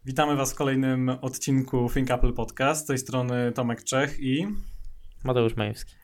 Witamy Was w kolejnym odcinku Think Apple Podcast. Z tej strony Tomek Czech i Mateusz Majewski.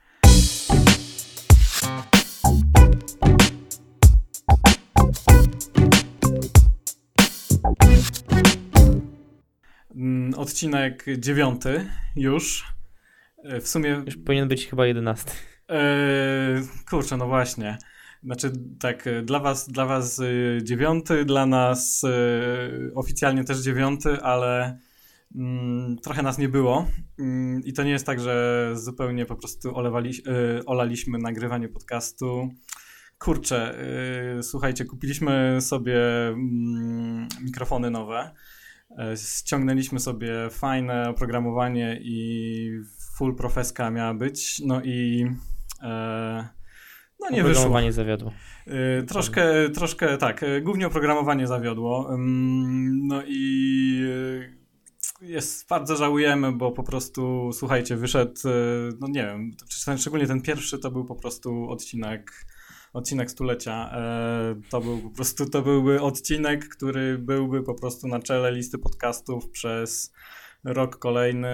Odcinek 9 już. W sumie... Już powinien być chyba 11. Kurczę, no właśnie. Znaczy tak, dla was 9, dla nas oficjalnie też 9, ale trochę nas nie było. I to nie jest tak, że zupełnie po prostu olaliśmy nagrywanie podcastu. Kurczę, słuchajcie, kupiliśmy sobie mikrofony nowe. Ściągnęliśmy sobie fajne oprogramowanie i full profeska miała być. No i no nie wyszło. Oprogramowanie zawiodło. Troszkę tak, głównie oprogramowanie zawiodło. No i bardzo żałujemy, bo po prostu, słuchajcie, wyszedł, no nie wiem, szczególnie ten pierwszy to był po prostu odcinek stulecia. To byłby odcinek, który byłby po prostu na czele listy podcastów przez rok kolejny.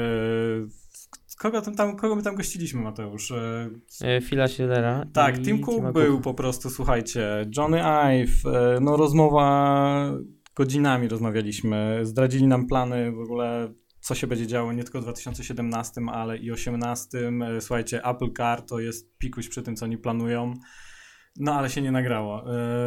Kogo my tam gościliśmy, Mateusz? Phila Schillera. Tak, Tim Cook był po prostu, słuchajcie, Johnny Ive, no rozmowa, godzinami rozmawialiśmy, zdradzili nam plany w ogóle, co się będzie działo nie tylko w 2017, ale i 2018. Słuchajcie, Apple Car to jest pikuś przy tym, co oni planują, no ale się nie nagrało.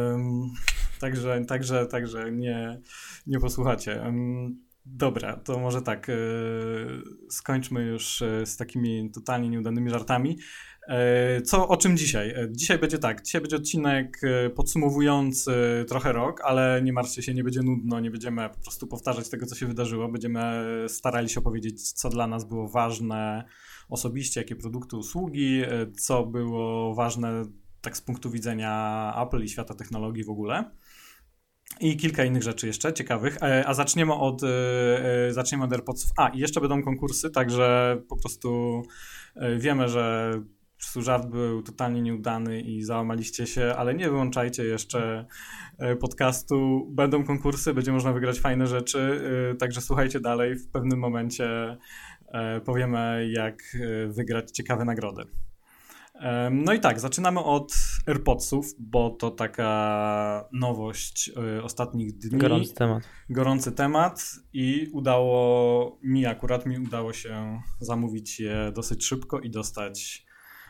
Także nie posłuchacie. Dobra, to może tak, skończmy już z takimi totalnie nieudanymi żartami. O czym dzisiaj? Dzisiaj będzie odcinek podsumowujący trochę rok, ale nie martwcie się, nie będzie nudno, nie będziemy po prostu powtarzać tego, co się wydarzyło. Będziemy starali się opowiedzieć, co dla nas było ważne osobiście, jakie produkty, usługi, co było ważne tak z punktu widzenia Apple i świata technologii w ogóle. I kilka innych rzeczy jeszcze ciekawych, a zaczniemy od AirPodsów. I jeszcze będą konkursy, także po prostu wiemy, że po prostu żart był totalnie nieudany i załamaliście się, ale nie wyłączajcie jeszcze podcastu. Będą konkursy, będzie można wygrać fajne rzeczy, także słuchajcie dalej. W pewnym momencie powiemy, jak wygrać ciekawe nagrody. No i tak, zaczynamy od AirPodsów, bo to taka nowość ostatnich dni. Gorący temat i akurat mi udało się zamówić je dosyć szybko i dostać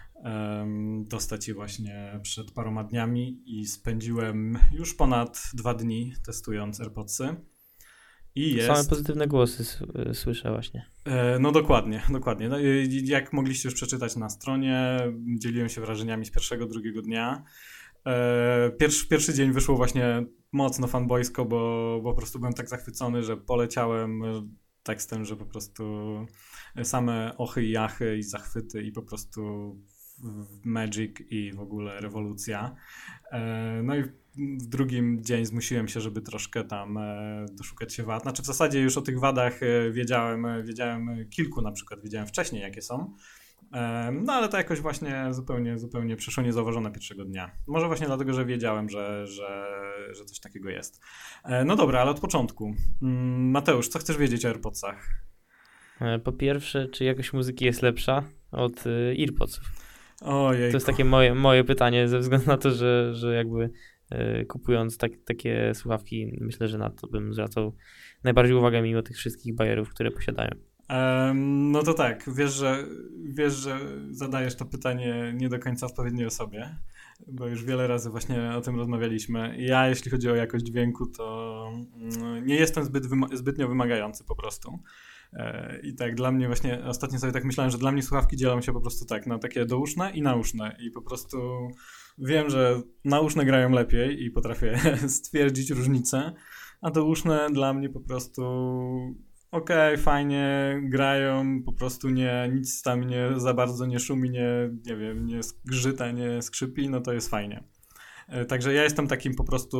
je właśnie przed paroma dniami i spędziłem już ponad 2 dni testując AirPodsy. Same pozytywne głosy słyszę właśnie. No dokładnie. No, jak mogliście już przeczytać na stronie, dzieliłem się wrażeniami z pierwszego, drugiego dnia. Pierwszy dzień wyszło właśnie mocno fanboysko, bo po prostu byłem tak zachwycony, że poleciałem tekstem, że po prostu same ochy i jachy i zachwyty i po prostu magic i w ogóle rewolucja. No i w drugim dzień zmusiłem się, żeby troszkę tam doszukać się wad. Znaczy w zasadzie już o tych wadach wiedziałem kilku na przykład, wiedziałem wcześniej jakie są. No ale to jakoś właśnie zupełnie przeszło niezauważone pierwszego dnia. Może właśnie dlatego, że wiedziałem, że coś takiego jest. No dobra, ale od początku. Mateusz, co chcesz wiedzieć o AirPodsach? Po pierwsze, czy jakość muzyki jest lepsza od AirPodsów? Ojejku. To jest takie moje pytanie ze względu na to, że jakby kupując takie słuchawki, myślę, że na to bym zwracał najbardziej uwagę mimo tych wszystkich bajerów, które posiadają. No to tak, wiesz, że zadajesz to pytanie nie do końca odpowiedniej osobie, bo już wiele razy właśnie o tym rozmawialiśmy. Ja, jeśli chodzi o jakość dźwięku, to nie jestem zbytnio wymagający po prostu. I tak dla mnie właśnie, ostatnio sobie tak myślałem, że dla mnie słuchawki dzielą się po prostu tak na takie douszne i nauszne i po prostu wiem, że nauszne grają lepiej i potrafię stwierdzić różnicę, a douszne dla mnie po prostu okej, fajnie grają, po prostu nic tam nie za bardzo nie szumi, nie wiem, nie zgrzyta, nie skrzypi, no to jest fajnie. Także ja jestem takim po prostu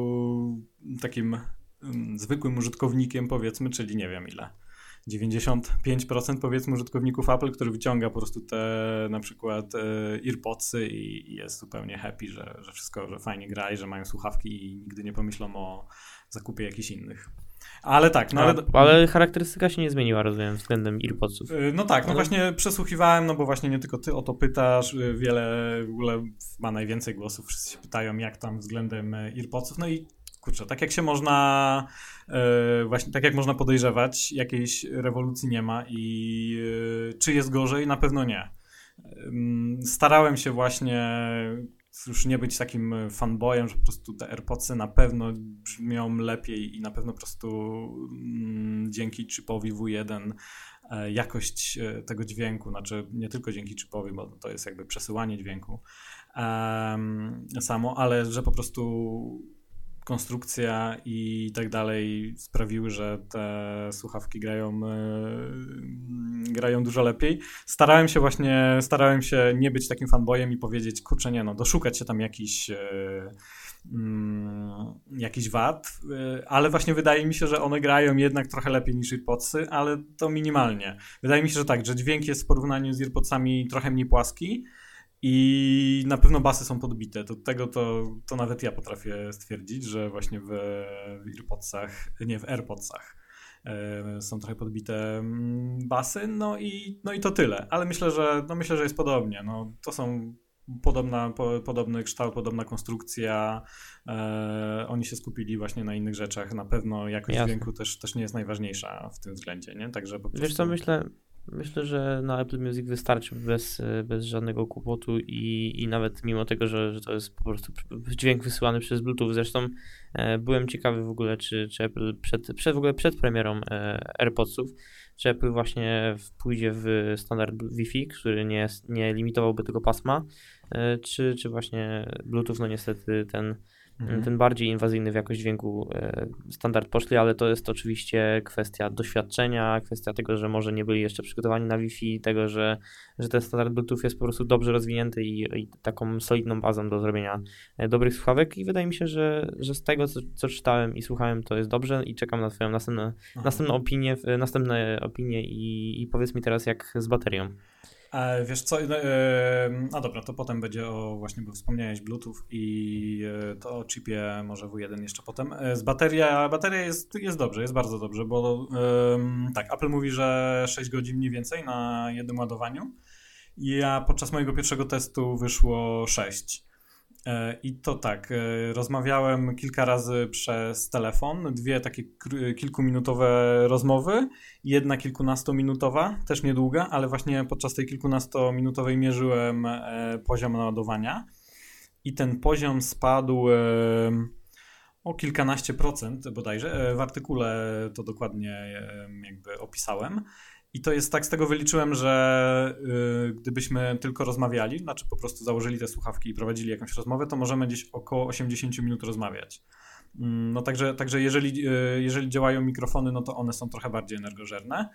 zwykłym użytkownikiem, powiedzmy, czyli nie wiem ile. 95% powiedzmy użytkowników Apple, który wyciąga po prostu te na przykład AirPodsy i jest zupełnie happy, że wszystko że fajnie gra i że mają słuchawki i nigdy nie pomyślą o zakupie jakichś innych. Ale tak, no ale charakterystyka się nie zmieniła, rozumiem, względem AirPodsów. No tak, no właśnie przesłuchiwałem, no bo właśnie nie tylko ty o to pytasz, w ogóle ma najwięcej głosów, wszyscy się pytają, jak tam względem AirPodsów, no i kurczę, tak jak się można, właśnie tak jak można podejrzewać, jakiejś rewolucji nie ma i czy jest gorzej? Na pewno nie. Starałem się właśnie już nie być takim fanboyem, że po prostu te AirPodsy na pewno brzmią lepiej i na pewno po prostu dzięki chipowi W1 jakość tego dźwięku, znaczy nie tylko dzięki chipowi, bo to jest jakby przesyłanie dźwięku samo, ale że po prostu konstrukcja i tak dalej sprawiły, że te słuchawki grają dużo lepiej. Starałem się nie być takim fanboyem i powiedzieć, kurczę nie, no doszukać się tam jakiś wad, ale właśnie wydaje mi się, że one grają jednak trochę lepiej niż AirPodsy, ale to minimalnie. Wydaje mi się, że tak, że dźwięk jest w porównaniu z AirPodsami trochę mniej płaski i na pewno basy są podbite. To nawet ja potrafię stwierdzić, że właśnie w AirPodsach są trochę podbite basy, no i to tyle. Ale myślę, że jest podobnie. No, to są podobny kształt, podobna konstrukcja. Oni się skupili właśnie na innych rzeczach. Na pewno jakość dźwięku też nie jest najważniejsza w tym względzie, nie? Także po prostu... Wiesz co, myślę, że na Apple Music wystarczy bez żadnego kłopotu i nawet mimo tego, że to jest po prostu dźwięk wysyłany przez Bluetooth. Zresztą byłem ciekawy w ogóle, czy Apple przed premierą AirPodsów, czy Apple właśnie pójdzie w standard Wi-Fi, który nie limitowałby tego pasma, czy właśnie Bluetooth, no niestety ten bardziej inwazyjny w jakość dźwięku standard poszli, ale to jest oczywiście kwestia doświadczenia, kwestia tego, że może nie byli jeszcze przygotowani na Wi-Fi, tego, że ten standard Bluetooth jest po prostu dobrze rozwinięty i taką solidną bazą do zrobienia dobrych słuchawek i wydaje mi się, że z tego, co czytałem i słuchałem, to jest dobrze i czekam na twoją następne opinie i powiedz mi teraz, jak z baterią. Wiesz co, no dobra, to potem będzie właśnie, bo wspomniałeś Bluetooth i to o chipie może W1 jeszcze potem. Bateria jest dobrze, jest bardzo dobrze, bo tak, Apple mówi, że 6 godzin mniej więcej na jednym ładowaniu. Ja podczas mojego pierwszego testu wyszło 6. I to tak, rozmawiałem kilka razy przez telefon, 2 takie kilkuminutowe rozmowy, 1 kilkunastominutowa, też niedługa, ale właśnie podczas tej kilkunastominutowej mierzyłem poziom naładowania i ten poziom spadł o kilkanaście procent bodajże, w artykule to dokładnie jakby opisałem. I to jest tak, z tego wyliczyłem, że gdybyśmy tylko rozmawiali, znaczy po prostu założyli te słuchawki i prowadzili jakąś rozmowę, to możemy gdzieś około 80 minut rozmawiać. No także jeżeli działają mikrofony, no to one są trochę bardziej energożerne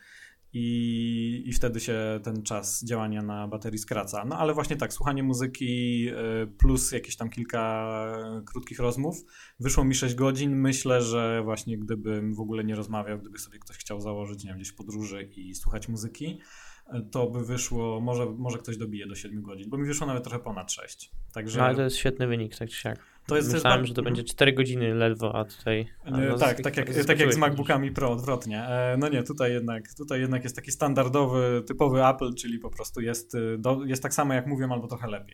i wtedy się ten czas działania na baterii skraca. No ale właśnie tak, słuchanie muzyki plus jakieś tam kilka krótkich rozmów, wyszło mi 6 godzin. Myślę, że właśnie gdybym w ogóle nie rozmawiał, gdyby sobie ktoś chciał założyć, nie wiem, gdzieś w podróży i słuchać muzyki, to by wyszło, może ktoś dobije do 7 godzin, bo mi wyszło nawet trochę ponad 6. Także... No ale to jest świetny wynik, tak czy siak. Myślałem, że to będzie 4 godziny ledwo, a tutaj... Tak jak z MacBookami Pro, odwrotnie. No nie, tutaj jednak jest taki standardowy, typowy Apple, czyli po prostu jest tak samo jak mówią, albo trochę lepiej.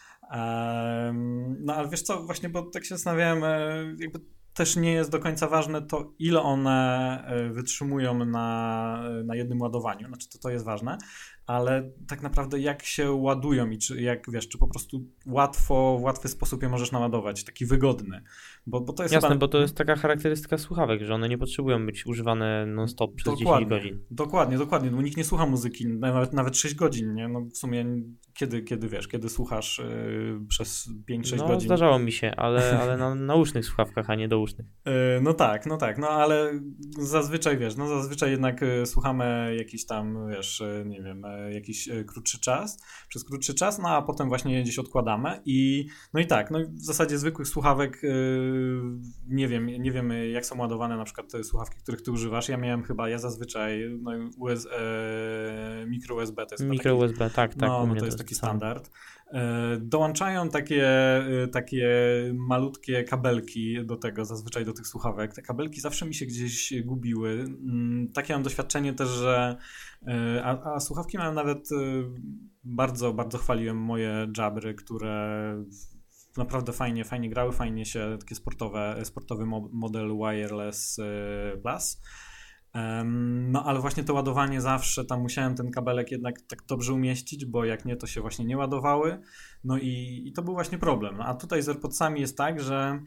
No ale wiesz co, właśnie, bo tak się zastanawiałem, jakby też nie jest do końca ważne to, ile one wytrzymują na jednym ładowaniu, znaczy to jest ważne, ale tak naprawdę jak się ładują i czy po prostu w łatwy sposób je możesz naładować, taki wygodny. Bo to jest jasne, bo to jest taka charakterystyka słuchawek, że one nie potrzebują być używane non-stop przez 10 godzin. Dokładnie, bo nikt nie słucha muzyki nawet 6 godzin, nie? No w sumie kiedy słuchasz przez 5-6 godzin. No zdarzało mi się, ale na nausznych słuchawkach, a nie dousznych. No tak, ale zazwyczaj jednak słuchamy jakiś tam, nie wiem, jakiś przez krótszy czas, no a potem właśnie gdzieś odkładamy i w zasadzie zwykłych słuchawek nie wiem jak są ładowane na przykład te słuchawki, których ty używasz. Ja zazwyczaj micro USB to jest USB, tak. No to jest taki standard. Dołączają takie malutkie kabelki do tego, zazwyczaj do tych słuchawek. Te kabelki zawsze mi się gdzieś gubiły. Takie mam doświadczenie też, że a słuchawki mają nawet bardzo, bardzo chwaliłem moje Jabry, które naprawdę fajnie grały, fajnie się takie sportowy model wireless plus. No ale właśnie to ładowanie zawsze, tam musiałem ten kabelek jednak tak dobrze umieścić, bo jak nie, to się właśnie nie ładowały. No i to był właśnie problem. A tutaj z AirPodsami jest tak, że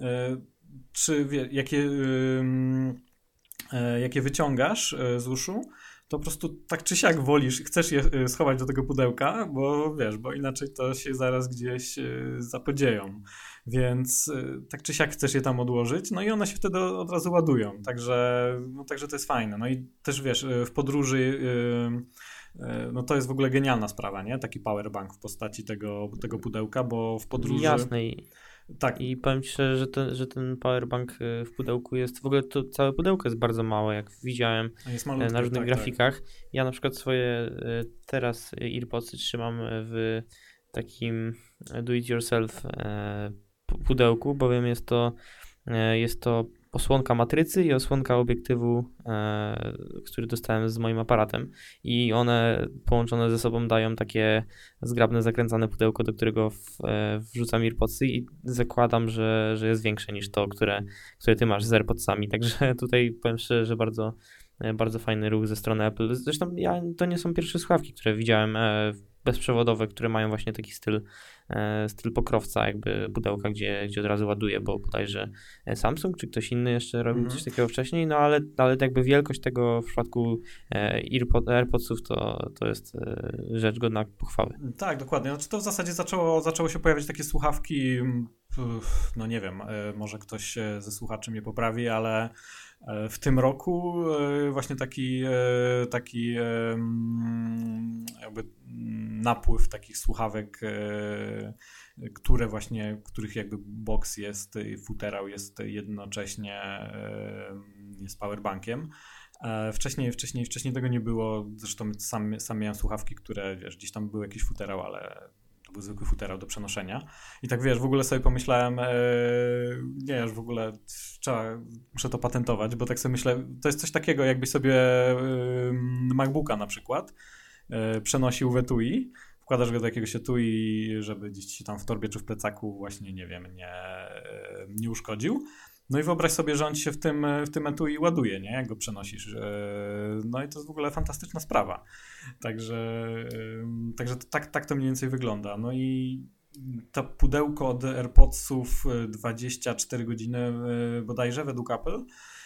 jakie wyciągasz z uszu, to po prostu tak czy siak wolisz, chcesz je schować do tego pudełka, bo wiesz, bo inaczej to się zaraz gdzieś zapodzieją. Więc tak czy siak chcesz je tam odłożyć, no i one się wtedy od razu ładują, także to jest fajne. No i też wiesz, w podróży no to jest w ogóle genialna sprawa, nie? Taki powerbank w postaci tego pudełka, bo w podróży... Jasne. Tak. I powiem ci szczerze, że ten powerbank w pudełku jest, w ogóle to całe pudełko jest bardzo małe, jak widziałem na różnych grafikach. Tak. Ja na przykład swoje teraz AirPodsy trzymam w takim do-it-yourself pudełku, bowiem jest to osłonka matrycy i osłonka obiektywu, który dostałem z moim aparatem i one połączone ze sobą dają takie zgrabne, zakręcane pudełko, do którego wrzucam AirPodsy i zakładam, że jest większe niż to, które ty masz z AirPodsami, także tutaj powiem szczerze, że bardzo, bardzo fajny ruch ze strony Apple. Zresztą to nie są pierwsze słuchawki, które widziałem bezprzewodowe, które mają właśnie taki styl pokrowca, jakby pudełka, gdzie od razu ładuje, bo bodajże Samsung czy ktoś inny jeszcze robił coś takiego wcześniej, no ale jakby wielkość tego w przypadku AirPodsów to jest rzecz godna pochwały. Tak, dokładnie. Znaczy to w zasadzie zaczęło się pojawiać takie słuchawki, no nie wiem, może ktoś ze słuchaczy mnie poprawi, ale w tym roku właśnie taki jakby napływ takich słuchawek, których jakby box jest, futerał jest jednocześnie jest powerbankiem. Wcześniej tego nie było, zresztą sam miałem słuchawki, które wiesz, gdzieś tam był jakiś futerał, ale był zwykły futerał do przenoszenia. I tak wiesz, w ogóle sobie pomyślałem, nie, już w ogóle muszę to patentować, bo tak sobie myślę, to jest coś takiego, jakbyś sobie MacBooka na przykład przenosił w etui, wkładasz go do jakiegoś etui, żeby gdzieś ci tam w torbie czy w plecaku właśnie, nie wiem, nie uszkodził. No i wyobraź sobie, że on ci się w tym etui ładuje, nie? Jak go przenosisz. No i to jest w ogóle fantastyczna sprawa. Także tak to mniej więcej wygląda. No i to pudełko od AirPodsów 24 godziny bodajże według Apple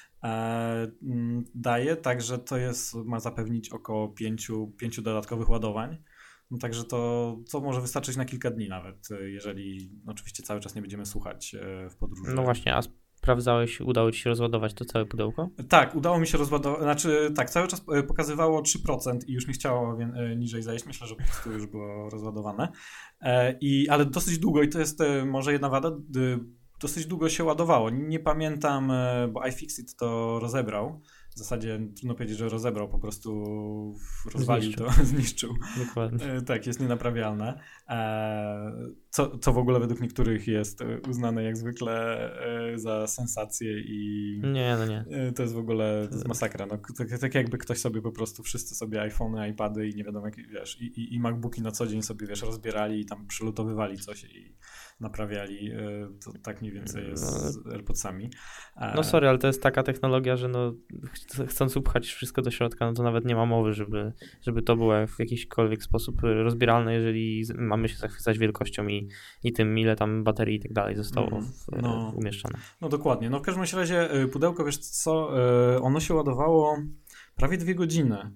daje, także to ma zapewnić około 5 dodatkowych ładowań. No także to może wystarczyć na kilka dni nawet, jeżeli oczywiście cały czas nie będziemy słuchać w podróży. No właśnie, a sprawdzałeś, udało ci się rozładować to całe pudełko? Tak, udało mi się rozładować, znaczy tak, cały czas pokazywało 3% i już nie chciało niżej zejść, myślę, że po prostu już było rozładowane, ale dosyć długo i to jest może jedna wada, dosyć długo się ładowało, nie pamiętam, bo iFixit to rozebrał. W zasadzie trudno powiedzieć, że rozebrał, po prostu rozwalił to, zniszczył. Dokładnie. Tak, jest nienaprawialne. Co w ogóle według niektórych jest uznane jak zwykle za sensację i... Nie. To jest w ogóle masakra. No, tak jakby ktoś sobie po prostu, wszyscy sobie iPhony, iPady i nie wiadomo jak, wiesz, i MacBooki na co dzień sobie, wiesz, rozbierali i tam przylutowywali coś i naprawiali. To tak mniej więcej jest z AirPodsami. No sorry, ale to jest taka technologia, że no chcąc upchać wszystko do środka, no to nawet nie ma mowy, żeby to było w jakikolwiek sposób rozbieralne, jeżeli mamy się zachwycać wielkością i tym, ile tam baterii i tak dalej zostało umieszczone. No dokładnie. No w każdym razie pudełko, wiesz co, ono się ładowało prawie 2 godziny.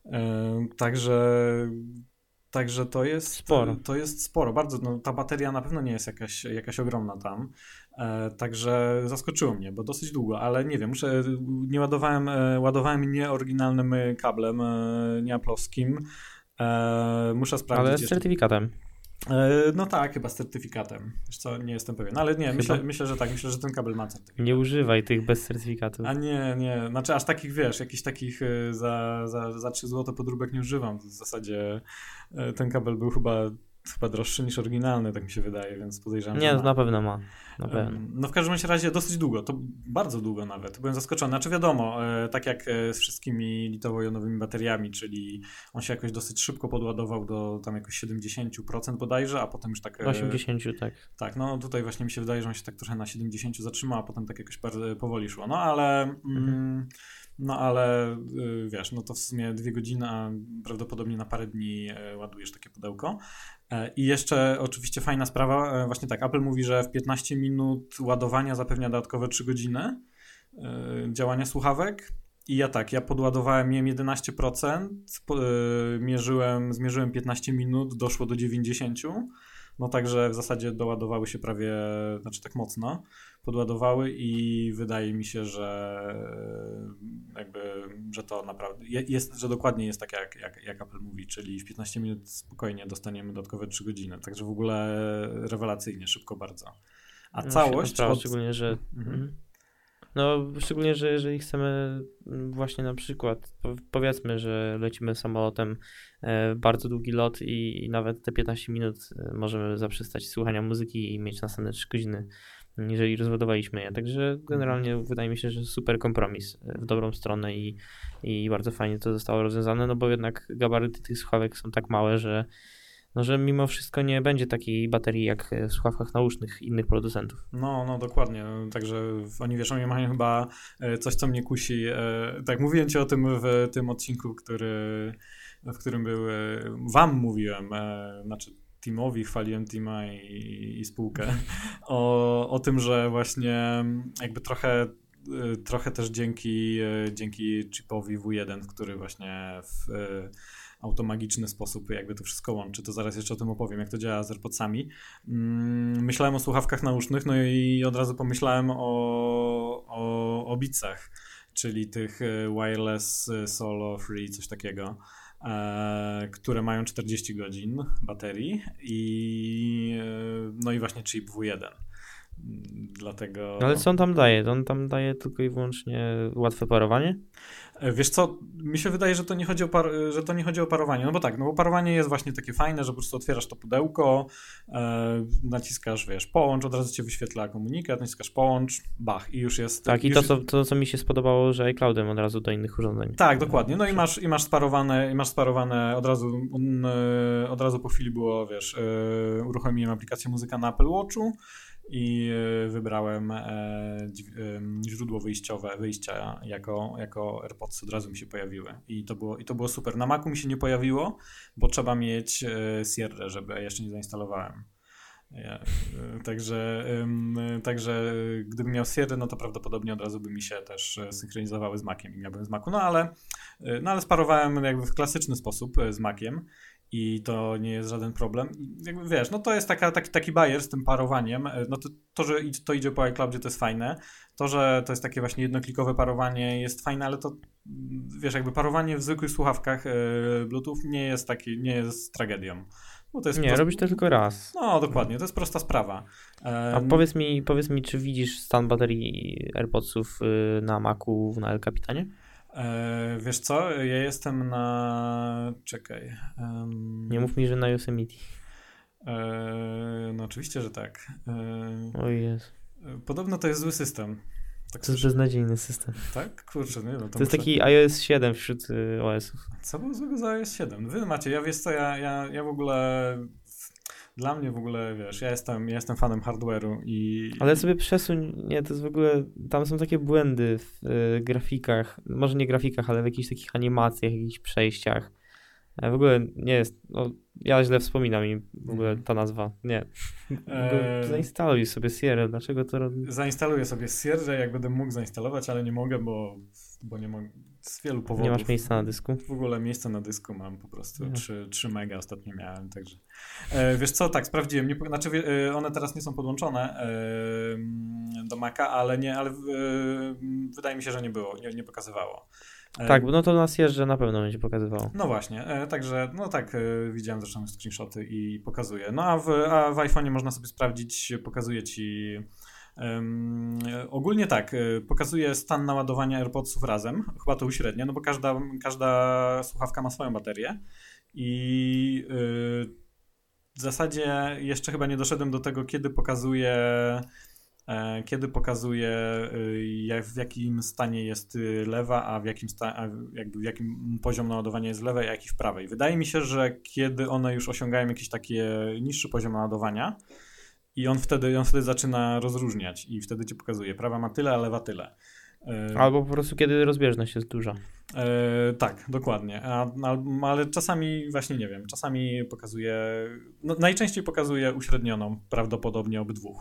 Także to jest sporo. To jest sporo, bardzo. No, ta bateria na pewno nie jest jakaś ogromna tam. Także zaskoczyło mnie, bo dosyć długo, ale nie wiem, nie ładowałem nie oryginalnym kablem, nie aplowskim. Muszę sprawdzić. Ale z certyfikatem. No tak, chyba z certyfikatem. Wiesz co, nie jestem pewien. Ale nie, myślę, że tak. Myślę, że ten kabel ma certyfikat. Nie używaj tych bez certyfikatu. A nie. Znaczy aż takich, wiesz, jakichś takich za 3 zł podróbek nie używam. W zasadzie ten kabel był chyba chyba droższy niż oryginalny, tak mi się wydaje, więc podejrzewam, Nie, że to na pewno ma. Na pewno. No w każdym razie dosyć długo, to bardzo długo nawet. Byłem zaskoczony. Znaczy wiadomo, tak jak z wszystkimi litowo-jonowymi bateriami, czyli on się jakoś dosyć szybko podładował do tam jakoś 70% bodajże, a potem już tak... 80, tak. Tak, no tutaj właśnie mi się wydaje, że on się tak trochę na 70 zatrzymał, a potem tak jakoś bardzo powoli szło. No ale... No ale wiesz, no to w sumie 2 godziny, a prawdopodobnie na parę dni ładujesz takie pudełko. I jeszcze oczywiście fajna sprawa, właśnie tak, Apple mówi, że w 15 minut ładowania zapewnia dodatkowe 3 godziny działania słuchawek. I ja podładowałem, miałem 11%, zmierzyłem 15 minut, doszło do 90%. No także w zasadzie doładowały się prawie, znaczy tak mocno podładowały i wydaje mi się, że że to naprawdę jest, że dokładnie jest tak jak Apple mówi, czyli w 15 minut spokojnie dostaniemy dodatkowe 3 godziny, także w ogóle rewelacyjnie, szybko bardzo. A No, całość... sprawa, szczególnie, że... No, szczególnie, że jeżeli chcemy właśnie na przykład, powiedzmy, że lecimy samolotem bardzo długi lot i nawet te 15 minut możemy zaprzestać słuchania muzyki i mieć następne 3 godziny, jeżeli rozładowaliśmy je. Także generalnie wydaje mi się, że super kompromis w dobrą stronę i bardzo fajnie to zostało rozwiązane, no bo jednak gabaryty tych słuchawek są tak małe, że mimo wszystko nie będzie takiej baterii jak w słuchawkach nausznych innych producentów. No dokładnie, także oni oni mają chyba coś, co mnie kusi. Tak, mówiłem ci o tym w tym odcinku, w którym wam mówiłem, znaczy Timowi, chwaliłem Tima i spółkę, o tym, że właśnie jakby trochę też dzięki chipowi W1, który właśnie w automagiczny sposób jakby to wszystko łączy, to zaraz jeszcze o tym opowiem, jak to działa z AirPodsami. Myślałem o słuchawkach nausznych, no i od razu pomyślałem o Beatsach, czyli tych wireless solo free, coś takiego, które mają 40 godzin baterii no i właśnie chip W1. Dlatego... Ale co on tam daje? On tam daje tylko i wyłącznie łatwe parowanie? Wiesz co, mi się wydaje, że to nie chodzi o parowanie, no bo parowanie jest właśnie takie fajne, że po prostu otwierasz to pudełko, naciskasz, połącz, od razu ci wyświetla komunikat, naciskasz połącz, bach i już jest... Tak, i to co mi się spodobało, że iCloudem od razu do innych urządzeń. Tak, dokładnie, no i masz sparowane od razu po chwili było, uruchomiłem aplikację Muzyka na Apple Watchu i wybrałem źródło wyjścia jako AirPods, od razu mi się pojawiły i to było super. Na Macu mi się nie pojawiło, bo trzeba mieć Sierra, żeby jeszcze nie zainstalowałem. Także gdybym miał Sierra, no to prawdopodobnie od razu by mi się też synchronizowały z Maciem i miałbym z Macu, no ale sparowałem jakby w klasyczny sposób z Maciem. I to nie jest żaden problem. Jakby no to jest taki bajer z tym parowaniem. No to, że to idzie po iCloudzie, to jest fajne. To, że to jest takie właśnie jednoklikowe parowanie jest fajne, ale to jakby parowanie w zwykłych słuchawkach Bluetooth nie jest tragedią. Bo to jest robisz to tylko raz. No dokładnie, to jest prosta sprawa. A powiedz mi, czy widzisz stan baterii AirPodsów na Macu na El Capitanie? Wiesz co, ja jestem na... Czekaj. Nie mów mi, że na Yosemite. No oczywiście, że tak. O Jezu. Podobno to jest zły system. Tak to jest beznadziejny system. Tak? Kurczę, nie no. To jest taki iOS 7 wśród OS-ów. Co było złego za iOS 7? Wy macie, wiesz co, ja w ogóle... Dla mnie w ogóle, ja jestem fanem hardware'u i... Ale sobie przesuń, to jest w ogóle, tam są takie błędy w grafikach, może nie grafikach, ale w jakichś takich animacjach, jakichś przejściach. W ogóle nie jest, ja źle wspominam i w ogóle ta nazwa, nie. Zainstaluj sobie Sierra, dlaczego to robię? Zainstaluję sobie Sierra, jak będę mógł zainstalować, ale nie mogę, bo nie mogę z wielu powodów. Nie masz miejsca na dysku? W ogóle miejsca na dysku mam po prostu, 3 mega ostatnio miałem, także. Wiesz co, tak, sprawdziłem, one teraz nie są podłączone do Maca, ale wydaje mi się, że nie było, nie pokazywało. Tak, no to na Sierra na pewno będzie pokazywało. No właśnie, także, widziałem zresztą screenshoty i pokazuje. No a w iPhone'ie można sobie sprawdzić, pokazuje ci ogólnie tak, pokazuje stan naładowania AirPodsów razem, chyba to uśrednia, no bo każda słuchawka ma swoją baterię i w zasadzie jeszcze chyba nie doszedłem do tego, kiedy pokazuje w jakim stanie jest lewa, jakby w jakim poziom naładowania jest lewej, a jaki w prawej. Wydaje mi się, że kiedy one już osiągają jakiś taki niższy poziom naładowania i on wtedy zaczyna rozróżniać i wtedy ci pokazuje, prawa ma tyle, a lewa tyle. Albo po prostu kiedy rozbieżność jest duża. Tak, dokładnie. Ale czasami właśnie nie wiem, czasami pokazuje, no, najczęściej pokazuje uśrednioną, prawdopodobnie obydwu.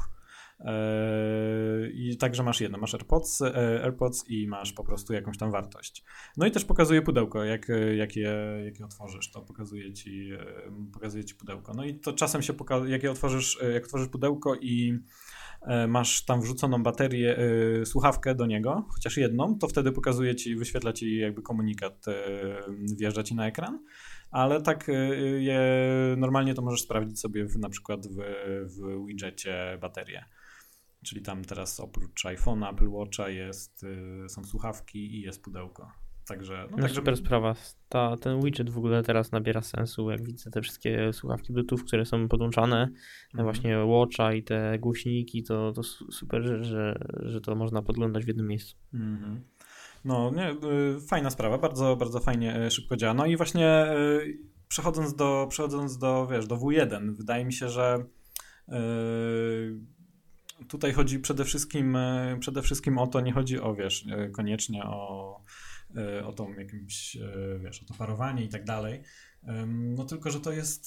I także masz masz AirPods i masz po prostu jakąś tam wartość. No i też pokazuje pudełko, jak je otworzysz, to pokazuje ci pudełko. No i to czasem się jak otworzysz pudełko i masz tam wrzuconą baterię, słuchawkę do niego, chociaż jedną, to wtedy wyświetla ci jakby komunikat, wjeżdża ci na ekran, ale tak normalnie to możesz sprawdzić sobie na przykład w widgetie baterię. Czyli tam teraz oprócz iPhone'a, Apple Watcha są słuchawki i jest pudełko. Także, super sprawa. Ten widget w ogóle teraz nabiera sensu, jak widzę te wszystkie słuchawki Bluetooth, które są podłączane, właśnie Watcha i te głośniki, to super, że to można podglądać w jednym miejscu. No, nie, fajna sprawa, bardzo, bardzo fajnie, szybko działa. No i właśnie przechodząc do W1, wydaje mi się, że tutaj chodzi przede wszystkim o to, nie chodzi o, koniecznie o tą jakimś, o to parowanie i tak dalej, no tylko, że to jest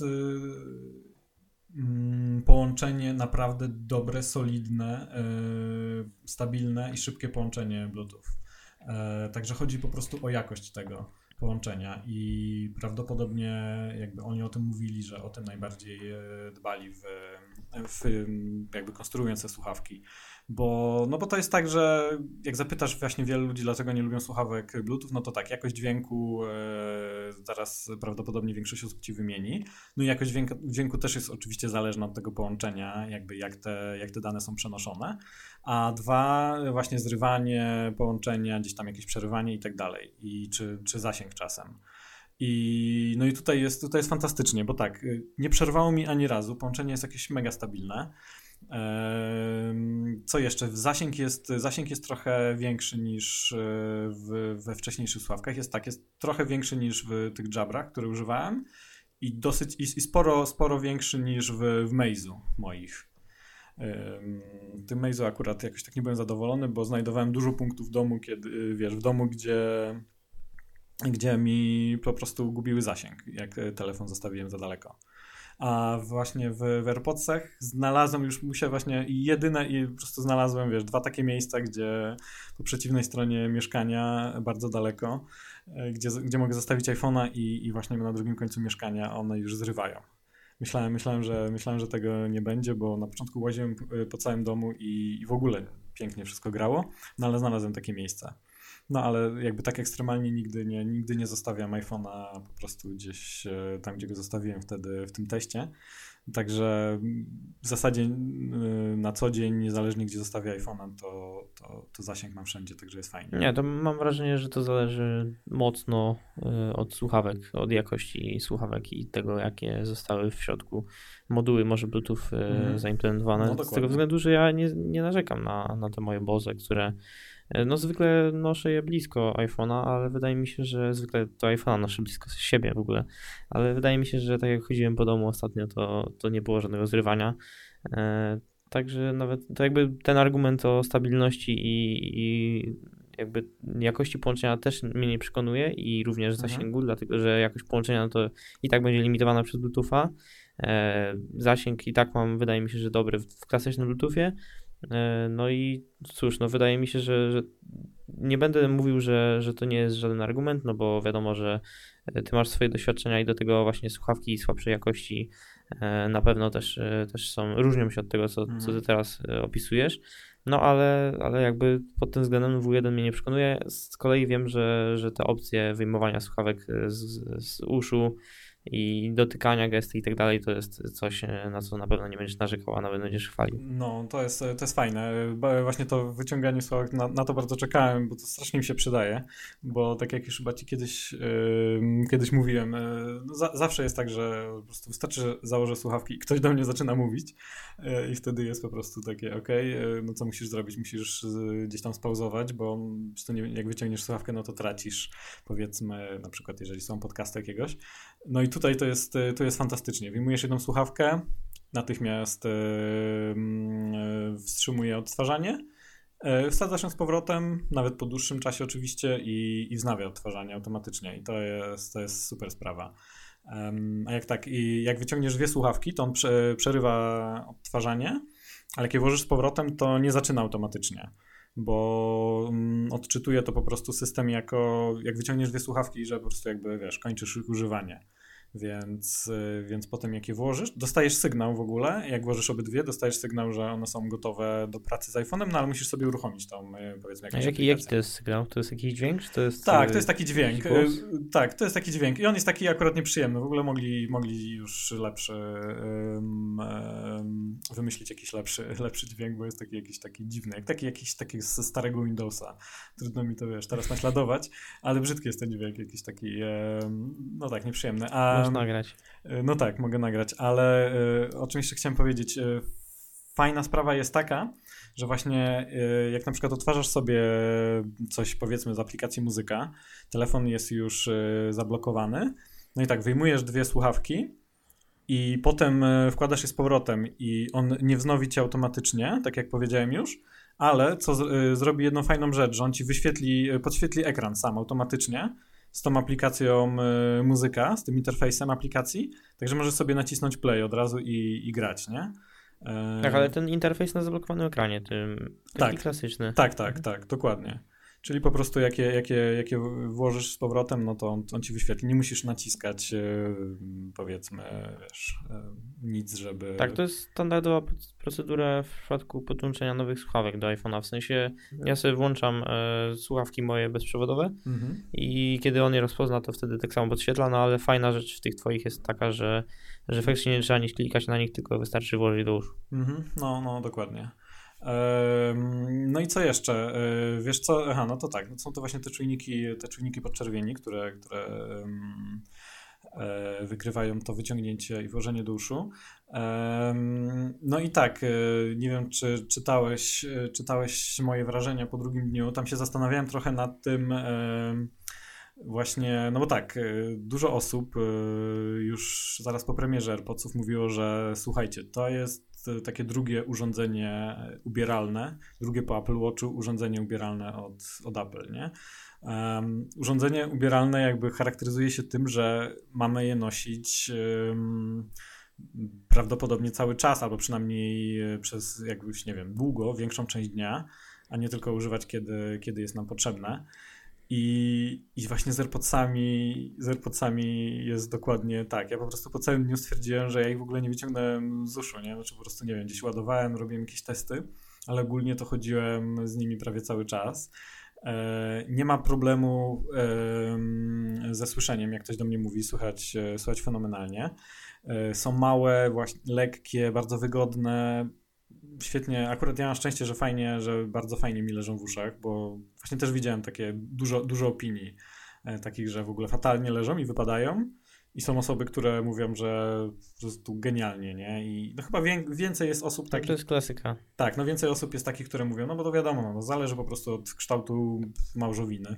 połączenie naprawdę dobre, solidne, stabilne i szybkie połączenie Bluetooth. Także chodzi po prostu o jakość tego połączenia i prawdopodobnie jakby oni o tym mówili, że o tym najbardziej dbali jakby konstruując te słuchawki, bo to jest tak, że jak zapytasz właśnie wielu ludzi, dlaczego nie lubią słuchawek Bluetooth, no to tak, jakość dźwięku zaraz prawdopodobnie większość osób ci wymieni, no i jakość dźwięku też jest oczywiście zależna od tego połączenia, jakby jak te dane są przenoszone, a dwa, właśnie zrywanie połączenia, gdzieś tam jakieś przerywanie i tak dalej, czy zasięg czasem. No i tutaj jest fantastycznie, bo tak, nie przerwało mi ani razu, połączenie jest jakieś mega stabilne. Co jeszcze? Zasięg jest trochę większy niż we wcześniejszych słuchawkach. Jest trochę większy niż w tych Jabrach, które używałem i sporo większy niż w Meizu moich. W tym Meizu akurat jakoś tak nie byłem zadowolony, bo znajdowałem dużo punktów w domu, gdzie mi po prostu gubiły zasięg, jak telefon zostawiłem za daleko. A właśnie w AirPodsach znalazłem po prostu znalazłem, dwa takie miejsca, gdzie po przeciwnej stronie mieszkania, bardzo daleko, gdzie mogę zostawić iPhone'a i właśnie na drugim końcu mieszkania one już zrywają. Myślałem, że tego nie będzie, bo na początku łaziłem po całym domu i w ogóle pięknie wszystko grało, no ale znalazłem takie miejsca. No ale jakby tak ekstremalnie nigdy nie zostawiam iPhone'a po prostu gdzieś tam, gdzie go zostawiłem wtedy w tym teście. Także w zasadzie na co dzień, niezależnie gdzie zostawię iPhone'a, to zasięg mam wszędzie, także jest fajnie. Nie, to mam wrażenie, że to zależy mocno od słuchawek, od jakości słuchawek i tego, jakie zostały w środku moduły może Bluetooth zaimplementowane. Z tego względu, że ja nie narzekam na te moje Bose, które zwykle noszę je blisko iPhone'a, ale wydaje mi się, że zwykle to iPhone'a noszę blisko siebie w ogóle, ale wydaje mi się, że tak jak chodziłem po domu ostatnio, to nie było żadnego zrywania. Także nawet to jakby ten argument o stabilności i jakby jakości połączenia też mnie nie przekonuje i również zasięgu, dlatego że jakość połączenia to i tak będzie limitowana przez Bluetootha. Zasięg i tak wydaje mi się, że dobry w klasycznym Bluetoothie. No i cóż, wydaje mi się, że nie będę mówił, że to nie jest żaden argument, no bo wiadomo, że ty masz swoje doświadczenia i do tego właśnie słuchawki słabszej jakości na pewno też różnią się od tego, co ty teraz opisujesz. No ale jakby pod tym względem W1 mnie nie przekonuje. Z kolei wiem, że te opcje wyjmowania słuchawek z uszu i dotykania, gesty i tak dalej, to jest coś, na co na pewno nie będziesz narzekał, a nawet będziesz chwalił. No, to jest fajne. Właśnie to wyciąganie słówek, na to bardzo czekałem, bo to strasznie mi się przydaje, bo tak jak już chyba ci kiedyś mówiłem, no zawsze jest tak, że po prostu wystarczy, że założę słuchawki i ktoś do mnie zaczyna mówić i wtedy jest po prostu takie, okej, no co musisz zrobić? Musisz gdzieś tam spauzować, bo po prostu jak wyciągniesz słuchawkę, no to tracisz, powiedzmy, na przykład jeżeli są podcasty jakiegoś. No i tutaj to jest fantastycznie. Wyjmujesz jedną słuchawkę, natychmiast wstrzymuje odtwarzanie, wsadzasz ją z powrotem, nawet po dłuższym czasie oczywiście i wznawia odtwarzanie automatycznie i to jest super sprawa. A jak wyciągniesz dwie słuchawki, to on przerywa odtwarzanie, ale jak je włożysz z powrotem, to nie zaczyna automatycznie, bo odczytuje to po prostu system jak wyciągniesz dwie słuchawki, że po prostu jakby, wiesz, kończysz ich używanie. Więc potem jak je włożysz, dostajesz sygnał w ogóle, jak włożysz obydwie, dostajesz sygnał, że one są gotowe do pracy z iPhone'em, no ale musisz sobie uruchomić tą, powiedzmy, jakąś aplikację. Jaki to jest sygnał? To jest jakiś dźwięk? Czy to jest, tak, to jest taki dźwięk. Tak, to jest taki dźwięk i on jest taki akurat nieprzyjemny. W ogóle mogli już wymyślić jakiś lepszy dźwięk, bo jest jakiś taki dziwny, jak taki ze starego Windowsa. Trudno mi to, wiesz, teraz naśladować, ale brzydki jest ten dźwięk, jakiś taki, no tak, nieprzyjemny. Możesz nagrać. No tak, mogę nagrać, ale o czym jeszcze chciałem powiedzieć. Fajna sprawa jest taka, że właśnie jak na przykład odtwarzasz sobie coś, powiedzmy, z aplikacji muzyka, telefon jest już zablokowany, no i tak, wyjmujesz dwie słuchawki i potem wkładasz je z powrotem i on nie wznowi cię automatycznie, tak jak powiedziałem już, ale zrobi jedną fajną rzecz, że on ci podświetli ekran sam automatycznie, z tą aplikacją muzyka, z tym interfejsem aplikacji, także możesz sobie nacisnąć play od razu i grać, nie? Tak, ale ten interfejs na zablokowanym ekranie, taki klasyczny. Tak, dokładnie. Czyli po prostu jakie włożysz z powrotem, no to on ci wyświetli. Nie musisz naciskać, powiedzmy, wiesz, nic, żeby... Tak, to jest standardowa procedura w przypadku podłączenia nowych słuchawek do iPhone'a. W sensie ja sobie włączam słuchawki moje bezprzewodowe i kiedy on je rozpozna, to wtedy tak samo podświetla, no ale fajna rzecz w tych twoich jest taka, że faktycznie nie trzeba nic klikać na nich, tylko wystarczy włożyć do uszu. No, dokładnie. No i co jeszcze? Wiesz co? Aha, no to tak, no są to właśnie te czujniki podczerwieni, które wykrywają to wyciągnięcie i włożenie do uszu. No i tak, nie wiem, czy czytałeś moje wrażenia po drugim dniu. Tam się zastanawiałem trochę nad tym właśnie, no bo tak, dużo osób już zaraz po premierze AirPodsów mówiło, że słuchajcie, to jest takie drugie urządzenie ubieralne, drugie po Apple Watchu urządzenie ubieralne od Apple, nie? Urządzenie ubieralne jakby charakteryzuje się tym, że mamy je nosić prawdopodobnie cały czas, albo przynajmniej przez jakbyś, nie wiem, długo, większą część dnia, a nie tylko używać, kiedy jest nam potrzebne. I właśnie z AirPodsami jest dokładnie tak. Ja po prostu po całym dniu stwierdziłem, że ja ich w ogóle nie wyciągnąłem z uszu, nie? Znaczy po prostu, nie wiem, gdzieś ładowałem, robiłem jakieś testy, ale ogólnie to chodziłem z nimi prawie cały czas. Nie ma problemu ze słyszeniem, jak ktoś do mnie mówi, słychać fenomenalnie. Są małe, właśnie lekkie, bardzo wygodne. Świetnie, akurat ja mam szczęście, że bardzo fajnie mi leżą w uszach, bo właśnie też widziałem takie dużo opinii takich, że w ogóle fatalnie leżą i wypadają i są osoby, które mówią, że po prostu genialnie, nie? I no chyba więcej jest osób takich... To jest klasyka. Tak, no więcej osób jest takich, które mówią, no bo to wiadomo, no zależy po prostu od kształtu małżowiny.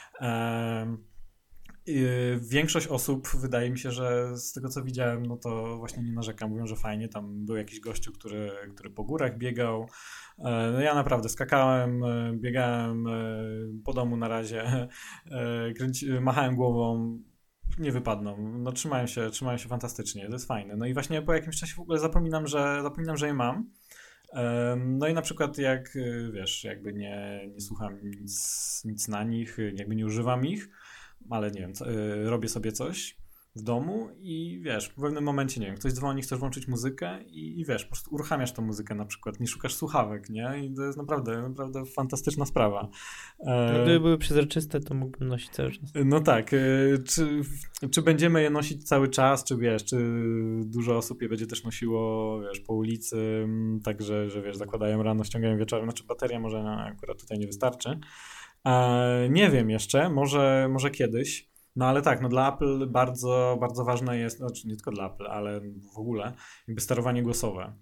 Większość osób, wydaje mi się, że z tego co widziałem, no to właśnie nie narzekam, mówią, że fajnie, tam był jakiś gościu, który po górach biegał, no ja naprawdę skakałem, biegałem po domu na razie, machałem głową, nie wypadną, no trzymają się fantastycznie, to jest fajne, no i właśnie po jakimś czasie w ogóle zapominam, że je mam. No i na przykład jak, wiesz, jakby nie słucham nic na nich, jakby nie używam ich, ale nie wiem, robię sobie coś, w domu i wiesz, w pewnym momencie, nie wiem, ktoś dzwoni, chcesz włączyć muzykę i wiesz, po prostu uruchamiasz tą muzykę na przykład, nie szukasz słuchawek, nie? I to jest naprawdę, naprawdę fantastyczna sprawa. No gdyby były przezroczyste, to mógłbym nosić cały czas. No tak, czy będziemy je nosić cały czas, czy wiesz, czy dużo osób je będzie też nosiło, wiesz, po ulicy, także, że wiesz, zakładają rano, ściągają wieczorem, znaczy bateria może akurat tutaj nie wystarczy. Nie wiem jeszcze, może kiedyś, no ale tak, no dla Apple bardzo, bardzo ważne jest, znaczy nie tylko dla Apple, ale w ogóle jakby sterowanie głosowe.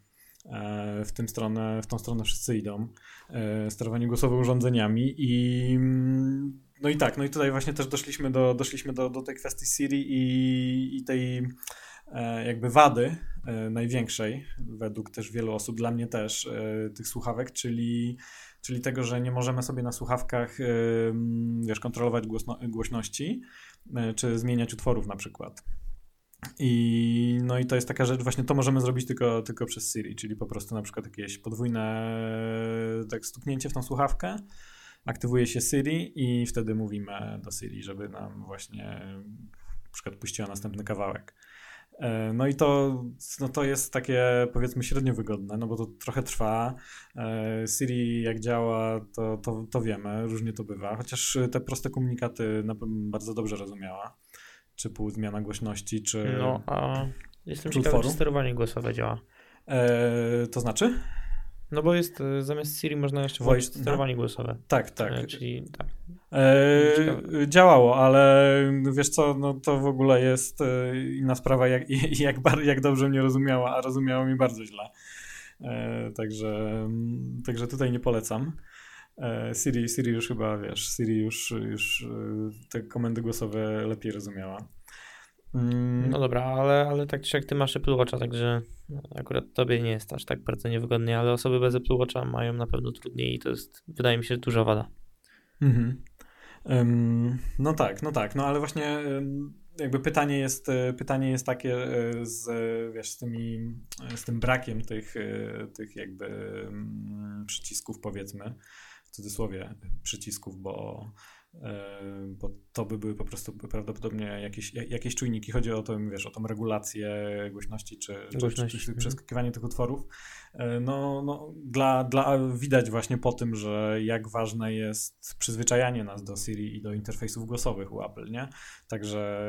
W tą stronę wszyscy idą. Sterowanie głosowe urządzeniami no i tak, no i tutaj właśnie też doszliśmy do tej kwestii Siri i tej jakby wady największej, według też wielu osób, dla mnie też, tych słuchawek, czyli tego, że nie możemy sobie na słuchawkach wiesz, kontrolować głośności, czy zmieniać utworów na przykład. No i to jest taka rzecz, właśnie to możemy zrobić tylko przez Siri, czyli po prostu na przykład jakieś podwójne tak stuknięcie w tą słuchawkę, aktywuje się Siri i wtedy mówimy do Siri, żeby nam właśnie na przykład puściła następny kawałek. No i to jest takie, powiedzmy, średnio wygodne, no bo to trochę trwa. Siri jak działa, to wiemy, różnie to bywa, chociaż te proste komunikaty bardzo dobrze rozumiała. Czy zmiana głośności, czy No, a jestem ciekawy, utworu. czy sterowanie głosowe działa. To znaczy? No bo jest, zamiast Siri można jeszcze włączyć sterowanie głosowe. Tak. Czyli tak. Działało, ale wiesz co, no to w ogóle jest inna sprawa, jak dobrze mnie rozumiała, a rozumiała mi bardzo źle. Także tutaj nie polecam. Siri już chyba, wiesz, Siri już te komendy głosowe lepiej rozumiała. No dobra, ale tak czy jak ty masz Apple Watcha, także akurat tobie nie jest aż tak bardzo niewygodnie, ale osoby bez Apple Watcha mają na pewno trudniej i to jest, wydaje mi się, duża wada. Mhm. No tak, no ale właśnie jakby pytanie jest takie wiesz, z tym brakiem tych jakby przycisków, powiedzmy, w cudzysłowie przycisków, bo to by były po prostu prawdopodobnie jakieś czujniki. Chodzi o to, wiesz, o tą regulację głośności czy przeskakiwanie tych utworów. No widać właśnie po tym, że jak ważne jest przyzwyczajanie nas do Siri i do interfejsów głosowych u Apple, nie? Także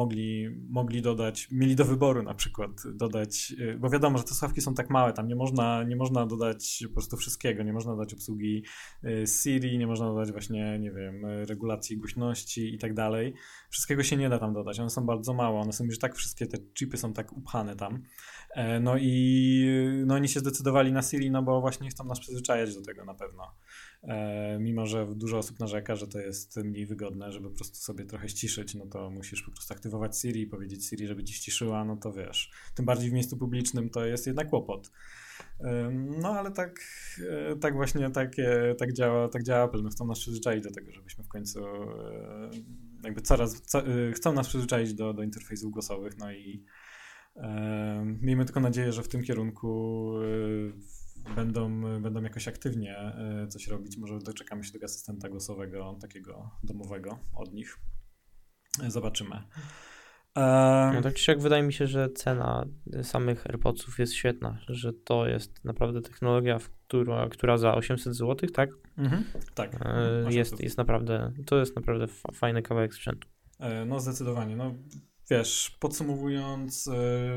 mieli do wyboru na przykład dodać, bo wiadomo, że te słuchawki są tak małe, tam nie można dodać po prostu wszystkiego, nie można dodać obsługi Siri, nie można dodać właśnie, nie wiem, regulacji głośności i tak dalej. Wszystkiego się nie da tam dodać, one są bardzo małe, one są już tak, wszystkie te chipy są tak upchane tam. No i oni się zdecydowali na Siri, no bo właśnie chcą nas przyzwyczajać do tego na pewno. Mimo że dużo osób narzeka, że to jest mniej wygodne, żeby po prostu sobie trochę ściszyć, no to musisz po prostu aktywować Siri i powiedzieć Siri, żeby ci ściszyła, no to wiesz, tym bardziej w miejscu publicznym to jest jednak kłopot. No ale tak właśnie tak działa Apple, no chcą nas przyzwyczaić do tego, żebyśmy w końcu jakby chcą nas przyzwyczaić do interfejsów głosowych, no i miejmy tylko nadzieję, że w tym kierunku będą jakoś aktywnie coś robić. Może doczekamy się tego asystenta głosowego, takiego domowego od nich. Zobaczymy. No tak czy jak wydaje mi się, że cena samych AirPodsów jest świetna, że to jest naprawdę technologia, która za 800 zł, tak? Mhm, tak. Jest naprawdę, to jest naprawdę fajny kawałek sprzętu. No zdecydowanie. No wiesz, podsumowując,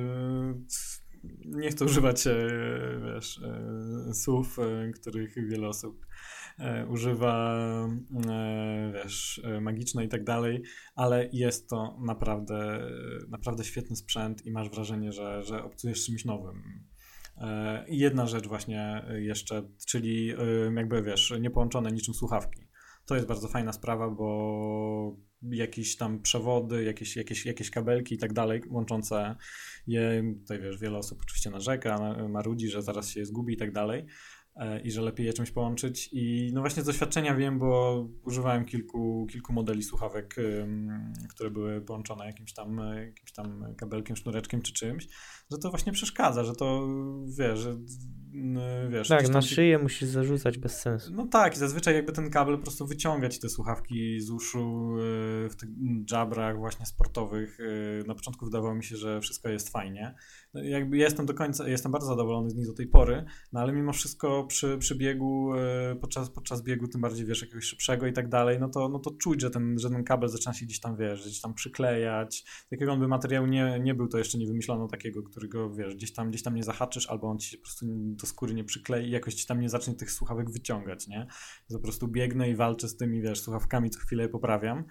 nie chcę używać wiesz, słów, których wiele osób używa, wiesz, magiczne i tak dalej, ale jest to naprawdę świetny sprzęt i masz wrażenie, że obcujesz z czymś nowym. I jedna rzecz właśnie jeszcze, czyli jakby wiesz, niepołączone niczym słuchawki. To jest bardzo fajna sprawa, bo jakieś tam przewody, jakieś kabelki i tak dalej łączące je, tutaj wiesz, wiele osób oczywiście narzeka, marudzi, że zaraz się je zgubi i tak dalej i że lepiej je czymś połączyć i no właśnie z doświadczenia wiem, bo używałem kilku modeli słuchawek, które były połączone jakimś tam kabelkiem, sznureczkiem czy czymś, że to właśnie przeszkadza, że to wiesz, że wiesz... Tak, na szyję musisz zarzucać bez sensu. No tak, i zazwyczaj jakby ten kabel po prostu wyciągać te słuchawki z uszu w tych dżabrach właśnie sportowych. Na początku wydawało mi się, że wszystko jest fajnie. Jakby jestem bardzo zadowolony z nich do tej pory, no ale mimo wszystko przy biegu, podczas biegu, tym bardziej wiesz, jakiegoś szybszego i tak dalej, no to czuć, że ten kabel zaczyna się gdzieś tam, wiesz, gdzieś tam przyklejać. Takiego on by materiału nie był, to jeszcze nie wymyślono takiego, którego, wiesz, gdzieś tam nie zahaczysz, albo on ci się po prostu do skóry nie przyklei i jakoś ci tam nie zacznie tych słuchawek wyciągać, nie? Po prostu biegnę i walczę z tymi, wiesz, słuchawkami, co chwilę je poprawiam.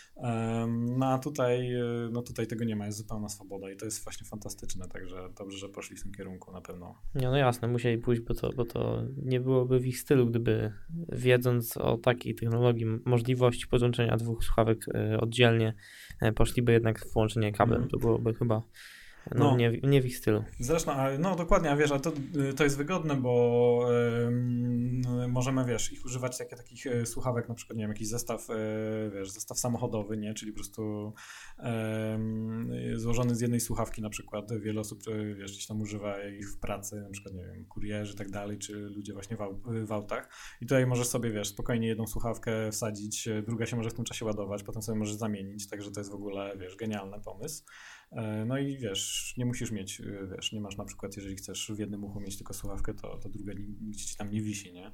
No a tutaj tego nie ma, jest zupełna swoboda i to jest właśnie fantastyczne, także dobrze, że poszli w tym kierunku na pewno. No jasne, musieli pójść, bo to nie byłoby w ich stylu, gdyby wiedząc o takiej technologii, możliwości podłączenia dwóch słuchawek oddzielnie, poszliby jednak w połączenie kablem, to byłoby chyba nie w ich stylu. Zresztą, no dokładnie, a wiesz, a to jest wygodne, bo możemy, wiesz, ich używać takich słuchawek, na przykład, nie wiem, jakiś zestaw, zestaw samochodowy, nie, czyli po prostu złożony z jednej słuchawki na przykład. Wiele osób, wiesz, gdzieś tam używa ich w pracy, na przykład, nie wiem, kurierzy i tak dalej, czy ludzie właśnie w autach. I tutaj możesz sobie, wiesz, spokojnie jedną słuchawkę wsadzić, druga się może w tym czasie ładować, potem sobie możesz zamienić, także to jest w ogóle, wiesz, genialny pomysł. No i wiesz, nie musisz mieć, wiesz, nie masz na przykład, jeżeli chcesz w jednym uchu mieć tylko słuchawkę, to druga gdzieś ci tam nie wisi, nie?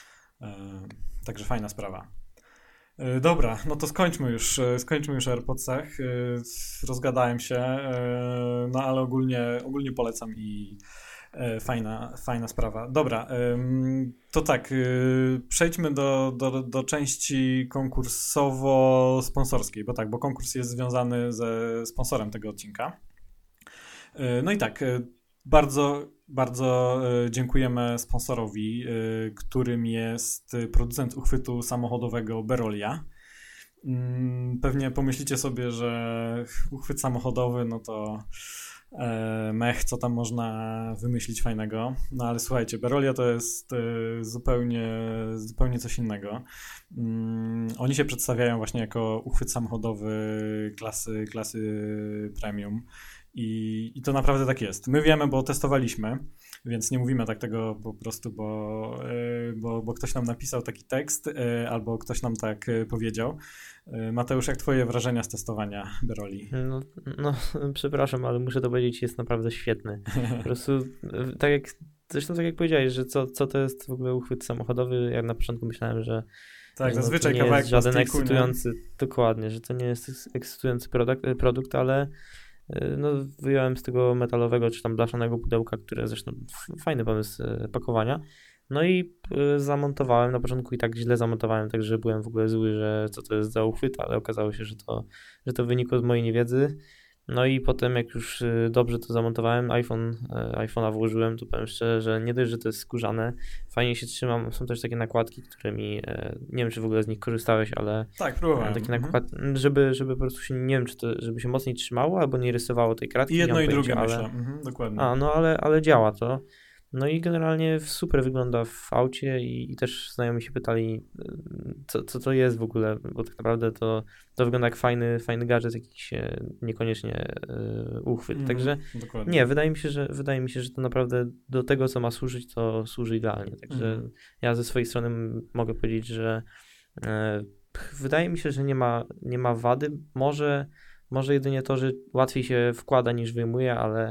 Także fajna sprawa. Dobra, no to skończmy już o AirPodsach. Rozgadałem się, no ale ogólnie polecam i fajna sprawa. Dobra, to tak, przejdźmy do części konkursowo-sponsorskiej, bo konkurs jest związany ze sponsorem tego odcinka. No i tak, bardzo, bardzo dziękujemy sponsorowi, którym jest producent uchwytu samochodowego Berolia. Pewnie pomyślicie sobie, że uchwyt samochodowy, no to mech, co tam można wymyślić fajnego. No ale słuchajcie, Berolia to jest zupełnie coś innego. Oni się przedstawiają właśnie jako uchwyt samochodowy klasy premium. I to naprawdę tak jest. My wiemy, bo testowaliśmy, więc nie mówimy tak tego po prostu, bo ktoś nam napisał taki tekst albo ktoś nam tak powiedział. Mateusz, jak twoje wrażenia z testowania Beroli? No, przepraszam, ale muszę to powiedzieć, jest naprawdę świetny. Po prostu zresztą tak jak powiedziałeś, że co to jest w ogóle uchwyt samochodowy, ja na początku myślałem, że tak, zazwyczaj to nie kawałek jest żaden plastiku, ekscytujący, dokładnie, że to nie jest ekscytujący produkt, ale no, wyjąłem z tego metalowego czy tam blaszanego pudełka, które zresztą fajny pomysł pakowania. No i zamontowałem, na początku i tak źle zamontowałem, także byłem w ogóle zły, że co to jest za uchwyt, ale okazało się, że to wynikło z mojej niewiedzy. No i potem jak już dobrze to zamontowałem, iPhone'a włożyłem, to powiem szczerze, że nie dość, że to jest skórzane, fajnie się trzymam, są też takie nakładki, którymi, nie wiem czy w ogóle z nich korzystałeś, ale tak, próbowałem. Takie nakładki, żeby po prostu się, nie wiem czy to, żeby się mocniej trzymało, albo nie rysowało tej kratki. I jedno i drugie myślę, dokładnie. No ale działa to. No i generalnie super wygląda w aucie i też znajomi się pytali, co to jest w ogóle, bo tak naprawdę to wygląda jak fajny gadżet, jakiś niekoniecznie uchwyt. Także dokładnie. nie, wydaje mi się, że to naprawdę do tego, co ma służyć, to służy idealnie. Także ja ze swojej strony mogę powiedzieć, że wydaje mi się, że nie ma wady. Może jedynie to, że łatwiej się wkłada niż wyjmuje, ale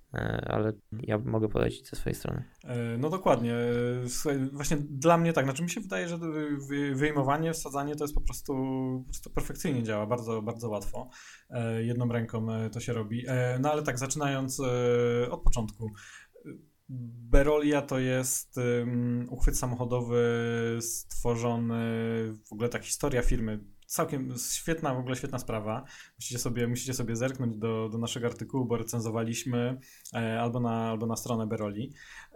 ja mogę polecić ze swojej strony. No dokładnie. Właśnie dla mnie tak, znaczy mi się wydaje, że wyjmowanie, wsadzanie to jest po prostu perfekcyjnie działa, bardzo, bardzo łatwo. Jedną ręką to się robi. No ale tak, zaczynając od początku. Berolia to jest uchwyt samochodowy stworzony, w ogóle tak historia firmy, całkiem świetna sprawa. Musicie sobie zerknąć do naszego artykułu, bo recenzowaliśmy albo na stronę Beroli.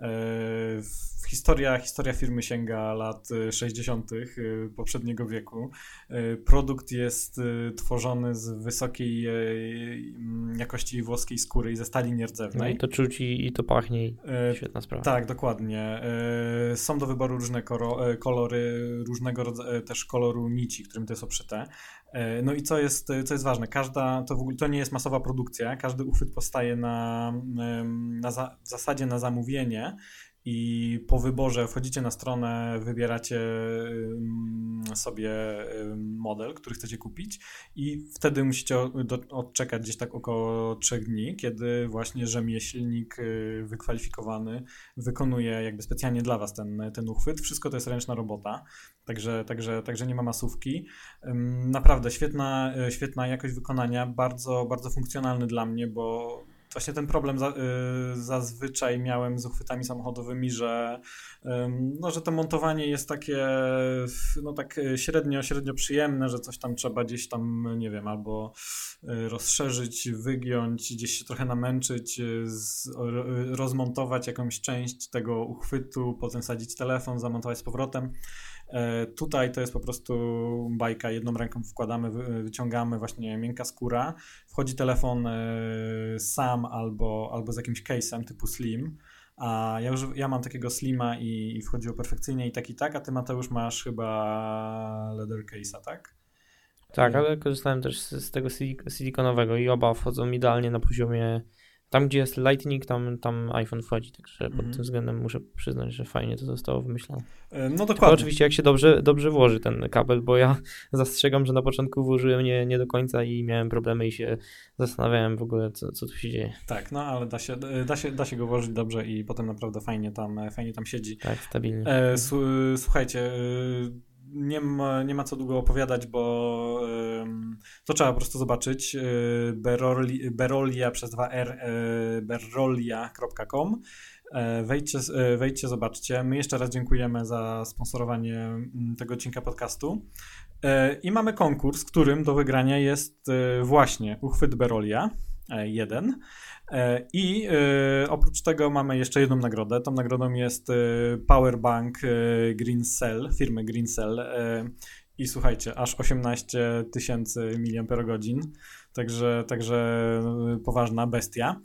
Historia firmy sięga lat 60. poprzedniego wieku. Produkt jest tworzony z wysokiej jakości włoskiej skóry i ze stali nierdzewnej. No i to czuć i to pachnie. Świetna sprawa. Tak, dokładnie. Są do wyboru różne kolory, różnego rodzaju też koloru nici, którym to jest obszyte. No i co jest ważne, to nie jest masowa produkcja, każdy uchwyt powstaje w zasadzie na zamówienie i po wyborze wchodzicie na stronę, wybieracie sobie model, który chcecie kupić i wtedy musicie odczekać gdzieś tak około 3 dni, kiedy właśnie rzemieślnik wykwalifikowany wykonuje jakby specjalnie dla was ten uchwyt. Wszystko to jest ręczna robota, także nie ma masówki. Naprawdę świetna jakość wykonania, bardzo, bardzo funkcjonalny dla mnie, bo właśnie ten problem zazwyczaj miałem z uchwytami samochodowymi, że to montowanie jest takie tak średnio przyjemne, że coś tam trzeba gdzieś tam, nie wiem, albo rozszerzyć, wygiąć, gdzieś się trochę namęczyć, rozmontować jakąś część tego uchwytu, potem wsadzić telefon, zamontować z powrotem. Tutaj to jest po prostu bajka, jedną ręką wkładamy, wyciągamy, właśnie miękka skóra, wchodzi telefon sam albo z jakimś case'em typu Slim, a ja mam takiego Slima i wchodziło perfekcyjnie i tak, a ty, Mateusz, masz chyba leather case'a, tak? Tak, ale korzystałem też z tego silikonowego i oba wchodzą idealnie na poziomie. Tam, gdzie jest Lightning, tam iPhone wchodzi, także pod tym względem muszę przyznać, że fajnie to zostało wymyślone. No dokładnie. Tylko oczywiście jak się dobrze włoży ten kabel, bo ja zastrzegam, że na początku włożyłem nie do końca i miałem problemy i się zastanawiałem w ogóle, co tu się dzieje. Tak, no ale da się go włożyć dobrze i potem naprawdę fajnie tam siedzi. Tak, stabilnie. Słuchajcie, nie ma co długo opowiadać, bo to trzeba po prostu zobaczyć. Berolia przez 2R, berolia.com. Wejdźcie, zobaczcie. My jeszcze raz dziękujemy za sponsorowanie tego odcinka podcastu. I mamy konkurs, którym do wygrania jest właśnie uchwyt Berolia 1. I oprócz tego mamy jeszcze jedną nagrodę. Tą nagrodą jest powerbank Greencell, firmy Greencell. I słuchajcie, aż 18 000 mAh, także poważna bestia.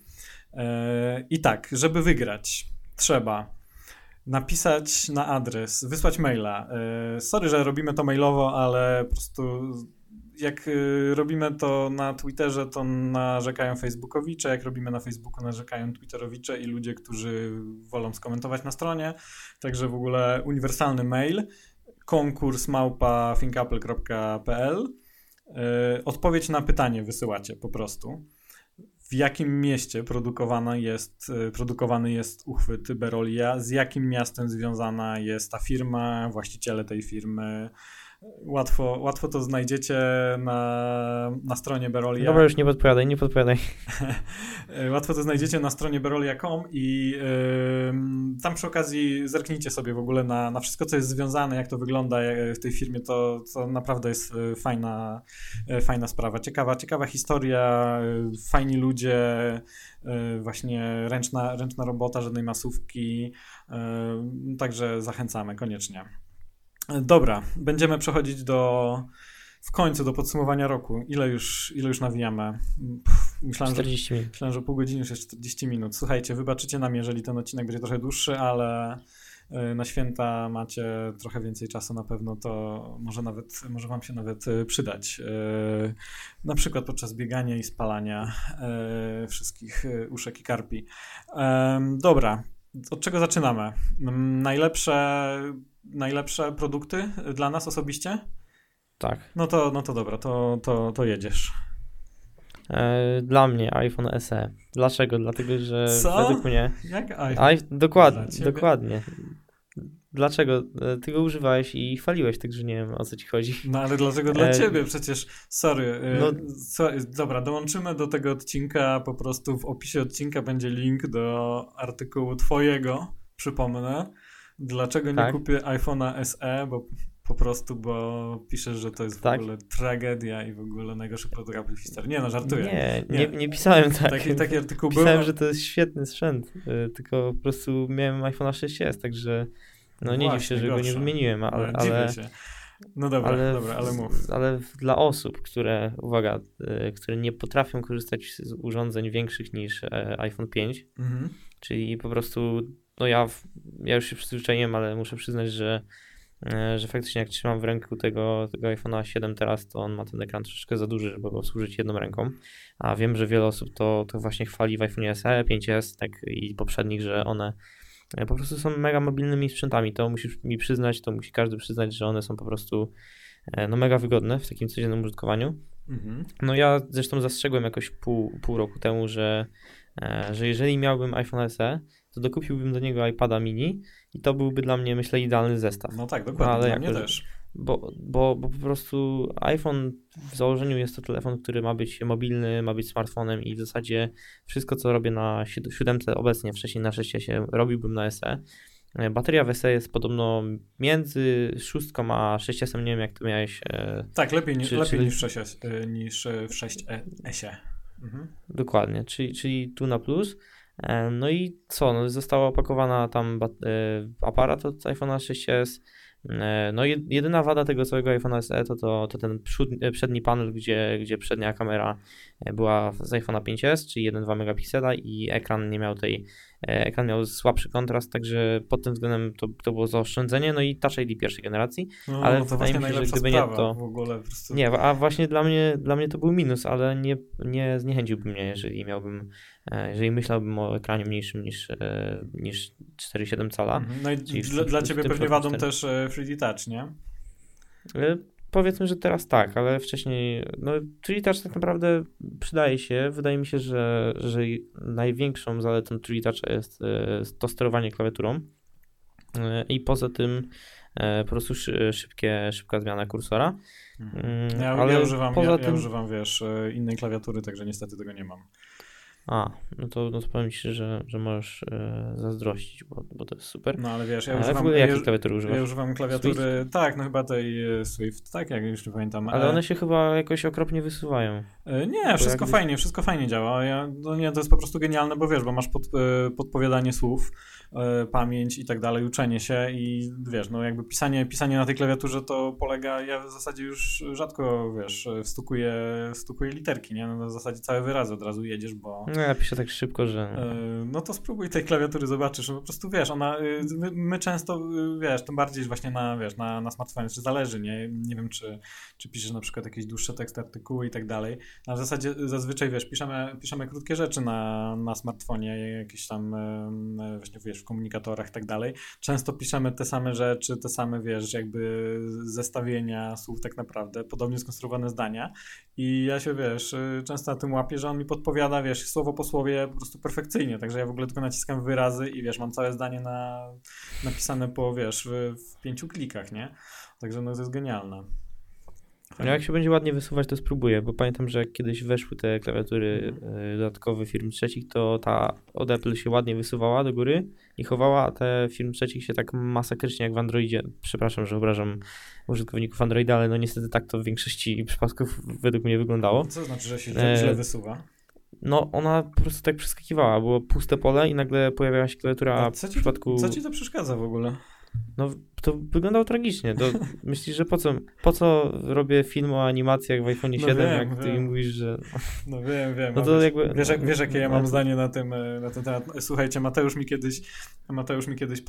I tak, żeby wygrać, trzeba napisać na adres, wysłać maila. Sorry, że robimy to mailowo, ale po prostu jak robimy to na Twitterze, to narzekają Facebookowicze, jak robimy na Facebooku, narzekają Twitterowicze i ludzie, którzy wolą skomentować na stronie. Także w ogóle uniwersalny mail, konkurs@thinkapple.pl. Odpowiedź na pytanie wysyłacie po prostu. W jakim mieście produkowany jest uchwyt Berolia, z jakim miastem związana jest ta firma, właściciele tej firmy. Łatwo to znajdziecie na stronie Berolia. Dobra, już nie podpowiadaj. Łatwo to znajdziecie na stronie berolia.com i tam przy okazji zerknijcie sobie w ogóle na wszystko, co jest związane, jak to wygląda w tej firmie, to naprawdę jest fajna sprawa. Ciekawa historia, fajni ludzie, właśnie ręczna robota, żadnej masówki, także zachęcamy koniecznie. Dobra, będziemy przechodzić w końcu do podsumowania roku. Ile już nawijamy? Myślałem, 40 minut. Myślałem, że pół godziny, już jest 40 minut. Słuchajcie, wybaczycie nam, jeżeli ten odcinek będzie trochę dłuższy, ale na święta macie trochę więcej czasu na pewno, to może wam się nawet przydać. Na przykład podczas biegania i spalania wszystkich uszek i karpi. Dobra, od czego zaczynamy? Najlepsze produkty dla nas osobiście? Tak. No to dobra, to jedziesz. Dla mnie iPhone SE. Dlaczego? Dlatego, że według mnie... Jak iPhone? Dokładnie. Dlaczego? Ty go używałeś i chwaliłeś, także nie wiem, o co ci chodzi. No ale dlaczego dla ciebie? Przecież, sorry. Dobra, dołączymy do tego odcinka, po prostu w opisie odcinka będzie link do artykułu twojego, przypomnę. Dlaczego nie kupię iPhone'a SE, bo piszesz, że to jest w ogóle tragedia i w ogóle najgorszy produkt Apple w historii. Nie, no żartuję. Nie pisałem tak. Taki artykuł był. Pisałem, że to jest świetny sprzęt, tylko po prostu miałem iPhone'a 6s, także nie dziw się, że go nie wymieniłem, ale dziwię się. No dobra, ale mów. Ale dla osób, które nie potrafią korzystać z urządzeń większych niż iPhone 5, czyli po prostu, ja już się przyzwyczaiłem, ale muszę przyznać, że faktycznie jak trzymam w ręku tego iPhone'a 7 teraz, to on ma ten ekran troszeczkę za duży, żeby obsłużyć jedną ręką, a wiem, że wiele osób to właśnie chwali w iPhone'ie SE, 5S, tak i poprzednich, że one po prostu są mega mobilnymi sprzętami. To musisz mi przyznać, to musi każdy przyznać, że one są po prostu no mega wygodne w takim codziennym użytkowaniu. No ja zresztą zastrzegłem jakoś pół roku temu, że jeżeli miałbym iPhone SE, to dokupiłbym do niego iPada mini i to byłby dla mnie, myślę, idealny zestaw. No tak, dokładnie, ale dla mnie też. Bo po prostu iPhone w założeniu jest to telefon, który ma być mobilny, ma być smartfonem i w zasadzie wszystko, co robię na 7 obecnie, wcześniej na 6 robiłbym na SE. Bateria w SE jest podobno między 6 a 6, nie wiem jak to miałeś. Tak, lepiej niż w 6S-ie. Dokładnie, czyli tu na plus. No i co, no została opakowana tam aparat od iPhone'a 6s. No jedyna wada tego całego iPhone'a SE to ten przedni panel, gdzie przednia kamera była z iPhone'a 5s, czyli 1,2 megapiksela i ekran miał słabszy kontrast, także pod tym względem to było zaoszczędzenie, no i Touch ID pierwszej generacji, no, ale to wydaje mi się, że gdyby nie to... w ogóle po prostu... Nie, a właśnie dla mnie to był minus, ale nie zniechęciłby mnie, jeżeli myślałbym o ekranie mniejszym niż 4,7 cala. No i dla ciebie pewnie wadą też 3D Touch, nie? Powiedzmy, że teraz tak, ale wcześniej, no 3D Touch tak naprawdę przydaje się. Wydaje mi się, że największą zaletą 3D Toucha jest to sterowanie klawiaturą i poza tym po prostu szybka zmiana kursora. Ja używam, wiesz, innej klawiatury, także niestety tego nie mam. No to powiem ci, że możesz zazdrościć, bo to jest super. No ale wiesz, w ogóle jakiej klawiatury używasz? Ja używam klawiatury, Swift? tak, no chyba tej Swift, tak, jak już nie pamiętam. Ale one się chyba jakoś okropnie wysuwają. Nie, wszystko fajnie działa. To jest po prostu genialne, bo wiesz, bo masz podpowiadanie słów, pamięć i tak dalej, uczenie się i wiesz, no jakby pisanie na tej klawiaturze to polega, ja w zasadzie już rzadko, wiesz, wstukuję literki, nie? No w zasadzie całe wyrazy od razu jedziesz, bo... No ja piszę tak szybko, że... No to spróbuj tej klawiatury, zobaczysz, po prostu wiesz, my często, wiesz, tym bardziej właśnie na smartfonie, czy zależy, nie wiem, czy piszesz na przykład jakieś dłuższe teksty, artykuły i tak dalej, no, w zasadzie zazwyczaj, wiesz, piszemy krótkie rzeczy na smartfonie, jakieś tam, właśnie, wiesz, w komunikatorach i tak dalej, często piszemy te same rzeczy, te same, wiesz, jakby zestawienia słów tak naprawdę, podobnie skonstruowane zdania i ja się, wiesz, często na tym łapię, że on mi podpowiada, wiesz, słowo po słowie po prostu perfekcyjnie, także ja w ogóle tylko naciskam wyrazy i wiesz, mam całe zdanie napisane w 5 klikach, nie? Także no to jest genialne. No jak się będzie ładnie wysuwać, to spróbuję, bo pamiętam, że jak kiedyś weszły te klawiatury dodatkowe firm trzecich, to ta od Apple się ładnie wysuwała do góry i chowała, a te firm trzecich się tak masakrycznie jak w Androidzie. Przepraszam, że obrażam użytkowników Androida, ale no niestety tak to w większości przypadków według mnie wyglądało. Co znaczy, że się źle wysuwa? No ona po prostu tak przeskakiwała, było puste pole i nagle pojawiała się klawiatura w przypadku... Co ci to przeszkadza w ogóle? No to wyglądało tragicznie. Myślisz, że po co robię film o animacjach w iPhone 7, wiem, jak ty mówisz, że... No wiem. No to jakby... Wiesz jakie ja mam zdanie na ten temat. Słuchajcie, Mateusz mi kiedyś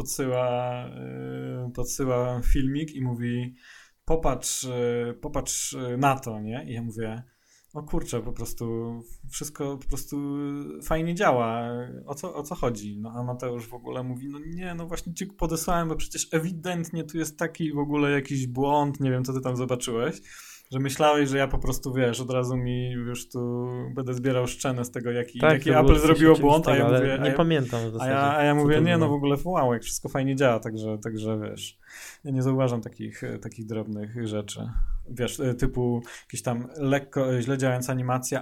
podsyła filmik i mówi popatrz na to, nie? I ja mówię, o kurczę, po prostu wszystko po prostu fajnie działa. O co chodzi? No a Mateusz w ogóle mówi, no nie, no właśnie ci podesłałem, bo przecież ewidentnie tu jest taki w ogóle jakiś błąd, nie wiem co ty tam zobaczyłeś, że myślałeś, że ja po prostu, wiesz, od razu mi już tu będę zbierał szczenę z tego, jaki Apple zrobiło błąd, a ja mówię... Nie pamiętam w zasadzie. A ja mówię, nie, no w ogóle wow, jak wszystko fajnie działa, także wiesz, ja nie zauważam takich drobnych rzeczy. Wiesz, typu jakieś tam lekko źle działająca animacja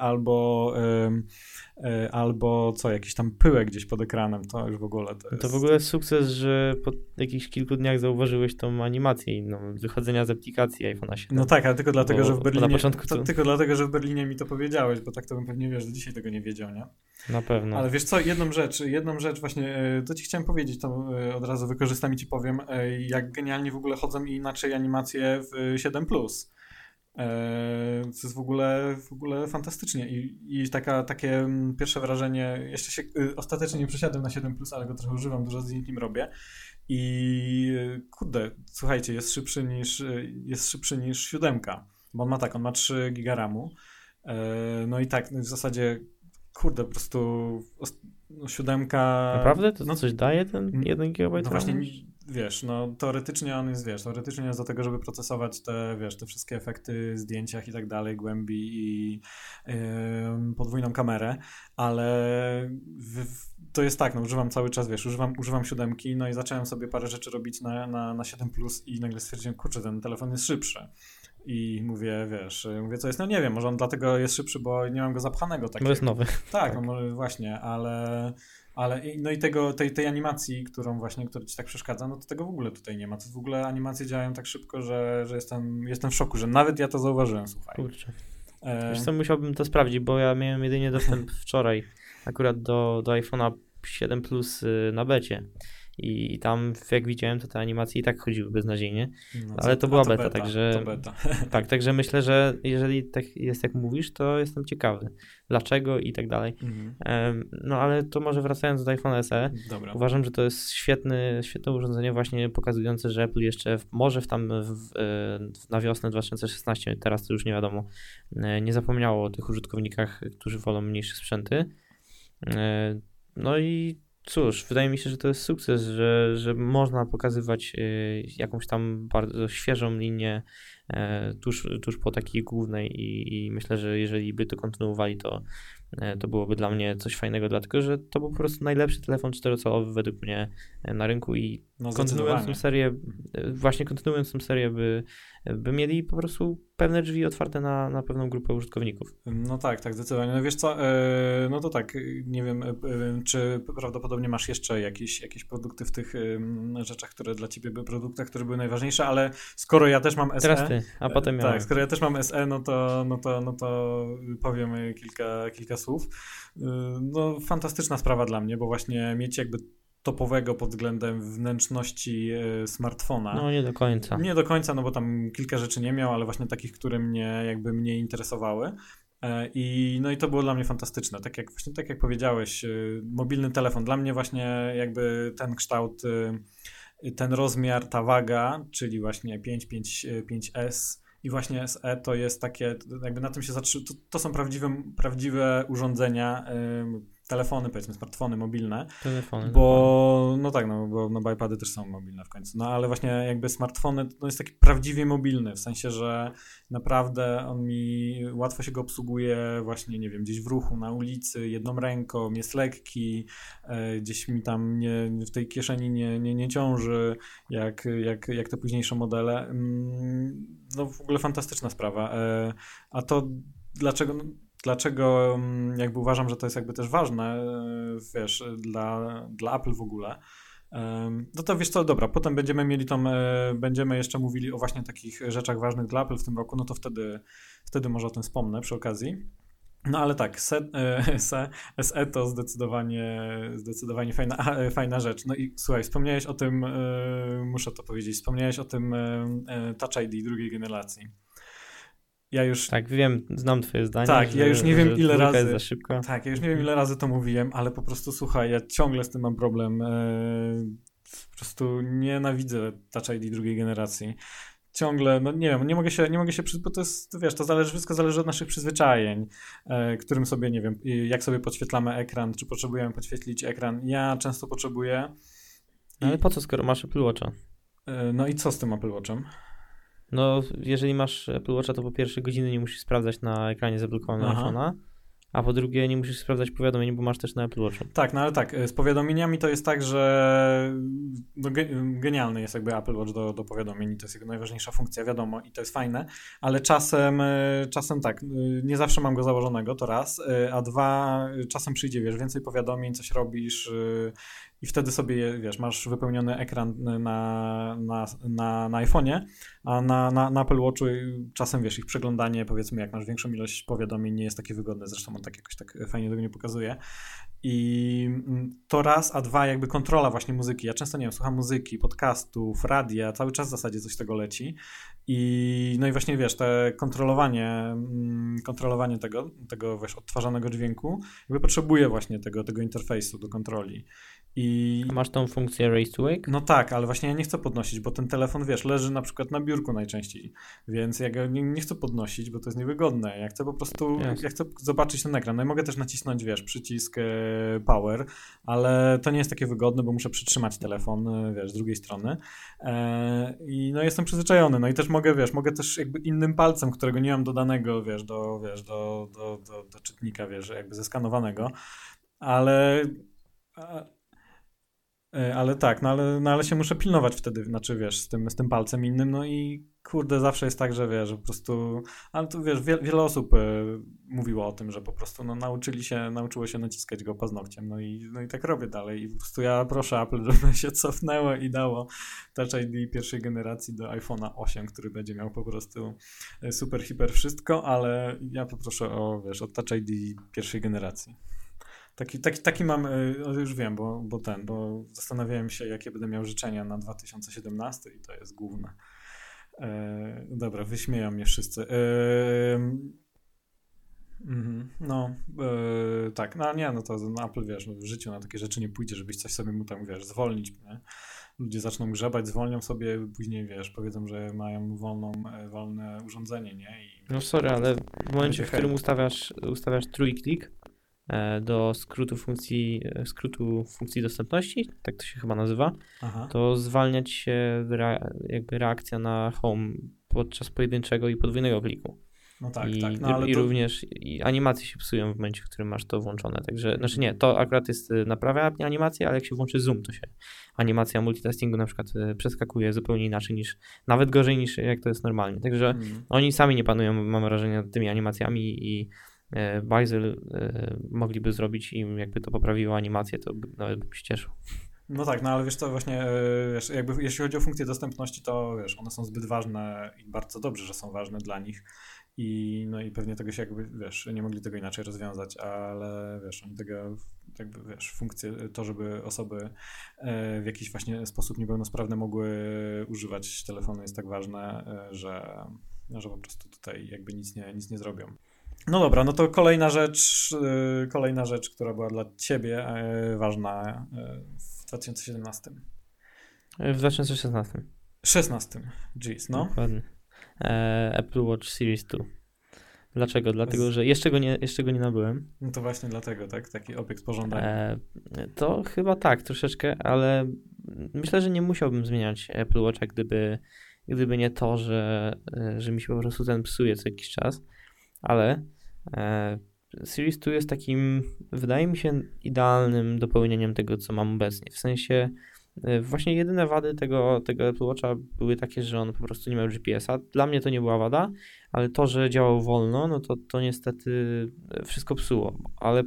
albo jakiś tam pyłek gdzieś pod ekranem, to już w ogóle to jest... To w ogóle sukces, że po jakichś kilku dniach zauważyłeś tą animację inną, wychodzenia z aplikacji iPhone'a 7. No tak, ale tylko dlatego, że w Berlinie... Na początku tylko dlatego, że w Berlinie mi to powiedziałeś, bo tak to bym pewnie, wiesz, do dzisiaj tego nie wiedział, nie? Na pewno. Ale wiesz co, jedną rzecz właśnie, to ci chciałem powiedzieć, to od razu wykorzystam i ci powiem, jak genialnie w ogóle chodzą i inaczej animacje w 7+. To jest w ogóle fantastycznie i takie pierwsze wrażenie, jeszcze się ostatecznie nie przesiadłem na 7+, ale go trochę używam, dużo zdjęć nim robię i kurde, słuchajcie, jest szybszy niż 7, bo on ma 3 GB RAMu, no i tak, w zasadzie kurde, po prostu 7... Naprawdę? To no, coś daje ten 1 GB? No właśnie, wiesz, no teoretycznie on jest, teoretycznie jest do tego, żeby procesować te wszystkie efekty w zdjęciach i tak dalej, głębi i podwójną kamerę, ale to jest tak, no używam cały czas, używam 7, no i zacząłem sobie parę rzeczy robić na 7 Plus i nagle stwierdziłem, kurczę, ten telefon jest szybszy. I mówię, co jest, no nie wiem, może on dlatego jest szybszy, bo nie mam go zapchanego. Bo jest nowy. Tak, no może właśnie, ale no i tej animacji, która ci tak przeszkadza, no to tego w ogóle tutaj nie ma. To w ogóle animacje działają tak szybko, że jestem w szoku, że nawet ja to zauważyłem, słuchaj. Kurczę. Wiesz co, musiałbym to sprawdzić, bo ja miałem jedynie dostęp wczoraj akurat do iPhone'a 7 Plus na becie. I tam, jak widziałem, to te animacje i tak chodziły beznadziejnie, ale to była beta, także to beta. tak, także myślę, że jeżeli tak jest jak mówisz, to jestem ciekawy dlaczego i tak dalej. No ale to może wracając do iPhone SE, Dobra. Uważam, że to jest świetne urządzenie właśnie pokazujące, że Apple jeszcze może na wiosnę 2016, teraz to już nie wiadomo, nie zapomniało o tych użytkownikach, którzy wolą mniejsze sprzęty. No i cóż, wydaje mi się, że to jest sukces, że można pokazywać jakąś tam bardzo świeżą linię tuż po takiej głównej i myślę, że jeżeli by to kontynuowali, to byłoby dla mnie coś fajnego, dlatego że to był po prostu najlepszy telefon 4-calowy według mnie na rynku i kontynuując tę serię, by mieli po prostu pewne drzwi otwarte na pewną grupę użytkowników. No tak, zdecydowanie. No wiesz co, no to tak, nie wiem, czy prawdopodobnie masz jeszcze jakieś produkty w tych rzeczach, które dla ciebie były produktach, które były najważniejsze, ale skoro ja też mam SE... Teraz ty, a potem tak, skoro ja też mam SE, no to powiem kilka słów. No fantastyczna sprawa dla mnie, bo właśnie mieć jakby topowego pod względem wnętrzności smartfona. No nie do końca. Nie do końca, no bo tam kilka rzeczy nie miał, ale właśnie takich, które mnie interesowały. I to było dla mnie fantastyczne. Tak jak powiedziałeś, mobilny telefon. Dla mnie właśnie jakby ten kształt, ten rozmiar, ta waga, czyli właśnie 5S i właśnie SE to jest takie, jakby na tym się to są prawdziwe urządzenia, telefony, powiedzmy, smartfony mobilne. Telefony. Bo bo iPady też są mobilne w końcu. No ale właśnie jakby smartfony to jest taki prawdziwie mobilny, w sensie, że naprawdę łatwo się go obsługuje właśnie, nie wiem, gdzieś w ruchu, na ulicy, jedną ręką, jest lekki, gdzieś mi tam w tej kieszeni nie ciąży, jak te późniejsze modele. No w ogóle fantastyczna sprawa. A to dlaczego jakby uważam, że to jest jakby też ważne, wiesz, dla Apple w ogóle. No to wiesz co, dobra, potem będziemy jeszcze mówili o właśnie takich rzeczach ważnych dla Apple w tym roku, no to wtedy może o tym wspomnę przy okazji. No ale tak, SE to zdecydowanie fajna rzecz. No i słuchaj, wspomniałeś o tym, muszę to powiedzieć, wspomniałeś o tym Touch ID drugiej generacji. Ja już... Tak, wiem, znam twoje zdanie. Tak, ja już nie wiem ile razy. Jest za szybko. Tak, ja już nie wiem ile razy to mówiłem, ale po prostu słuchaj, ja ciągle z tym mam problem. Po prostu nienawidzę Touch ID drugiej generacji. Ciągle, no nie wiem, nie mogę się bo to jest, wiesz, wszystko zależy od naszych przyzwyczajeń, którym sobie, nie wiem, jak sobie podświetlamy ekran, czy potrzebujemy podświetlić ekran. Ja często potrzebuję. Ale po co, skoro masz Apple Watcha? No i co z tym Apple Watchem? No, jeżeli masz Apple Watcha, to po pierwsze godziny nie musisz sprawdzać na ekranie zablokowanego iPhone'a, a po drugie nie musisz sprawdzać powiadomień, bo masz też na Apple Watchu. Tak, no ale tak, z powiadomieniami to jest tak, że genialny jest jakby Apple Watch do powiadomień i to jest jego najważniejsza funkcja, wiadomo, i to jest fajne, ale czasem tak, nie zawsze mam go założonego, to raz, a dwa, czasem przyjdzie, wiesz, więcej powiadomień, coś robisz i wtedy sobie, wiesz, masz wypełniony ekran na iPhone'ie, a na Apple Watchu czasem, wiesz, ich przeglądanie, powiedzmy, jak masz większą ilość powiadomień, nie jest takie wygodne, zresztą on tak jakoś tak fajnie tego nie pokazuje. I to raz, a dwa, jakby kontrola właśnie muzyki. Ja często, nie wiem, słucham muzyki, podcastów, radia, cały czas w zasadzie coś tego leci. No i właśnie, wiesz, te kontrolowanie tego wiesz, odtwarzanego dźwięku, jakby potrzebuje właśnie tego interfejsu do kontroli. I Masz tą funkcję Raise to Wake? no tak, ale właśnie ja nie chcę podnosić, bo ten telefon, wiesz, leży na przykład na biurku najczęściej, więc ja go nie chcę podnosić, bo to jest niewygodne. Ja chcę po prostu, Jasne. ja chcę zobaczyć ten ekran. No i mogę też nacisnąć, wiesz, przycisk power, ale to nie jest takie wygodne, bo muszę przytrzymać telefon, wiesz, z drugiej strony. I no jestem przyzwyczajony, no i też mogę też jakby innym palcem, którego nie mam dodanego, wiesz, do czytnika, wiesz, jakby zeskanowanego, ale... Ale tak, ale się muszę pilnować wtedy, znaczy wiesz, z tym palcem innym, no i kurde, zawsze jest tak, że wiesz, że po prostu, ale tu wiesz, wiele osób mówiło o tym, że po prostu no, nauczyło się naciskać go paznokciem, no i tak robię dalej i po prostu ja proszę Apple, żeby się cofnęło i dało Touch ID pierwszej generacji do iPhone'a 8, który będzie miał po prostu super, hiper wszystko, ale ja poproszę o, wiesz, o Touch ID pierwszej generacji. Taki mam, już wiem, bo zastanawiałem się, jakie będę miał życzenia na 2017 i to jest główne. Dobra, wyśmieją mnie wszyscy. Tak, no nie, no to no Apple, wiesz, no w życiu na takie rzeczy nie pójdzie, żebyś coś sobie mu tam, wiesz, zwolnić, nie? Ludzie zaczną grzebać, zwolnią sobie, później, wiesz, powiedzą, że mają wolne urządzenie, nie? No sorry, ale w momencie, w którym ustawiasz trójklik do skrótu funkcji dostępności, tak to się chyba nazywa, Aha. to zwalnia ci się jakby reakcja na home podczas pojedynczego i podwójnego kliku. No tak, I, tak. No, ale i to... również animacje się psują w momencie, w którym masz to włączone. Także, znaczy nie, to akurat jest naprawia animację, ale jak się włączy zoom, to się animacja multitaskingu na przykład przeskakuje zupełnie inaczej nawet gorzej niż jak to jest normalnie. Także oni sami nie panują, mam wrażenie, nad tymi animacjami i Bazel mogliby zrobić im, jakby to poprawiło animację, to nawet bym się cieszył. No tak, no ale wiesz co, właśnie wiesz, jakby jeśli chodzi o funkcje dostępności, to wiesz, one są zbyt ważne i bardzo dobrze, że są ważne dla nich i pewnie tego się jakby, wiesz, nie mogli tego inaczej rozwiązać, ale wiesz, oni tego jakby, wiesz, funkcje, to żeby osoby w jakiś właśnie sposób niepełnosprawne mogły używać telefonu jest tak ważne, że po prostu tutaj jakby nic nie zrobią. No dobra, no to kolejna rzecz, która była dla ciebie ważna w 2017. W 2016. 16. Jeez, no. Dokładnie. Apple Watch Series 2. Dlaczego? Dlatego, że jeszcze go nie nabyłem. No to właśnie dlatego, tak? Taki obiekt pożądania. To chyba tak, troszeczkę, ale myślę, że nie musiałbym zmieniać Apple Watcha, gdyby nie to, że mi się po prostu ten psuje co jakiś czas. Ale Series 2 jest takim, wydaje mi się, idealnym dopełnieniem tego, co mam obecnie. W sensie właśnie jedyne wady tego Apple Watcha były takie, że on po prostu nie miał GPS-a. Dla mnie to nie była wada, ale to, że działał wolno, no to niestety wszystko psuło. Ale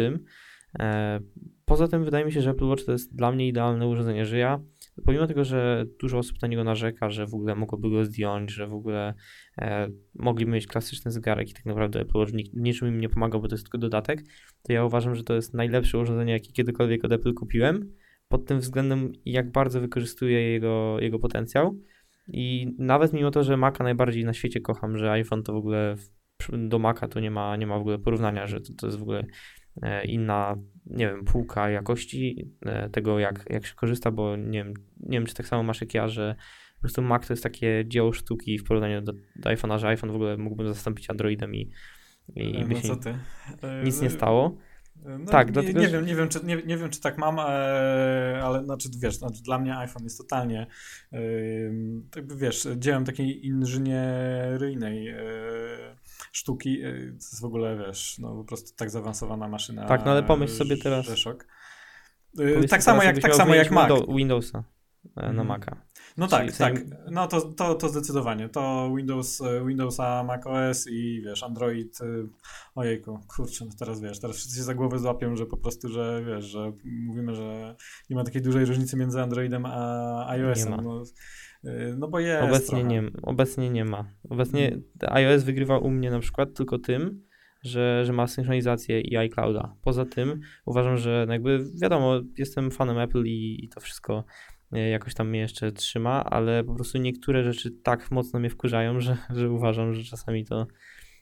poza tym wydaje mi się, że Apple Watch to jest dla mnie idealne urządzenie, że ja pomimo tego, że dużo osób na niego narzeka, że w ogóle mogłoby go zdjąć, że w ogóle mogliby mieć klasyczny zegarek i tak naprawdę Apple Watch niczym im nie pomagał, bo to jest tylko dodatek, to ja uważam, że to jest najlepsze urządzenie, jakie kiedykolwiek od Apple kupiłem, pod tym względem, jak bardzo wykorzystuję jego potencjał i nawet mimo to, że Maca najbardziej na świecie kocham, że iPhone to w ogóle do Maca to nie ma w ogóle porównania, że to jest w ogóle inna, nie wiem, półka jakości tego, jak się korzysta, bo nie wiem, czy tak samo masz jak ja, że po prostu Mac to jest takie dzieło sztuki w porównaniu do iPhone'a, że iPhone w ogóle mógłbym zastąpić Androidem i by się nic nie stało. No, tak, dlatego, nie wiem, czy tak mam, ale znaczy, wiesz, dla mnie iPhone jest totalnie jakby, wiesz, dziełem takiej inżynieryjnej sztuki, to jest w ogóle, wiesz, no po prostu tak zaawansowana maszyna. Tak, no ale pomyśl sobie teraz. Tak samo jak Mac. Windowsa na Maca. No tak, tak. No to zdecydowanie. To Windowsa, macOS i wiesz, Android. Ojejku, kurczę, teraz wszyscy się za głowę złapią, że po prostu, że wiesz, że mówimy, że nie ma takiej dużej różnicy między Androidem a iOS-em. Nie ma. No bo jest Obecnie nie ma. Obecnie iOS wygrywa u mnie na przykład tylko tym, że ma synchronizację i iClouda. Poza tym uważam, że jakby wiadomo, jestem fanem Apple i to wszystko jakoś tam mnie jeszcze trzyma, ale po prostu niektóre rzeczy tak mocno mnie wkurzają, że uważam, że czasami to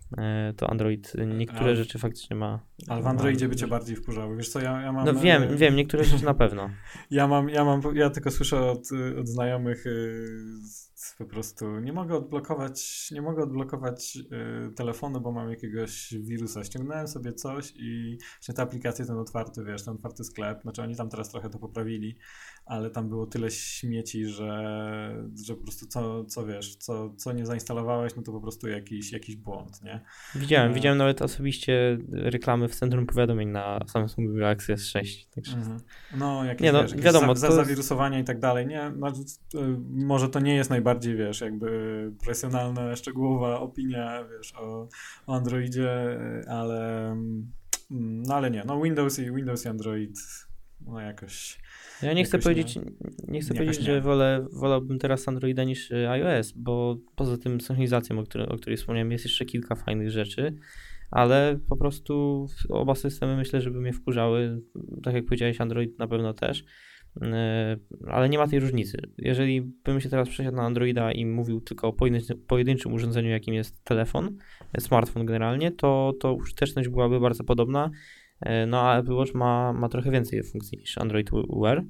to Android niektóre rzeczy faktycznie ma. Ale w Androidzie by cię bardziej wkurzały. Wiesz co, ja mam... No wiem, niektóre rzeczy na pewno. Ja tylko słyszę od znajomych po prostu nie mogę odblokować telefonu, bo mam jakiegoś wirusa. Ściągnąłem sobie coś i właśnie te aplikacje, ten otwarty sklep, znaczy oni tam teraz trochę to poprawili, ale tam było tyle śmieci, że po prostu co nie zainstalowałeś, no to po prostu jakiś błąd, nie? Widziałem nawet osobiście reklamy w centrum powiadomień na Samsung Galaxy S6. Także... No, jakieś wiadomo, zawirusowania i tak dalej, nie? No, może to nie jest najbardziej, jakby profesjonalna, szczegółowa opinia, o Androidzie, ale nie. No Windows i Android, no jakoś... Ja nie chcę powiedzieć, że wolałbym teraz Androida niż iOS, bo poza tym synchronizacją, o której wspomniałem, jest jeszcze kilka fajnych rzeczy, ale po prostu oba systemy myślę, że by mnie wkurzały. Tak jak powiedziałeś, Android na pewno też, ale nie ma tej różnicy. Jeżeli bym się teraz przesiadł na Androida i mówił tylko o pojedynczym urządzeniu, jakim jest telefon, smartfon generalnie, to użyteczność byłaby bardzo podobna. No a Apple Watch ma trochę więcej funkcji niż Android Wear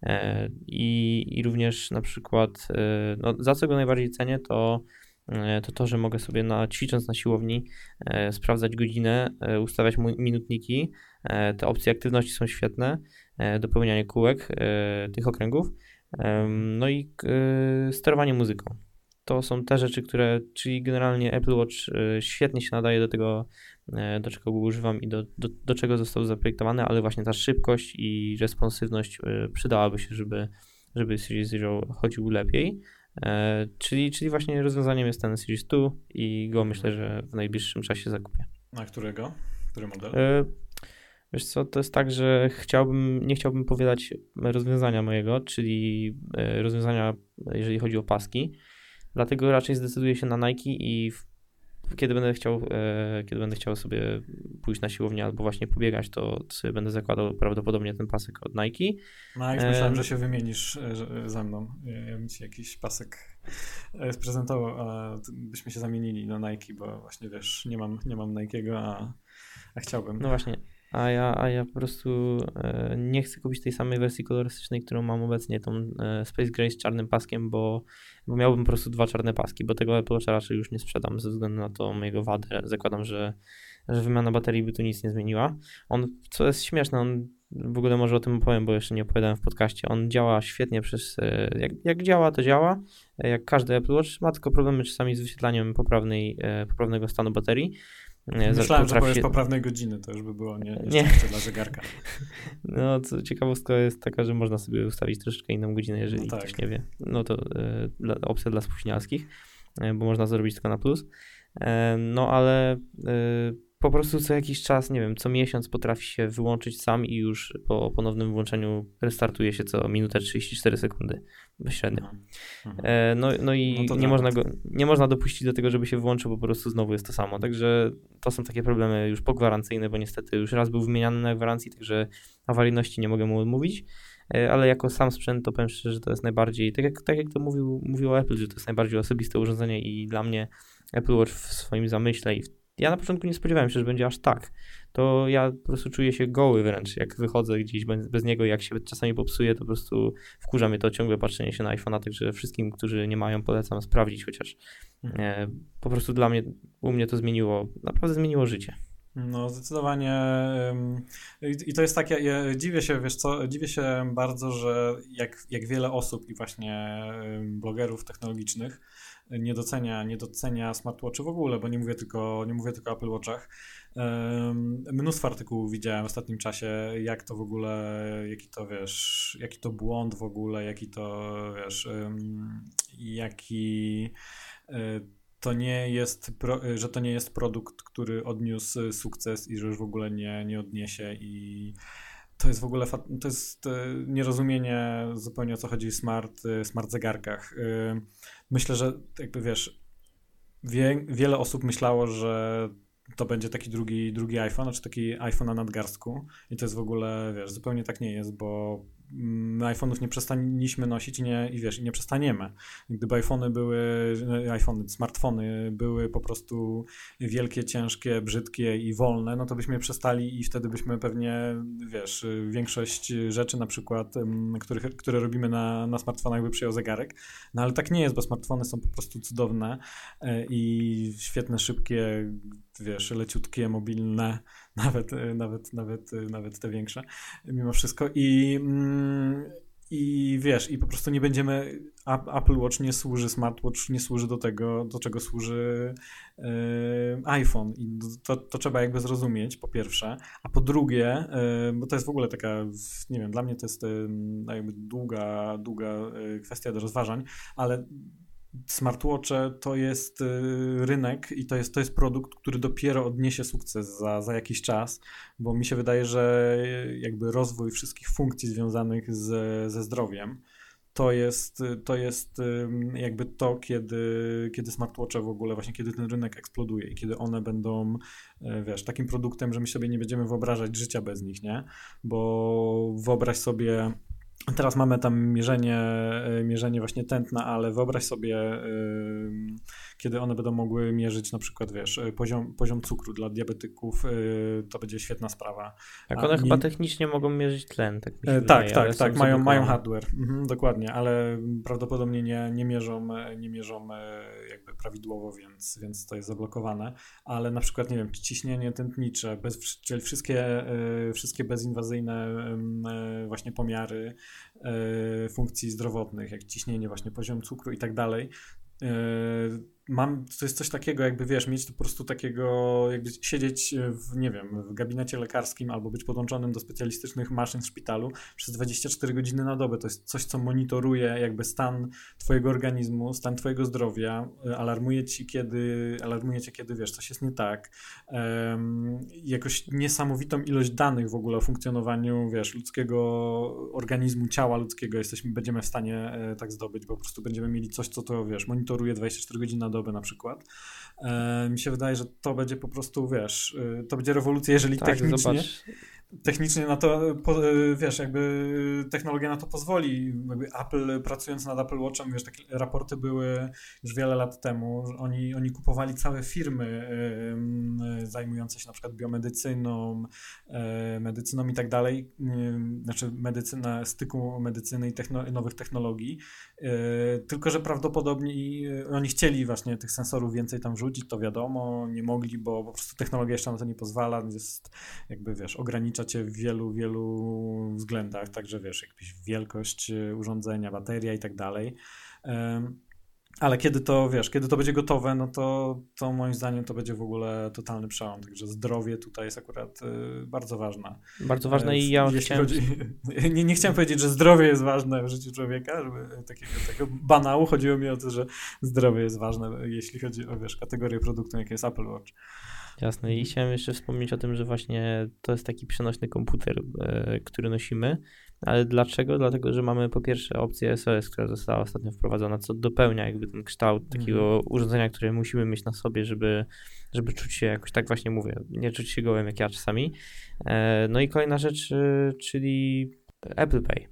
i również na przykład, no, za co go najbardziej cenię, to, że mogę sobie ćwicząc na siłowni sprawdzać godzinę, ustawiać minutniki. Te opcje aktywności są świetne, dopełnianie kółek tych okręgów, no i sterowanie muzyką. To są te rzeczy, czyli generalnie Apple Watch świetnie się nadaje do tego, do czego go używam i do czego został zaprojektowany, ale właśnie ta szybkość i responsywność przydałaby się, żeby Series Zero chodził lepiej. Czyli właśnie rozwiązaniem jest ten Series 2 i go myślę, że w najbliższym czasie zakupię. Na którego? Który model? Wiesz co, to jest tak, że nie chciałbym powielać rozwiązania mojego, czyli rozwiązania, jeżeli chodzi o paski. Dlatego raczej zdecyduję się na Nike i kiedy będę chciał sobie pójść na siłownię albo właśnie pobiegać, to sobie będę zakładał prawdopodobnie ten pasek od Nike. No już myślałem, że się wymienisz ze mną. Ja bym ci jakiś pasek sprezentował, a byśmy się zamienili na Nike, bo właśnie wiesz, nie mam Nike'ego, a chciałbym. No właśnie. A ja po prostu nie chcę kupić tej samej wersji kolorystycznej, którą mam obecnie, tą Space Gray z czarnym paskiem, bo miałbym po prostu 2 czarne paski, bo tego Apple Watcha raczej już nie sprzedam ze względu na to mojego wadę. Zakładam, że wymiana baterii by tu nic nie zmieniła. Co jest śmieszne, on w ogóle może o tym opowiem, bo jeszcze nie opowiadałem w podcaście, on działa świetnie jak działa, to działa, jak każdy Apple Watch, ma tylko problemy czasami z wyświetlaniem poprawnego stanu baterii. Myślałem, że powiesz poprawnej godziny, to już by było nie dla zegarka. No, co ciekawostka jest taka, że można sobie ustawić troszeczkę inną godzinę, jeżeli ktoś nie wie. No to opcja dla spóźnialskich, bo można zrobić tylko na plus. No ale po prostu co jakiś czas, nie wiem, co miesiąc potrafi się wyłączyć sam i już po ponownym włączeniu restartuje się co minutę 34 sekundy średnio. No i nie można dopuścić do tego, żeby się wyłączył, po prostu znowu jest to samo. Także to są takie problemy już pogwarancyjne, bo niestety już raz był wymieniany na gwarancji, także awaryjności nie mogę mu odmówić. Ale jako sam sprzęt to powiem szczerze, że to jest najbardziej, tak jak to mówił Apple, że to jest najbardziej osobiste urządzenie i dla mnie Apple Watch w swoim zamyśle ja na początku nie spodziewałem się, że będzie aż tak. To ja po prostu czuję się goły wręcz, jak wychodzę gdzieś bez niego, jak się czasami popsuje, to po prostu wkurza mnie to ciągłe patrzenie się na iPhone'a, także wszystkim, którzy nie mają, polecam sprawdzić, chociaż po prostu u mnie to naprawdę zmieniło życie. No zdecydowanie i to jest tak, ja dziwię się, wiesz co, dziwię się bardzo, że jak wiele osób i właśnie blogerów technologicznych nie docenia smartwatchy w ogóle, bo nie mówię tylko o Apple Watchach. Mnóstwo artykułów widziałem w ostatnim czasie, jak to w ogóle, jaki to błąd w ogóle, że to nie jest produkt, który odniósł sukces i że już w ogóle nie odniesie i to jest w ogóle nierozumienie zupełnie, o co chodzi w smart zegarkach. Myślę, że jakby wiesz, wiele osób myślało, że to będzie taki drugi iPhone, znaczy taki iPhone na nadgarstku i to jest w ogóle, wiesz, zupełnie tak nie jest, bo my iPhone'ów nie przestaliśmy nosić i nie przestaniemy. Gdyby smartfony były po prostu wielkie, ciężkie, brzydkie i wolne, no to byśmy je przestali i wtedy byśmy pewnie, większość rzeczy na przykład, które robimy na smartfonach by przyjął zegarek. No ale tak nie jest, bo smartfony są po prostu cudowne i świetne, szybkie, leciutkie, mobilne, nawet te większe, mimo wszystko. I po prostu nie będziemy, Apple Watch nie służy, smartwatch nie służy do tego, do czego służy iPhone i to trzeba jakby zrozumieć, po pierwsze, a po drugie, bo to jest w ogóle taka, nie wiem, dla mnie to jest jakby długa kwestia do rozważań, ale smartwatche to jest rynek i to jest produkt, który dopiero odniesie sukces za jakiś czas, bo mi się wydaje, że jakby rozwój wszystkich funkcji związanych ze zdrowiem to jest jakby to, kiedy smartwatche w ogóle, właśnie kiedy ten rynek eksploduje i kiedy one będą, takim produktem, że my sobie nie będziemy wyobrażać życia bez nich, nie? Bo wyobraź sobie, teraz mamy tam mierzenie właśnie tętna, ale wyobraź sobie, kiedy one będą mogły mierzyć na przykład, poziom cukru dla diabetyków, to będzie świetna sprawa. Tak, one chyba technicznie mogą mierzyć tlen, tak mi się tak, wydaje, tak, mają hardware, dokładnie, ale prawdopodobnie nie mierzą jakby prawidłowo, więc to jest zablokowane, ale na przykład, nie wiem, ciśnienie tętnicze, czyli wszystkie bezinwazyjne właśnie pomiary funkcji zdrowotnych, jak ciśnienie, właśnie poziom cukru i tak dalej. To jest coś takiego, jakby mieć to po prostu takiego, jakby siedzieć w gabinecie lekarskim albo być podłączonym do specjalistycznych maszyn w szpitalu przez 24 godziny na dobę. To jest coś, co monitoruje jakby stan twojego organizmu, stan twojego zdrowia, alarmuje cię, kiedy coś jest nie tak. Jakoś niesamowitą ilość danych w ogóle o funkcjonowaniu, ludzkiego organizmu, ciała ludzkiego będziemy w stanie tak zdobyć, bo po prostu będziemy mieli coś, co to, monitoruje 24 godziny na dobę na przykład. Mi się wydaje, że to będzie po prostu, to będzie rewolucja, jeżeli technicznie na to, jakby technologia na to pozwoli. Jakby Apple, pracując nad Apple Watchem, takie raporty były już wiele lat temu, że oni kupowali całe firmy zajmujące się na przykład biomedycyną, medycyną i tak dalej, znaczy styku medycyny i nowych technologii, tylko że prawdopodobnie oni chcieli właśnie tych sensorów więcej tam wrzucić, to wiadomo, nie mogli, bo po prostu technologia jeszcze na to nie pozwala, jest jakby, ogranicza cię w wielu względach, także jakaś wielkość urządzenia, bateria i tak dalej. Ale kiedy to będzie gotowe, no to moim zdaniem to będzie w ogóle totalny przełom, także zdrowie tutaj jest akurat bardzo ważne. Bardzo ważne i ja chciałem... Nie chciałem powiedzieć, że zdrowie jest ważne w życiu człowieka, żeby takiego banału, chodziło mi o to, że zdrowie jest ważne, jeśli chodzi o kategorię produktu, jakie jest Apple Watch. Jasne. I chciałem jeszcze wspomnieć o tym, że właśnie to jest taki przenośny komputer, który nosimy. Ale dlaczego? Dlatego, że mamy po pierwsze opcję SOS, która została ostatnio wprowadzona, co dopełnia jakby ten kształt takiego urządzenia, które musimy mieć na sobie, żeby czuć się jakoś, tak właśnie mówię, nie czuć się gołym jak ja czasami. No i kolejna rzecz, czyli Apple Pay.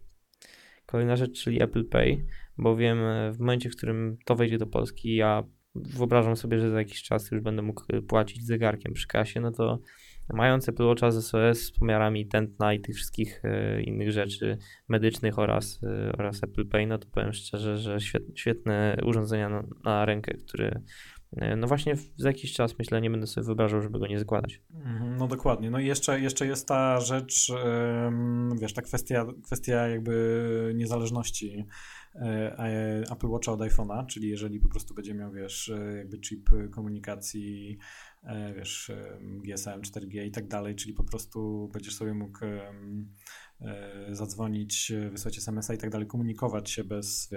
Bowiem w momencie, w którym to wejdzie do Polski, ja wyobrażam sobie, że za jakiś czas już będę mógł płacić zegarkiem przy kasie, no to mając Apple Watcha z SOS z pomiarami tętna i tych wszystkich innych rzeczy medycznych oraz Apple Pay, no to powiem szczerze, że świetne urządzenia na rękę, które no właśnie za jakiś czas, myślę, nie będę sobie wyobrażał, żeby go nie zakładać. No dokładnie. No i jeszcze jest ta rzecz, ta kwestia jakby niezależności Apple Watcha od iPhone'a, czyli jeżeli po prostu będzie miał, jakby chip komunikacji, GSM, 4G i tak dalej, czyli po prostu będziesz sobie mógł zadzwonić, wysłać SMS-a i tak dalej, komunikować się bez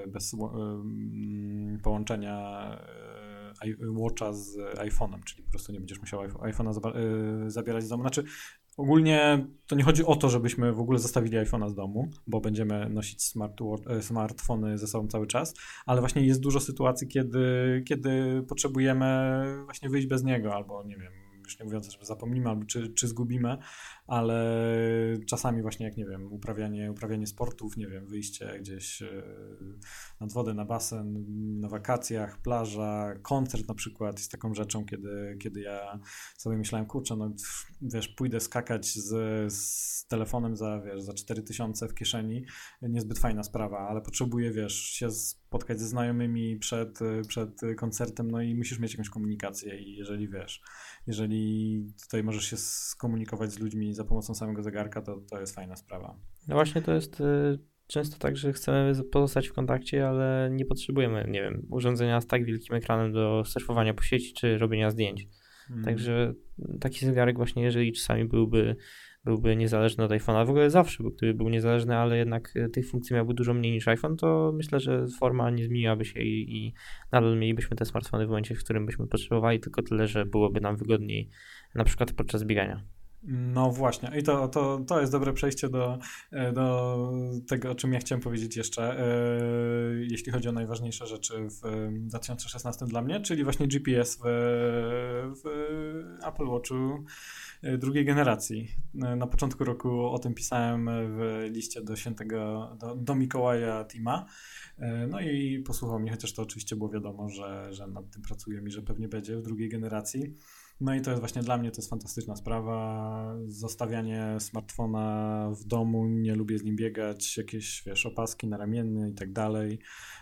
połączenia Watcha z iPhone'em, czyli po prostu nie będziesz musiał iPhone'a zabierać z domu. Znaczy, ogólnie to nie chodzi o to, żebyśmy w ogóle zostawili iPhone'a z domu, bo będziemy nosić smartfony ze sobą cały czas, ale właśnie jest dużo sytuacji, kiedy potrzebujemy właśnie wyjść bez niego, albo nie wiem, już nie mówiąc, że zapomnimy albo czy zgubimy, ale czasami właśnie jak, nie wiem, uprawianie sportów, nie wiem, wyjście gdzieś nad wodę, na basen, na wakacjach, plaża, koncert na przykład jest taką rzeczą, kiedy ja sobie myślałem, kurczę, no wiesz, pójdę skakać z telefonem za 4000 w kieszeni, niezbyt fajna sprawa, ale potrzebuję, wiesz, się spotkać ze znajomymi przed koncertem, no i musisz mieć jakąś komunikację i jeżeli tutaj możesz się skomunikować z ludźmi za pomocą samego zegarka, to jest fajna sprawa. No właśnie to jest często tak, że chcemy pozostać w kontakcie, ale nie potrzebujemy, nie wiem, urządzenia z tak wielkim ekranem do surfowania po sieci czy robienia zdjęć. Także taki zegarek właśnie, jeżeli czasami byłby niezależny od iPhone'a, w ogóle zawsze gdyby był niezależny, ale jednak tych funkcji miałby dużo mniej niż iPhone, to myślę, że forma nie zmieniłaby się i nadal mielibyśmy te smartfony w momencie, w którym byśmy potrzebowali, tylko tyle, że byłoby nam wygodniej na przykład podczas biegania. No właśnie, i to jest dobre przejście do tego, o czym ja chciałem powiedzieć jeszcze, jeśli chodzi o najważniejsze rzeczy w 2016 dla mnie, czyli właśnie GPS w Apple Watchu drugiej generacji. Na początku roku o tym pisałem w liście do Mikołaja Tima, no i posłuchał mnie, chociaż to oczywiście było wiadomo, że nad tym pracuję i że pewnie będzie w drugiej generacji. No i to jest właśnie dla mnie, to jest fantastyczna sprawa, zostawianie smartfona w domu, nie lubię z nim biegać, jakieś, wiesz, opaski naramienne i tak dalej.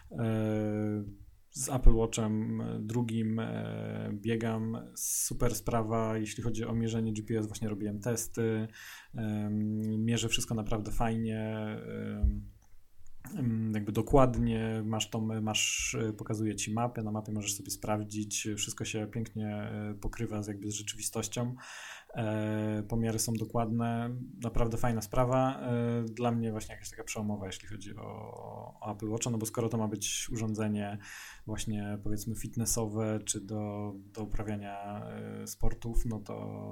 Z Apple Watchem drugim biegam, super sprawa, jeśli chodzi o mierzenie GPS, właśnie robiłem testy, mierzę wszystko naprawdę fajnie, jakby dokładnie, pokazuje ci mapę, na mapie możesz sobie sprawdzić, wszystko się pięknie pokrywa z rzeczywistością, pomiary są dokładne, naprawdę fajna sprawa, dla mnie właśnie jakaś taka przełomowa, jeśli chodzi o Apple Watcha, no bo skoro to ma być urządzenie właśnie powiedzmy fitnessowe, czy do uprawiania sportów, no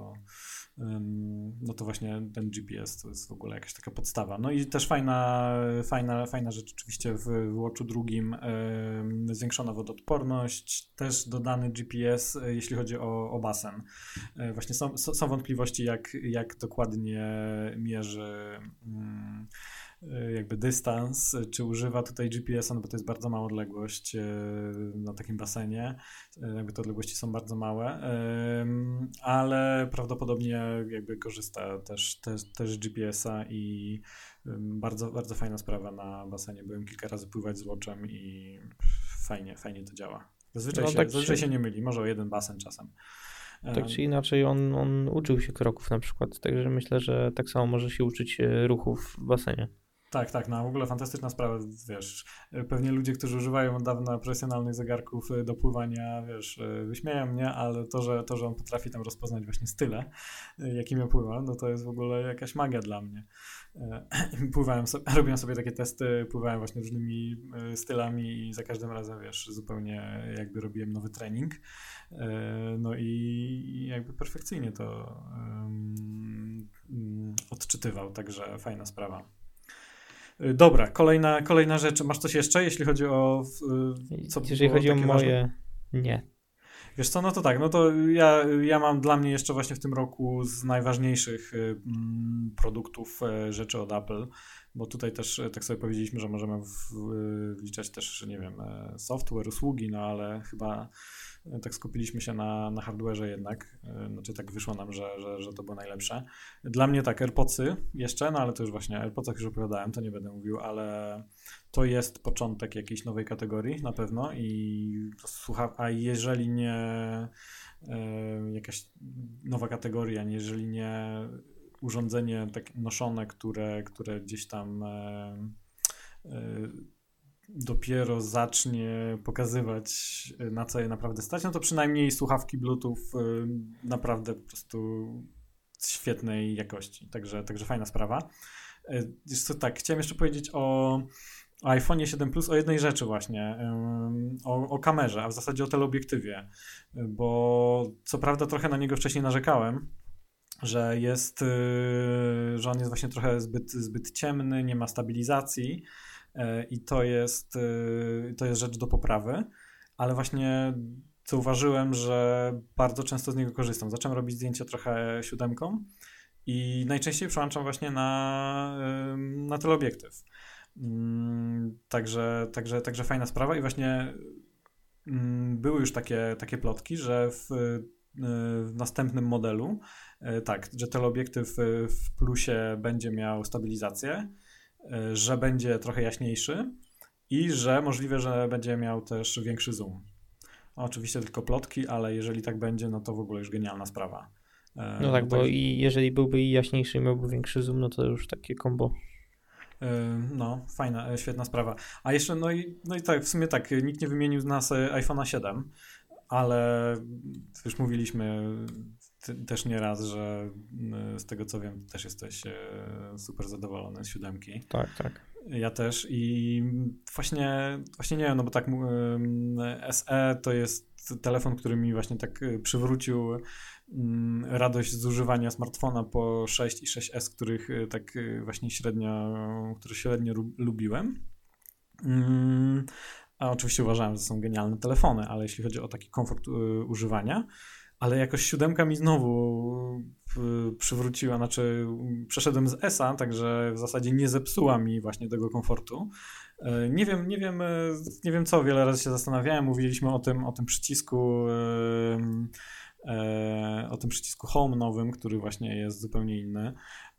to właśnie ten GPS to jest w ogóle jakaś taka podstawa. No i też fajna rzecz oczywiście w Watchu drugim, zwiększona wodoodporność, też dodany GPS, jeśli chodzi o basen. Właśnie są wątpliwości, jak dokładnie mierzy jakby dystans, czy używa tutaj GPS-a, no bo to jest bardzo mała odległość na takim basenie, jakby te odległości są bardzo małe, ale prawdopodobnie jakby korzysta też GPS-a i bardzo, bardzo fajna sprawa na basenie. Byłem kilka razy pływać z Watchem i fajnie to działa. Zazwyczaj się nie myli, może o jeden basen czasem. Tak czy inaczej on uczył się kroków na przykład, także myślę, że tak samo może się uczyć ruchów w basenie. Tak, no w ogóle fantastyczna sprawa, wiesz, pewnie ludzie, którzy używają od dawna profesjonalnych zegarków do pływania, wiesz, wyśmieją mnie, ale to, że on potrafi tam rozpoznać właśnie style, jakim ja pływam, no to jest w ogóle jakaś magia dla mnie. Robiłem sobie takie testy, pływałem właśnie różnymi stylami i za każdym razem, wiesz, zupełnie jakby robiłem nowy trening, no i jakby perfekcyjnie to odczytywał, także fajna sprawa. Dobra, kolejna rzecz. Masz coś jeszcze, jeśli chodzi o jeżeli chodzi o moje... Ważne? Nie. Wiesz co, no to tak, no to ja mam dla mnie jeszcze właśnie w tym roku z najważniejszych produktów rzeczy od Apple, bo tutaj też tak sobie powiedzieliśmy, że możemy wliczać też, nie wiem, software, usługi, no ale chyba tak skupiliśmy się na hardware'ze jednak, znaczy tak wyszło nam, że to było najlepsze. Dla mnie tak, AirPodsy jeszcze, no ale to już właśnie o AirPodsach już opowiadałem, to nie będę mówił, ale to jest początek jakiejś nowej kategorii na pewno a jeżeli nie jakaś nowa kategoria, jeżeli nie urządzenie tak noszone, które gdzieś tam dopiero zacznie pokazywać, na co je naprawdę stać, no to przynajmniej słuchawki Bluetooth naprawdę po prostu świetnej jakości. Także fajna sprawa. Jeszcze tak, chciałem jeszcze powiedzieć o iPhone 7 Plus, o jednej rzeczy właśnie, o kamerze, a w zasadzie o teleobiektywie, bo co prawda trochę na niego wcześniej narzekałem, że on jest właśnie trochę zbyt ciemny, nie ma stabilizacji i to jest rzecz do poprawy, ale właśnie zauważyłem, że bardzo często z niego korzystam. Zacząłem robić zdjęcia trochę 7 i najczęściej przełączam właśnie na teleobiektyw. Także fajna sprawa i właśnie były już takie plotki, że w następnym modelu tak, że teleobiektyw w plusie będzie miał stabilizację, że będzie trochę jaśniejszy i że możliwe, że będzie miał też większy zoom. Oczywiście tylko plotki, ale jeżeli tak będzie, no to w ogóle już genialna sprawa. No tak, bo i jeżeli byłby i jaśniejszy i miałby większy zoom, no to już takie combo. No, fajna, świetna sprawa. A jeszcze, no i tak, w sumie tak, nikt nie wymienił z nas iPhone'a 7, ale już mówiliśmy też nieraz, że z tego co wiem, też jesteś super zadowolony z 7. Tak. Ja też i właśnie nie wiem, no bo tak SE to jest telefon, który mi właśnie tak przywrócił radość z używania smartfona po 6 i 6S, których tak właśnie średnio lubiłem. A oczywiście uważałem, że są genialne telefony, ale jeśli chodzi o taki komfort używania, ale jakoś 7 mi znowu przywróciła, znaczy przeszedłem z S-a, także w zasadzie nie zepsuła mi właśnie tego komfortu. Nie wiem co, wiele razy się zastanawiałem, mówiliśmy o tym przycisku Home nowym, który właśnie jest zupełnie inny.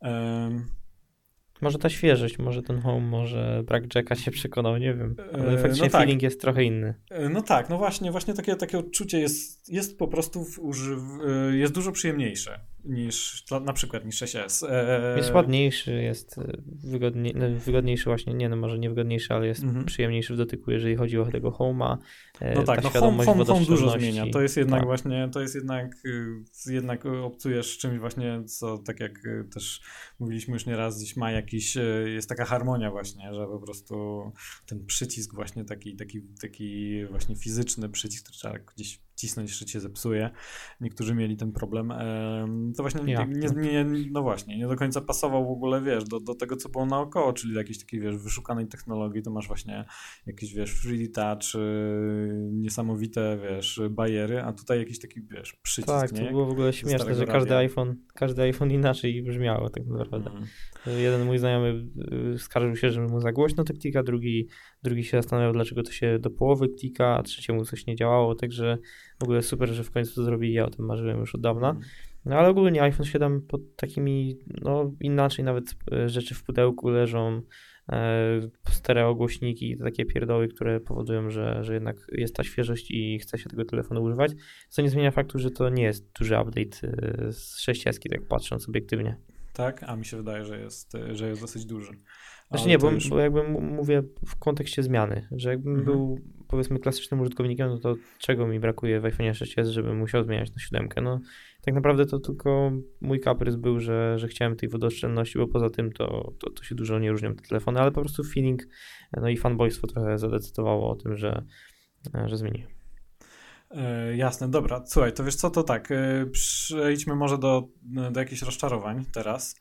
Może ta świeżość, może ten Home, może brak jacka się przekonał, nie wiem. Ale faktycznie No tak. feeling jest trochę inny. No tak, no właśnie takie odczucie jest po prostu jest dużo przyjemniejsze niż na przykład niż 6S. Jest ładniejszy, jest wygodniejszy właśnie, nie no może nie wygodniejszy, ale jest przyjemniejszy w dotyku, jeżeli chodzi o tego Home'a. No tak, Home dużo zmienia. To jest jednak właśnie, jednak obcujesz czymś właśnie, co tak jak też mówiliśmy już nieraz, gdzieś ma jest taka harmonia właśnie, że po prostu ten przycisk właśnie taki właśnie fizyczny przycisk, który trzeba gdzieś cisnąć, jeszcze cię zepsuje. Niektórzy mieli ten problem. To właśnie no właśnie, nie do końca pasował w ogóle, wiesz, do tego, co było naokoło, czyli jakiejś takiej, wiesz, wyszukanej technologii, to masz właśnie jakieś, wiesz, 3D Touch, niesamowite, wiesz, bariery, a tutaj jakiś taki, wiesz, przycisk, tak, nie? to było w ogóle śmieszne, że każdy iPhone inaczej brzmiało tak naprawdę. Jeden mój znajomy skarżył się, że mu za głośno to klika, drugi się zastanawiał, dlaczego to się do połowy klika, a trzeciemu coś nie działało, także w ogóle super, że w końcu to zrobili, ja o tym marzyłem już od dawna. No ale ogólnie iPhone 7 pod takimi, no inaczej nawet rzeczy w pudełku leżą, stereo głośniki i takie pierdoły, które powodują, że jednak jest ta świeżość i chce się tego telefonu używać, co nie zmienia faktu, że to nie jest duży update z 6S, tak patrząc obiektywnie. Tak? A mi się wydaje, że jest dosyć duży. Znaczy nie, bo jakby mówię w kontekście zmiany, że jakbym był powiedzmy klasycznym użytkownikiem, no to czego mi brakuje w iPhone 6s, żebym musiał zmieniać na 7? No tak naprawdę to tylko mój kaprys był, że chciałem tej wodooszczędności, bo poza tym to się dużo nie różnią te telefony, ale po prostu feeling, no i fanboystwo trochę zadecydowało o tym, że zmienię. Jasne, dobra. Słuchaj, to wiesz co, to tak, przejdźmy może do jakichś rozczarowań teraz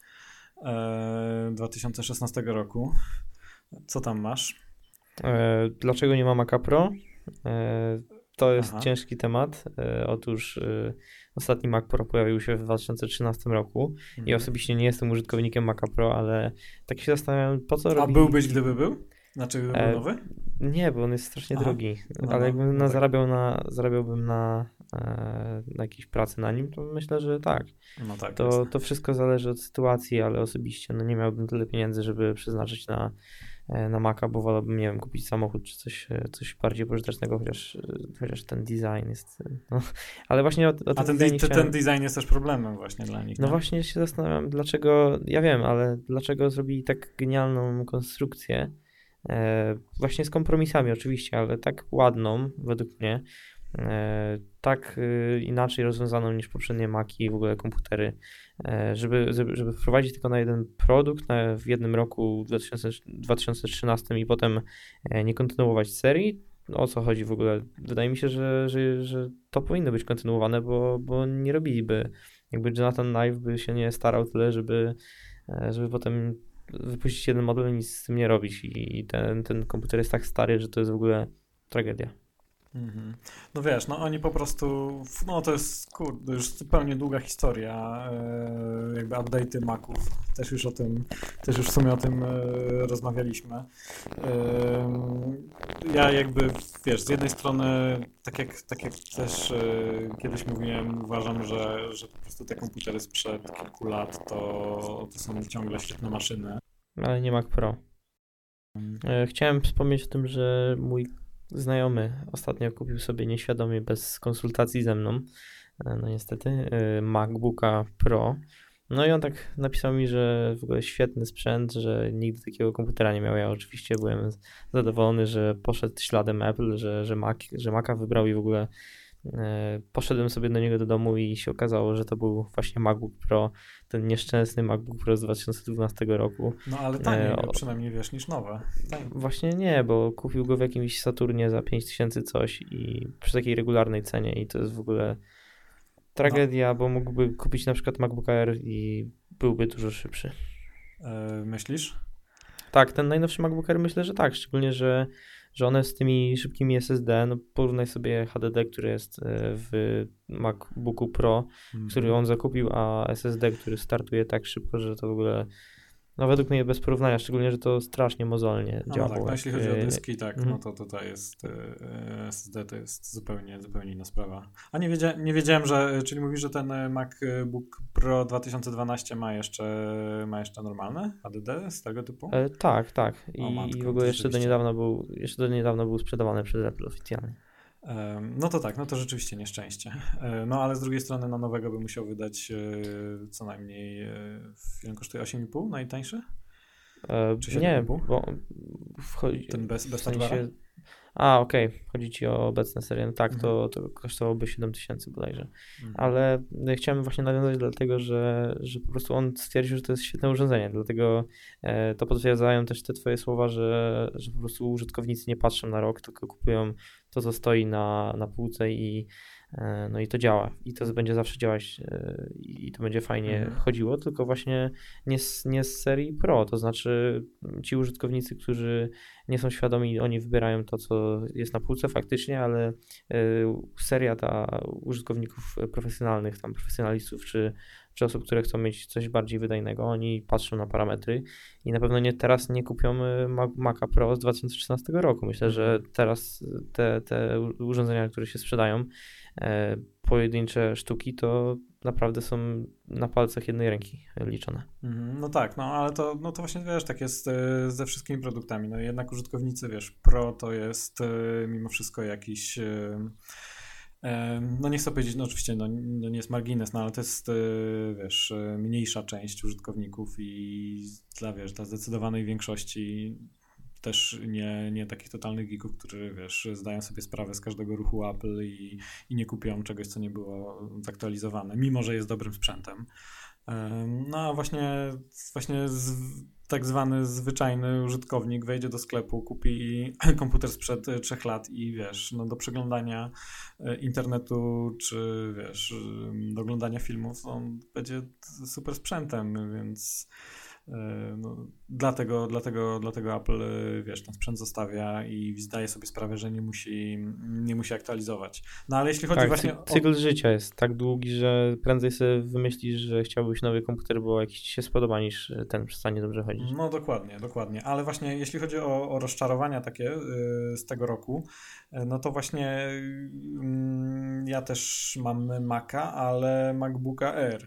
2016 roku. Co tam masz? Dlaczego nie ma Maca Pro? To jest ciężki temat. Otóż ostatni Mac Pro pojawił się w 2013 roku i osobiście nie jestem użytkownikiem Maca Pro, ale tak się zastanawiam, po co robi... A byłbyś, gdyby był? Znaczy, gdyby był nowy? Nie, bo on jest strasznie drogi, ale jakbym tak. zarabiałbym na jakiejś pracy na nim, to myślę, że tak. No tak to wszystko zależy od sytuacji, ale osobiście nie miałbym tyle pieniędzy, żeby przeznaczyć na Maca, bo wolałbym, nie wiem, kupić samochód czy coś bardziej pożytecznego, chociaż ten design jest... No, ale właśnie o tym ten design jest też problemem właśnie dla nich. No właśnie się zastanawiam, dlaczego, ja wiem, ale dlaczego zrobili tak genialną konstrukcję, właśnie z kompromisami oczywiście, ale tak ładną według mnie, tak inaczej rozwiązaną niż poprzednie Maci i w ogóle komputery, żeby wprowadzić tylko na jeden produkt w jednym roku 2013 i potem nie kontynuować serii. O co chodzi w ogóle? Wydaje mi się, że to powinno być kontynuowane, bo nie robiliby. Jakby Jonathan Ive by się nie starał tyle, żeby potem wypuścić jeden model i nic z tym nie robić i ten komputer jest tak stary, że to jest w ogóle tragedia. Mhm. No wiesz, no oni po prostu, no to jest kurde, już zupełnie długa historia, jakby update'y Maców, też już w sumie o tym rozmawialiśmy. Ja jakby, wiesz, z jednej strony, tak jak też kiedyś mówiłem, uważam, że po prostu te komputery sprzed kilku lat to są ciągle świetne maszyny. Ale nie Mac Pro. Chciałem wspomnieć o tym, że mój znajomy ostatnio kupił sobie nieświadomie, bez konsultacji ze mną, no niestety, MacBooka Pro. No i on tak napisał mi, że w ogóle świetny sprzęt, że nigdy takiego komputera nie miał. Ja oczywiście byłem zadowolony, że poszedł śladem Apple, że Maca wybrał i w ogóle poszedłem sobie do niego do domu i się okazało, że to był właśnie MacBook Pro, ten nieszczęsny MacBook Pro z 2012 roku. No ale taniej miał przynajmniej, wiesz, niż nowe. Właśnie nie, bo kupił go w jakimś Saturnie za 5000 coś i przy takiej regularnej cenie i to jest w ogóle tragedia, bo mógłby kupić na przykład MacBook Air i byłby dużo szybszy. Myślisz? Tak, ten najnowszy MacBook Air myślę, że tak, szczególnie, że one z tymi szybkimi SSD, no porównaj sobie HDD, który jest w MacBooku Pro, który on zakupił, a SSD, który startuje tak szybko, że to w ogóle, no według mnie bez porównania, szczególnie, że to strasznie mozolnie działa. No tak, no jeśli chodzi o dyski, tak, no to tutaj jest SSD to jest zupełnie inna sprawa. A nie wiedziałem, czyli mówisz, że ten MacBook Pro 2012 ma jeszcze normalne HDD z tego typu? Tak. I w ogóle jeszcze do niedawna był sprzedawany przez Apple oficjalnie. No to tak, no to rzeczywiście nieszczęście. No ale z drugiej strony na nowego by musiał wydać co najmniej, ile kosztuje 8,5 najtańszy? Czy 7,5? Nie, bo ten bez w sensie... Okej. Chodzi ci o obecne serie. No tak, to kosztowałoby 7000 bodajże. Ale chciałem właśnie nawiązać dlatego, że po prostu on stwierdził, że to jest świetne urządzenie, dlatego to potwierdzają też te twoje słowa, że po prostu użytkownicy nie patrzą na rok, tylko kupują to, co stoi na półce i no i to działa. I to będzie zawsze działać i to będzie fajnie chodziło, tylko właśnie nie z serii Pro, to znaczy ci użytkownicy, którzy nie są świadomi, oni wybierają to, co jest na półce faktycznie, ale seria ta użytkowników profesjonalnych, tam profesjonalistów, czy osób, które chcą mieć coś bardziej wydajnego, oni patrzą na parametry i na pewno teraz nie kupią Maca Pro z 2013 roku. Myślę, że teraz te urządzenia, które się sprzedają, pojedyncze sztuki, to naprawdę są na palcach jednej ręki liczone. No tak, no ale to właśnie, wiesz, tak jest ze wszystkimi produktami. No jednak użytkownicy, wiesz, Pro to jest mimo wszystko jakiś... No nie chcę powiedzieć, no oczywiście no nie jest margines, no ale to jest, wiesz, mniejsza część użytkowników i dla zdecydowanej większości też nie takich totalnych geeków, którzy, wiesz, zdają sobie sprawę z każdego ruchu Apple i nie kupią czegoś, co nie było zaktualizowane, mimo że jest dobrym sprzętem. No a właśnie tak zwany zwyczajny użytkownik wejdzie do sklepu, kupi komputer sprzed 3 lat i wiesz, no do przeglądania internetu czy wiesz, do oglądania filmów on będzie super sprzętem, więc no, dlatego Apple, wiesz, ten sprzęt zostawia i zdaje sobie sprawę, że nie musi aktualizować. No ale jeśli chodzi właśnie o... Cykl życia jest tak długi, że prędzej sobie wymyślisz, że chciałbyś nowy komputer, bo jakiś ci się spodoba, niż ten przestanie dobrze chodzić. No dokładnie. Ale właśnie jeśli chodzi o rozczarowania takie z tego roku, no to właśnie ja też mam Maca, ale MacBooka Air.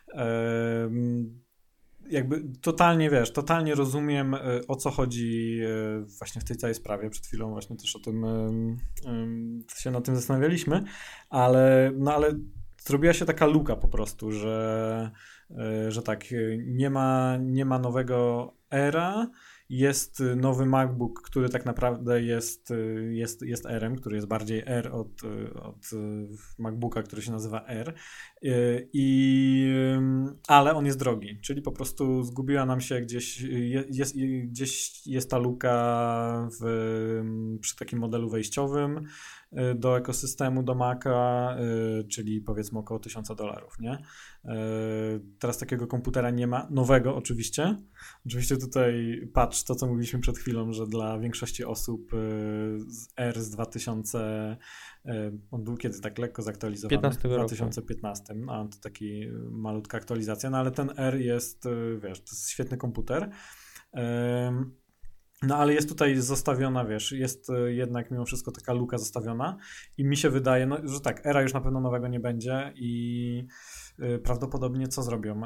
Jakby totalnie rozumiem, o co chodzi właśnie w tej całej sprawie. Przed chwilą właśnie też o tym się nad tym zastanawialiśmy, ale zrobiła się taka luka po prostu, że tak, nie ma nowego Aira, jest nowy MacBook, który tak naprawdę jest R-em, który jest bardziej R od MacBooka, który się nazywa R, ale on jest drogi, czyli po prostu zgubiła nam się gdzieś jest ta luka przy takim modelu wejściowym, do ekosystemu, do Maca, czyli powiedzmy około $1000, nie? Teraz takiego komputera nie ma, nowego oczywiście. Oczywiście tutaj patrz to, co mówiliśmy przed chwilą, że dla większości osób R z 2000, on był kiedy tak lekko zaktualizowany? W 2015, a to taki malutka aktualizacja, no ale ten R jest, wiesz, to jest świetny komputer. No ale jest tutaj zostawiona, wiesz, jest jednak mimo wszystko taka luka zostawiona i mi się wydaje, no, że tak, Era już na pewno nowego nie będzie i prawdopodobnie co zrobią?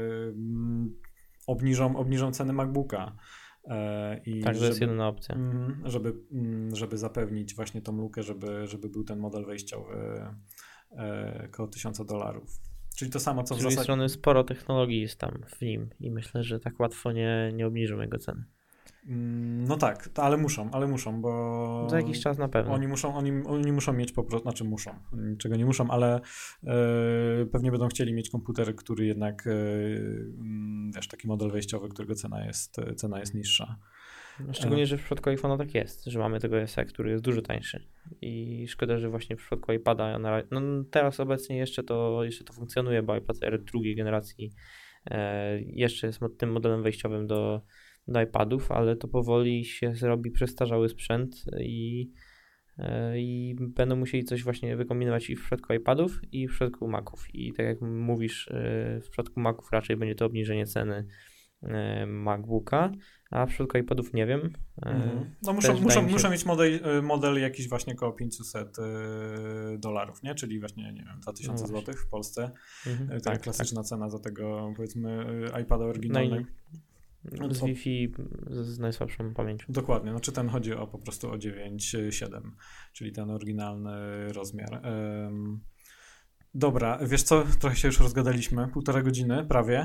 Obniżą ceny MacBooka. I tak, to jest jedyna opcja. Żeby zapewnić właśnie tą lukę, żeby był ten model wejściowy około $1000. Czyli to samo, co z drugiej strony sporo technologii jest tam w nim i myślę, że tak łatwo nie obniżą jego ceny. No tak, ale muszą, bo za jakiś czas na pewno. Oni muszą mieć po prostu, znaczy muszą, niczego nie muszą, ale pewnie będą chcieli mieć komputer, który jednak, wiesz, taki model wejściowy, którego cena jest niższa. Szczególnie, że w przypadku iPhone'a tak jest, że mamy tego SE, który jest dużo tańszy i szkoda, że właśnie w przypadku iPada, no teraz obecnie jeszcze to funkcjonuje, bo iPad R drugiej generacji jeszcze jest tym modelem wejściowym do iPadów, ale to powoli się zrobi przestarzały sprzęt i będą musieli coś właśnie wykombinować i w przypadku iPadów, i w przypadku Maców. I tak jak mówisz, w przypadku Maców raczej będzie to obniżenie ceny MacBooka, a w przypadku iPadów nie wiem. No muszą mieć model jakiś właśnie około $500, nie? Czyli właśnie, nie wiem, 2000 zł w Polsce. Taka klasyczna cena za tego, powiedzmy, iPada oryginalnego. Z Wi-Fi z najsłabszą pamięcią. Dokładnie, znaczy ten chodzi po prostu o 9.7, czyli ten oryginalny rozmiar. Dobra, wiesz co, trochę się już rozgadaliśmy, 1,5 godziny prawie.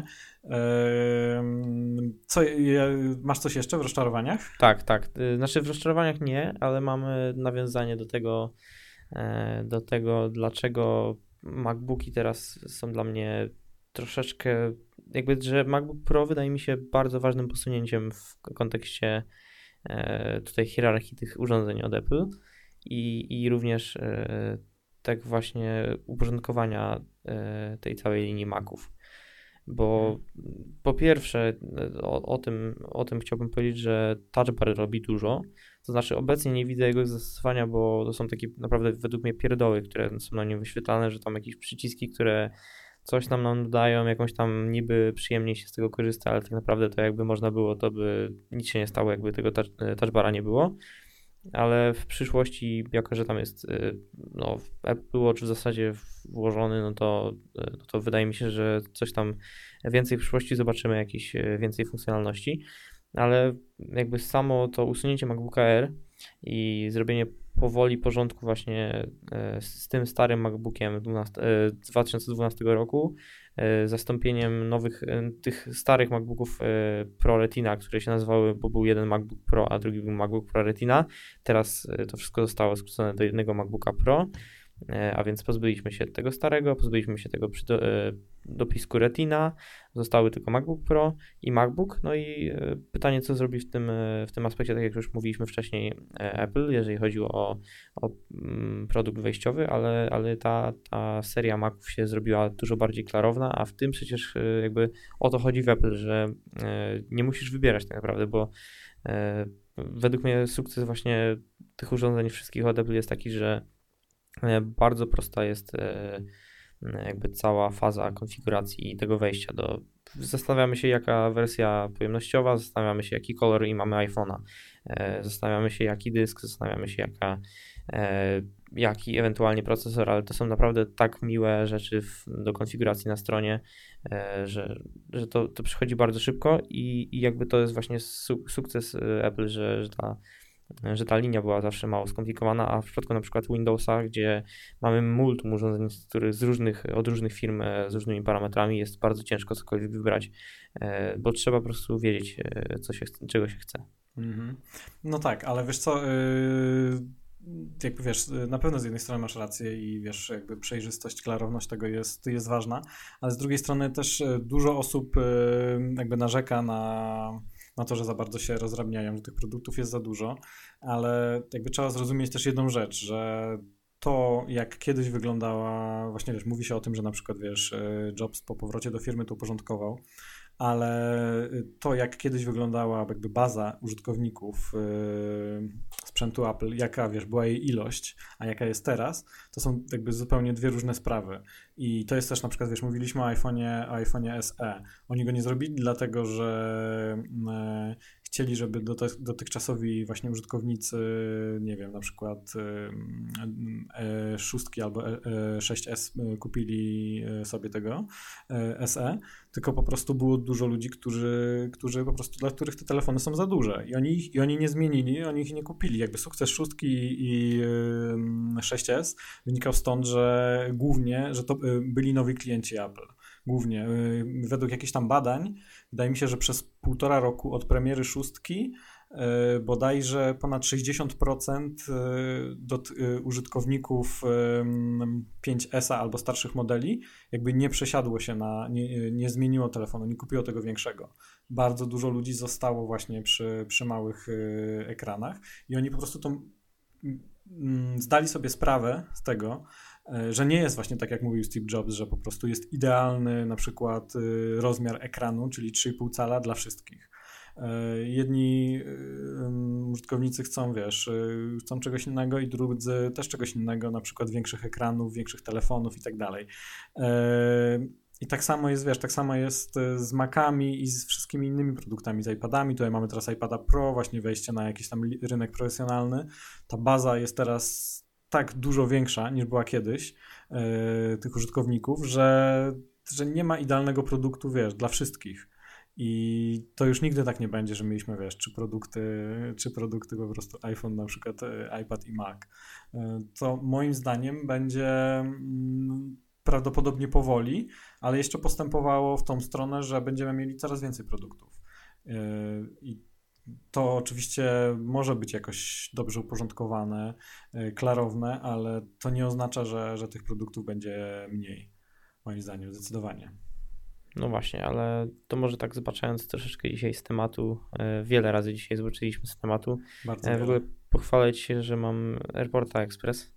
Masz coś jeszcze w rozczarowaniach? Tak. Znaczy w rozczarowaniach nie, ale mamy nawiązanie do tego, dlaczego MacBooki teraz są dla mnie troszeczkę, jakby, że MacBook Pro wydaje mi się bardzo ważnym posunięciem w kontekście tutaj hierarchii tych urządzeń od Apple i również tak właśnie uporządkowania tej całej linii Maców. Bo po pierwsze o tym chciałbym powiedzieć, że Touch Bar robi dużo, to znaczy obecnie nie widzę jego zastosowania, bo to są takie naprawdę według mnie pierdoły, które są na nim wyświetlane, że tam jakieś przyciski, które coś nam dają, jakąś tam niby przyjemniej się z tego korzysta, ale tak naprawdę to jakby można było, to by nic się nie stało, jakby tego Touch Bara nie było. Ale w przyszłości, jako że tam jest Apple Watch w zasadzie włożony, no to wydaje mi się, że coś tam więcej w przyszłości zobaczymy, jakieś więcej funkcjonalności, ale jakby samo to usunięcie MacBooka Air i zrobienie powoli porządku właśnie z tym starym MacBookiem z 2012 roku, zastąpieniem nowych, tych starych MacBooków Pro Retina, które się nazywały, bo był jeden MacBook Pro, a drugi był MacBook Pro Retina. Teraz to wszystko zostało skrócone do jednego MacBooka Pro, a więc pozbyliśmy się tego starego, pozbyliśmy się tego dopisku Retina, zostały tylko MacBook Pro i MacBook. No i pytanie, co zrobi w tym aspekcie, tak jak już mówiliśmy wcześniej, Apple, jeżeli chodzi o produkt wejściowy, ale ta seria Maców się zrobiła dużo bardziej klarowna, a w tym przecież jakby o to chodzi w Apple, że nie musisz wybierać tak naprawdę, bo według mnie sukces właśnie tych urządzeń wszystkich od Apple jest taki, że bardzo prosta jest jakby cała faza konfiguracji tego wejścia zastanawiamy się, jaka wersja pojemnościowa, zastanawiamy się, jaki kolor i mamy iPhone'a, zastanawiamy się, jaki dysk, zastanawiamy się, jaki ewentualnie procesor, ale to są naprawdę tak miłe rzeczy do konfiguracji na stronie, że to przychodzi bardzo szybko i jakby to jest właśnie sukces Apple, że ta linia była zawsze mało skomplikowana, a w przypadku na przykład Windowsa, gdzie mamy multum urządzeń, od różnych firm z różnymi parametrami, jest bardzo ciężko cokolwiek wybrać, bo trzeba po prostu wiedzieć, czego się chce. No tak, ale wiesz co, jakby wiesz, na pewno z jednej strony masz rację i wiesz, jakby przejrzystość, klarowność tego jest ważna, ale z drugiej strony też dużo osób jakby narzeka na to, że za bardzo się rozdrabniają, że tych produktów jest za dużo, ale jakby trzeba zrozumieć też jedną rzecz, że to, jak kiedyś wyglądała, właśnie wiesz, mówi się o tym, że na przykład wiesz, Jobs po powrocie do firmy to uporządkował, ale to, jak kiedyś wyglądała jakby baza użytkowników sprzętu Apple, jaka wiesz, była jej ilość, a jaka jest teraz, to są jakby zupełnie dwie różne sprawy. I to jest też na przykład, wiesz, mówiliśmy o iPhone'ie SE. Oni go nie zrobili dlatego, że chcieli, żeby dotychczasowi właśnie użytkownicy, nie wiem, na przykład szóstki albo 6S kupili sobie tego SE, tylko po prostu było dużo ludzi, którzy po prostu, dla których te telefony są za duże i oni nie zmienili, oni ich nie kupili. Jakby sukces szóstki i 6S wynikał stąd, że głównie, że to byli nowi klienci Apple. Głównie. Według jakichś tam badań, wydaje mi się, że przez 1,5 roku od premiery szóstki bodajże ponad 60% użytkowników 5S albo starszych modeli jakby nie przesiadło się nie zmieniło telefonu, nie kupiło tego większego. Bardzo dużo ludzi zostało właśnie przy małych ekranach i oni po prostu zdali sobie sprawę z tego, że nie jest właśnie tak, jak mówił Steve Jobs, że po prostu jest idealny na przykład rozmiar ekranu, czyli 3,5 cala dla wszystkich. Jedni użytkownicy chcą, wiesz, chcą czegoś innego i drudzy też czegoś innego, na przykład większych ekranów, większych telefonów i tak dalej. I tak samo jest, wiesz, tak samo jest z Macami i z wszystkimi innymi produktami, z iPadami. Tutaj mamy teraz iPada Pro, właśnie wejście na jakiś tam rynek profesjonalny. Ta baza jest teraz tak dużo większa niż była kiedyś tych użytkowników, że nie ma idealnego produktu, wiesz, dla wszystkich. I to już nigdy tak nie będzie, że mieliśmy, wiesz, trzy produkty po prostu iPhone, na przykład iPad i Mac. To moim zdaniem będzie prawdopodobnie powoli, ale jeszcze postępowało w tą stronę, że będziemy mieli coraz więcej produktów. I to oczywiście może być jakoś dobrze uporządkowane, klarowne, ale to nie oznacza, że tych produktów będzie mniej, moim zdaniem, zdecydowanie. No właśnie, ale to może tak zbaczając troszeczkę dzisiaj z tematu, wiele razy dzisiaj zboczyliśmy z tematu. Bardzo w ogóle pochwalę Ci się, że mam AirPorta Express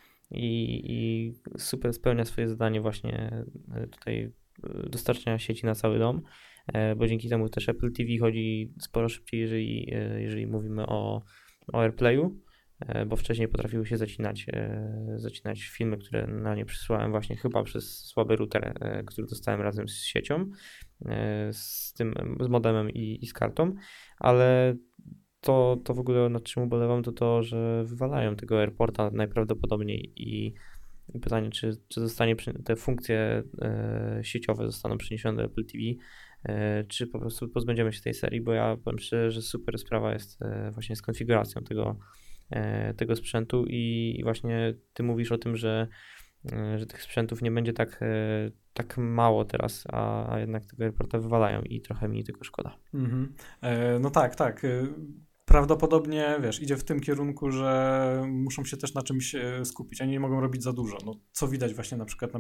i super spełnia swoje zadanie właśnie tutaj dostarczania sieci na cały dom, bo dzięki temu też Apple TV chodzi sporo szybciej, jeżeli mówimy o AirPlayu, bo wcześniej potrafiły się zacinać filmy, które na nie przysłałem właśnie chyba przez słaby router, który dostałem razem z siecią, z modemem i z kartą, ale to w ogóle nad czym ubolewam to, że wywalają tego AirPorta najprawdopodobniej i pytanie, czy zostanie te funkcje sieciowe zostaną przeniesione do Apple TV, czy po prostu pozbędziemy się tej serii, bo ja powiem szczerze, że super sprawa jest właśnie z konfiguracją tego sprzętu i właśnie ty mówisz o tym, że tych sprzętów nie będzie tak mało teraz, a jednak tego AirPorta wywalają i trochę mi tego szkoda. No tak. Prawdopodobnie, wiesz, idzie w tym kierunku, że muszą się też na czymś skupić. Oni nie mogą robić za dużo. No, co widać właśnie na przykład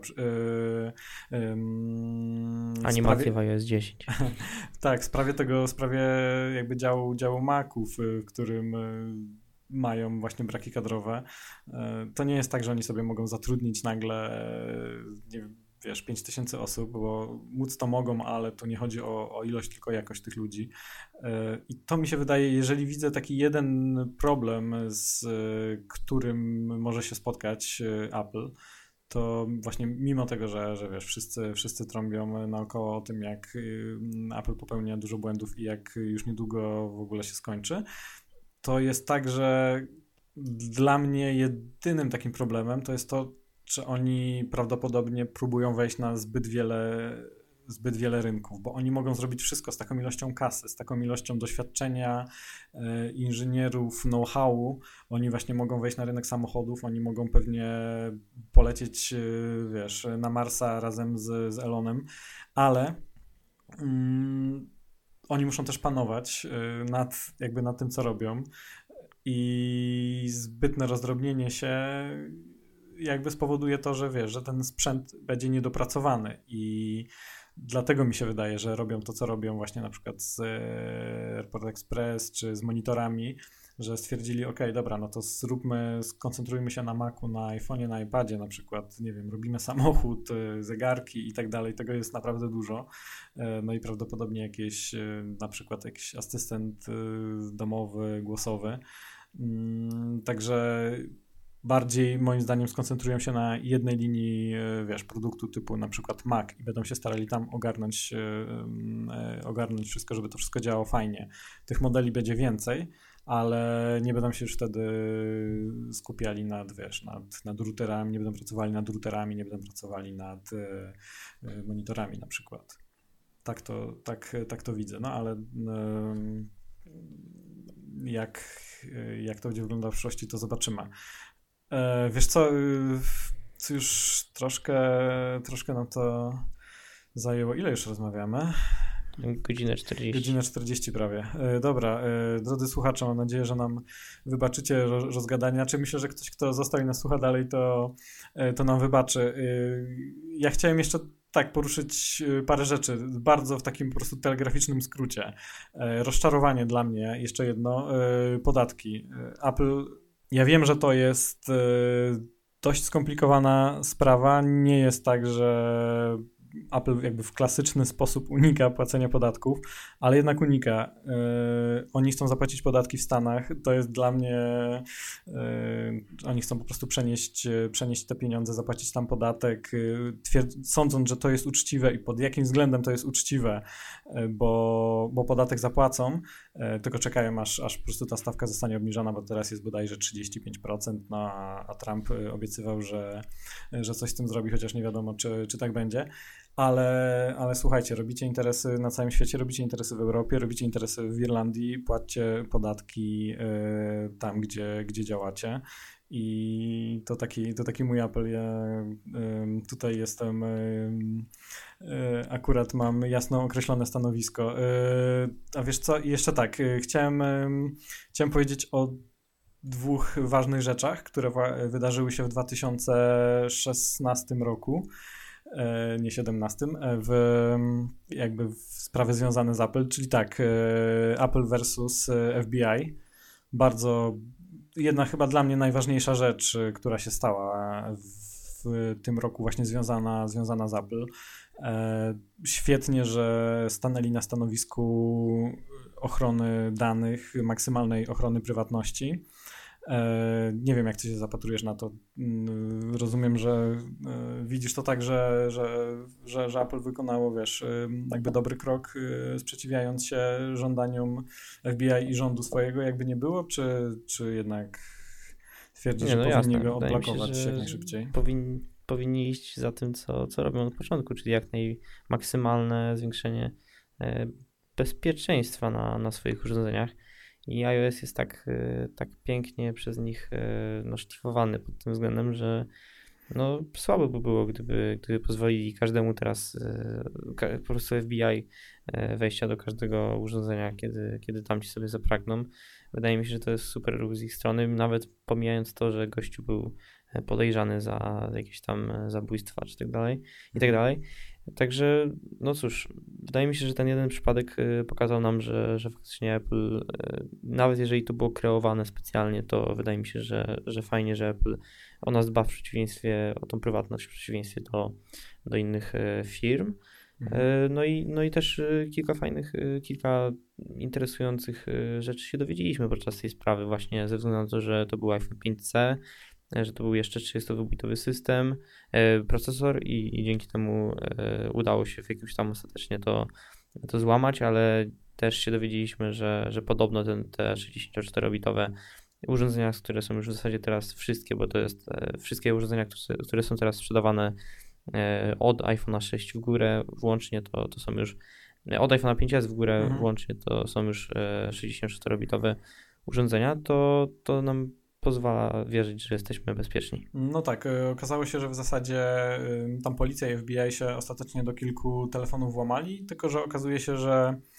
Animacje w iOS 10. Tak, w sprawie jakby działu Maców, w którym mają właśnie braki kadrowe. To nie jest tak, że oni sobie mogą zatrudnić nagle, nie wiem, wiesz, 5000 osób, bo móc to mogą, ale tu nie chodzi o ilość, tylko jakość tych ludzi. I to mi się wydaje, jeżeli widzę taki jeden problem, z którym może się spotkać Apple, to właśnie mimo tego, że wiesz, wszyscy trąbią naokoło o tym, jak Apple popełnia dużo błędów i jak już niedługo w ogóle się skończy, to jest tak, że dla mnie jedynym takim problemem to jest to, że oni prawdopodobnie próbują wejść na zbyt wiele rynków, bo oni mogą zrobić wszystko z taką ilością kasy, z taką ilością doświadczenia, inżynierów, know-howu. Oni właśnie mogą wejść na rynek samochodów, oni mogą pewnie polecieć, wiesz, na Marsa razem z Elonem, ale oni muszą też panować nad tym, co robią i zbytne rozdrobnienie się jakby spowoduje to, że wiesz, że ten sprzęt będzie niedopracowany i Dlatego mi się wydaje, że robią to, co robią właśnie na przykład z Airport Express czy z monitorami, że stwierdzili, ok, dobra, no to skoncentrujmy się na Macu, na iPhone'ie, na iPadzie na przykład, nie wiem, robimy samochód, zegarki i tak dalej, tego jest naprawdę dużo, no i prawdopodobnie na przykład jakiś asystent domowy, głosowy, także bardziej moim zdaniem skoncentrują się na jednej linii, wiesz, produktu typu na przykład Mac i będą się starali tam ogarnąć wszystko, żeby to wszystko działało fajnie. Tych modeli będzie więcej, ale nie będą się już wtedy skupiali nad routerami, nie będą pracowali nad routerami, nie będą pracowali nad monitorami na przykład. Tak to widzę, no ale jak to będzie wyglądało w przyszłości, to zobaczymy. Wiesz co, już troszkę nam to zajęło. Ile już rozmawiamy? Godzinę 40. Godzinę 40 prawie. Dobra, drodzy słuchacze, mam nadzieję, że nam wybaczycie rozgadania. Czy myślę, że ktoś, kto został i nas słucha dalej, to nam wybaczy. Ja chciałem jeszcze tak poruszyć parę rzeczy, bardzo w takim po prostu telegraficznym skrócie. Rozczarowanie dla mnie, jeszcze jedno, podatki. Apple, ja wiem, że to jest dość skomplikowana sprawa. Nie jest tak, że Apple jakby w klasyczny sposób unika płacenia podatków, ale jednak unika. Oni chcą zapłacić podatki w Stanach. To jest dla mnie... Oni chcą po prostu przenieść te pieniądze, zapłacić tam podatek, sądząc, że to jest uczciwe i pod jakim względem to jest uczciwe, bo podatek zapłacą, tylko czekają, aż po prostu ta stawka zostanie obniżona, bo teraz jest bodajże 35%, no a Trump obiecywał, że coś z tym zrobi, chociaż nie wiadomo, czy tak będzie. Ale słuchajcie, robicie interesy na całym świecie, robicie interesy w Europie, robicie interesy w Irlandii, płaccie podatki tam, gdzie działacie. I to taki mój apel. Ja tutaj jestem, akurat mam jasno określone stanowisko. A wiesz co, jeszcze tak, chciałem powiedzieć o dwóch ważnych rzeczach, które wydarzyły się w 2016 roku. Nie 17, w sprawy związane z Apple, czyli tak, Apple versus FBI. Bardzo, jedna chyba dla mnie najważniejsza rzecz, która się stała w tym roku właśnie związana z Apple. Świetnie, że stanęli na stanowisku ochrony danych, maksymalnej ochrony prywatności. Nie wiem, jak ty się zapatrujesz na to. Rozumiem, że widzisz to tak, że Apple wykonało, wiesz, jakby dobry krok, sprzeciwiając się żądaniom FBI i rządu swojego, jakby nie było, czy jednak twierdzisz, że powinni go odblokować jak najszybciej? Powinni iść za tym, co robią od początku, czyli jak maksymalne zwiększenie bezpieczeństwa na swoich urządzeniach. I iOS jest tak pięknie przez nich szlifowany pod tym względem, że no słabo by było, gdyby pozwolili każdemu teraz po prostu FBI wejścia do każdego urządzenia, kiedy tamci sobie zapragną. Wydaje mi się, że to jest super ruch z ich strony, nawet pomijając to, że gościu był podejrzany za jakieś tam zabójstwa czy tak dalej i tak dalej. Także, no cóż, wydaje mi się, że ten jeden przypadek pokazał nam, że faktycznie Apple, nawet jeżeli to było kreowane specjalnie, to wydaje mi się, że fajnie, że Apple o nas dba o tą prywatność w przeciwieństwie do innych firm. No i też kilka interesujących rzeczy się dowiedzieliśmy podczas tej sprawy właśnie ze względu na to, że to był iPhone 5C, że to był jeszcze 32-bitowy system, procesor i dzięki temu udało się w jakimś tam ostatecznie to złamać, ale też się dowiedzieliśmy, że podobno te 64-bitowe urządzenia, które są już w zasadzie teraz wszystkie, bo to jest wszystkie urządzenia, które są teraz sprzedawane od iPhone'a 6 w górę włącznie, to są już od iPhone'a 5S w górę włącznie, to są już 64-bitowe urządzenia, to nam pozwala wierzyć, że jesteśmy bezpieczni. No tak, okazało się, że w zasadzie tam policja i FBI się ostatecznie do kilku telefonów włamali, tylko że okazuje się, że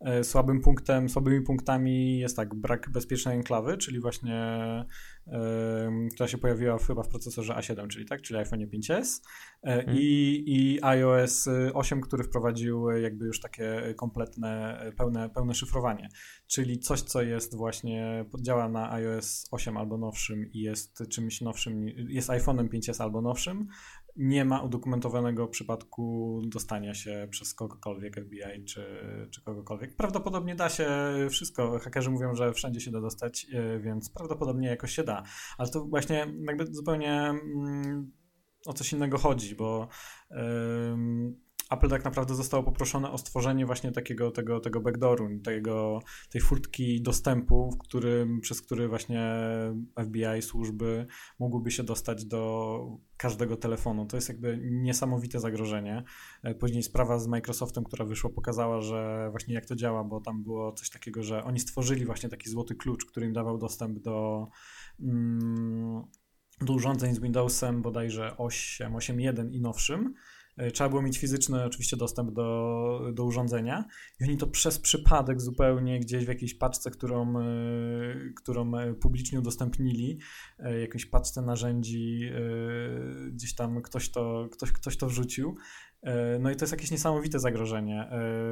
Słabymi punktami jest tak, brak bezpiecznej enklawy, czyli właśnie która się pojawiła chyba w procesorze A7, czyli iPhone 5s i iOS 8, który wprowadził jakby już takie kompletne, pełne szyfrowanie, czyli coś, co jest właśnie, działa na iOS 8 albo nowszym i jest czymś nowszym, jest iPhone'em 5s albo nowszym, nie ma udokumentowanego przypadku dostania się przez kogokolwiek, FBI czy kogokolwiek. Prawdopodobnie da się wszystko. Hakerzy mówią, że wszędzie się da dostać, więc prawdopodobnie jakoś się da. Ale to właśnie jakby zupełnie o coś innego chodzi, bo Apple tak naprawdę zostało poproszone o stworzenie właśnie tego backdooru, tej furtki dostępu, przez który właśnie FBI, służby mogłyby się dostać do każdego telefonu. To jest jakby niesamowite zagrożenie. Później sprawa z Microsoftem, która wyszła, pokazała, że właśnie jak to działa, bo tam było coś takiego, że oni stworzyli właśnie taki złoty klucz, który im dawał dostęp do urządzeń z Windowsem bodajże 8, 8.1 i nowszym. Trzeba było mieć fizyczny oczywiście dostęp do urządzenia i oni to przez przypadek zupełnie gdzieś w jakiejś paczce, którą publicznie udostępnili, jakiejś paczce narzędzi, gdzieś tam ktoś to wrzucił. No i to jest jakieś niesamowite zagrożenie.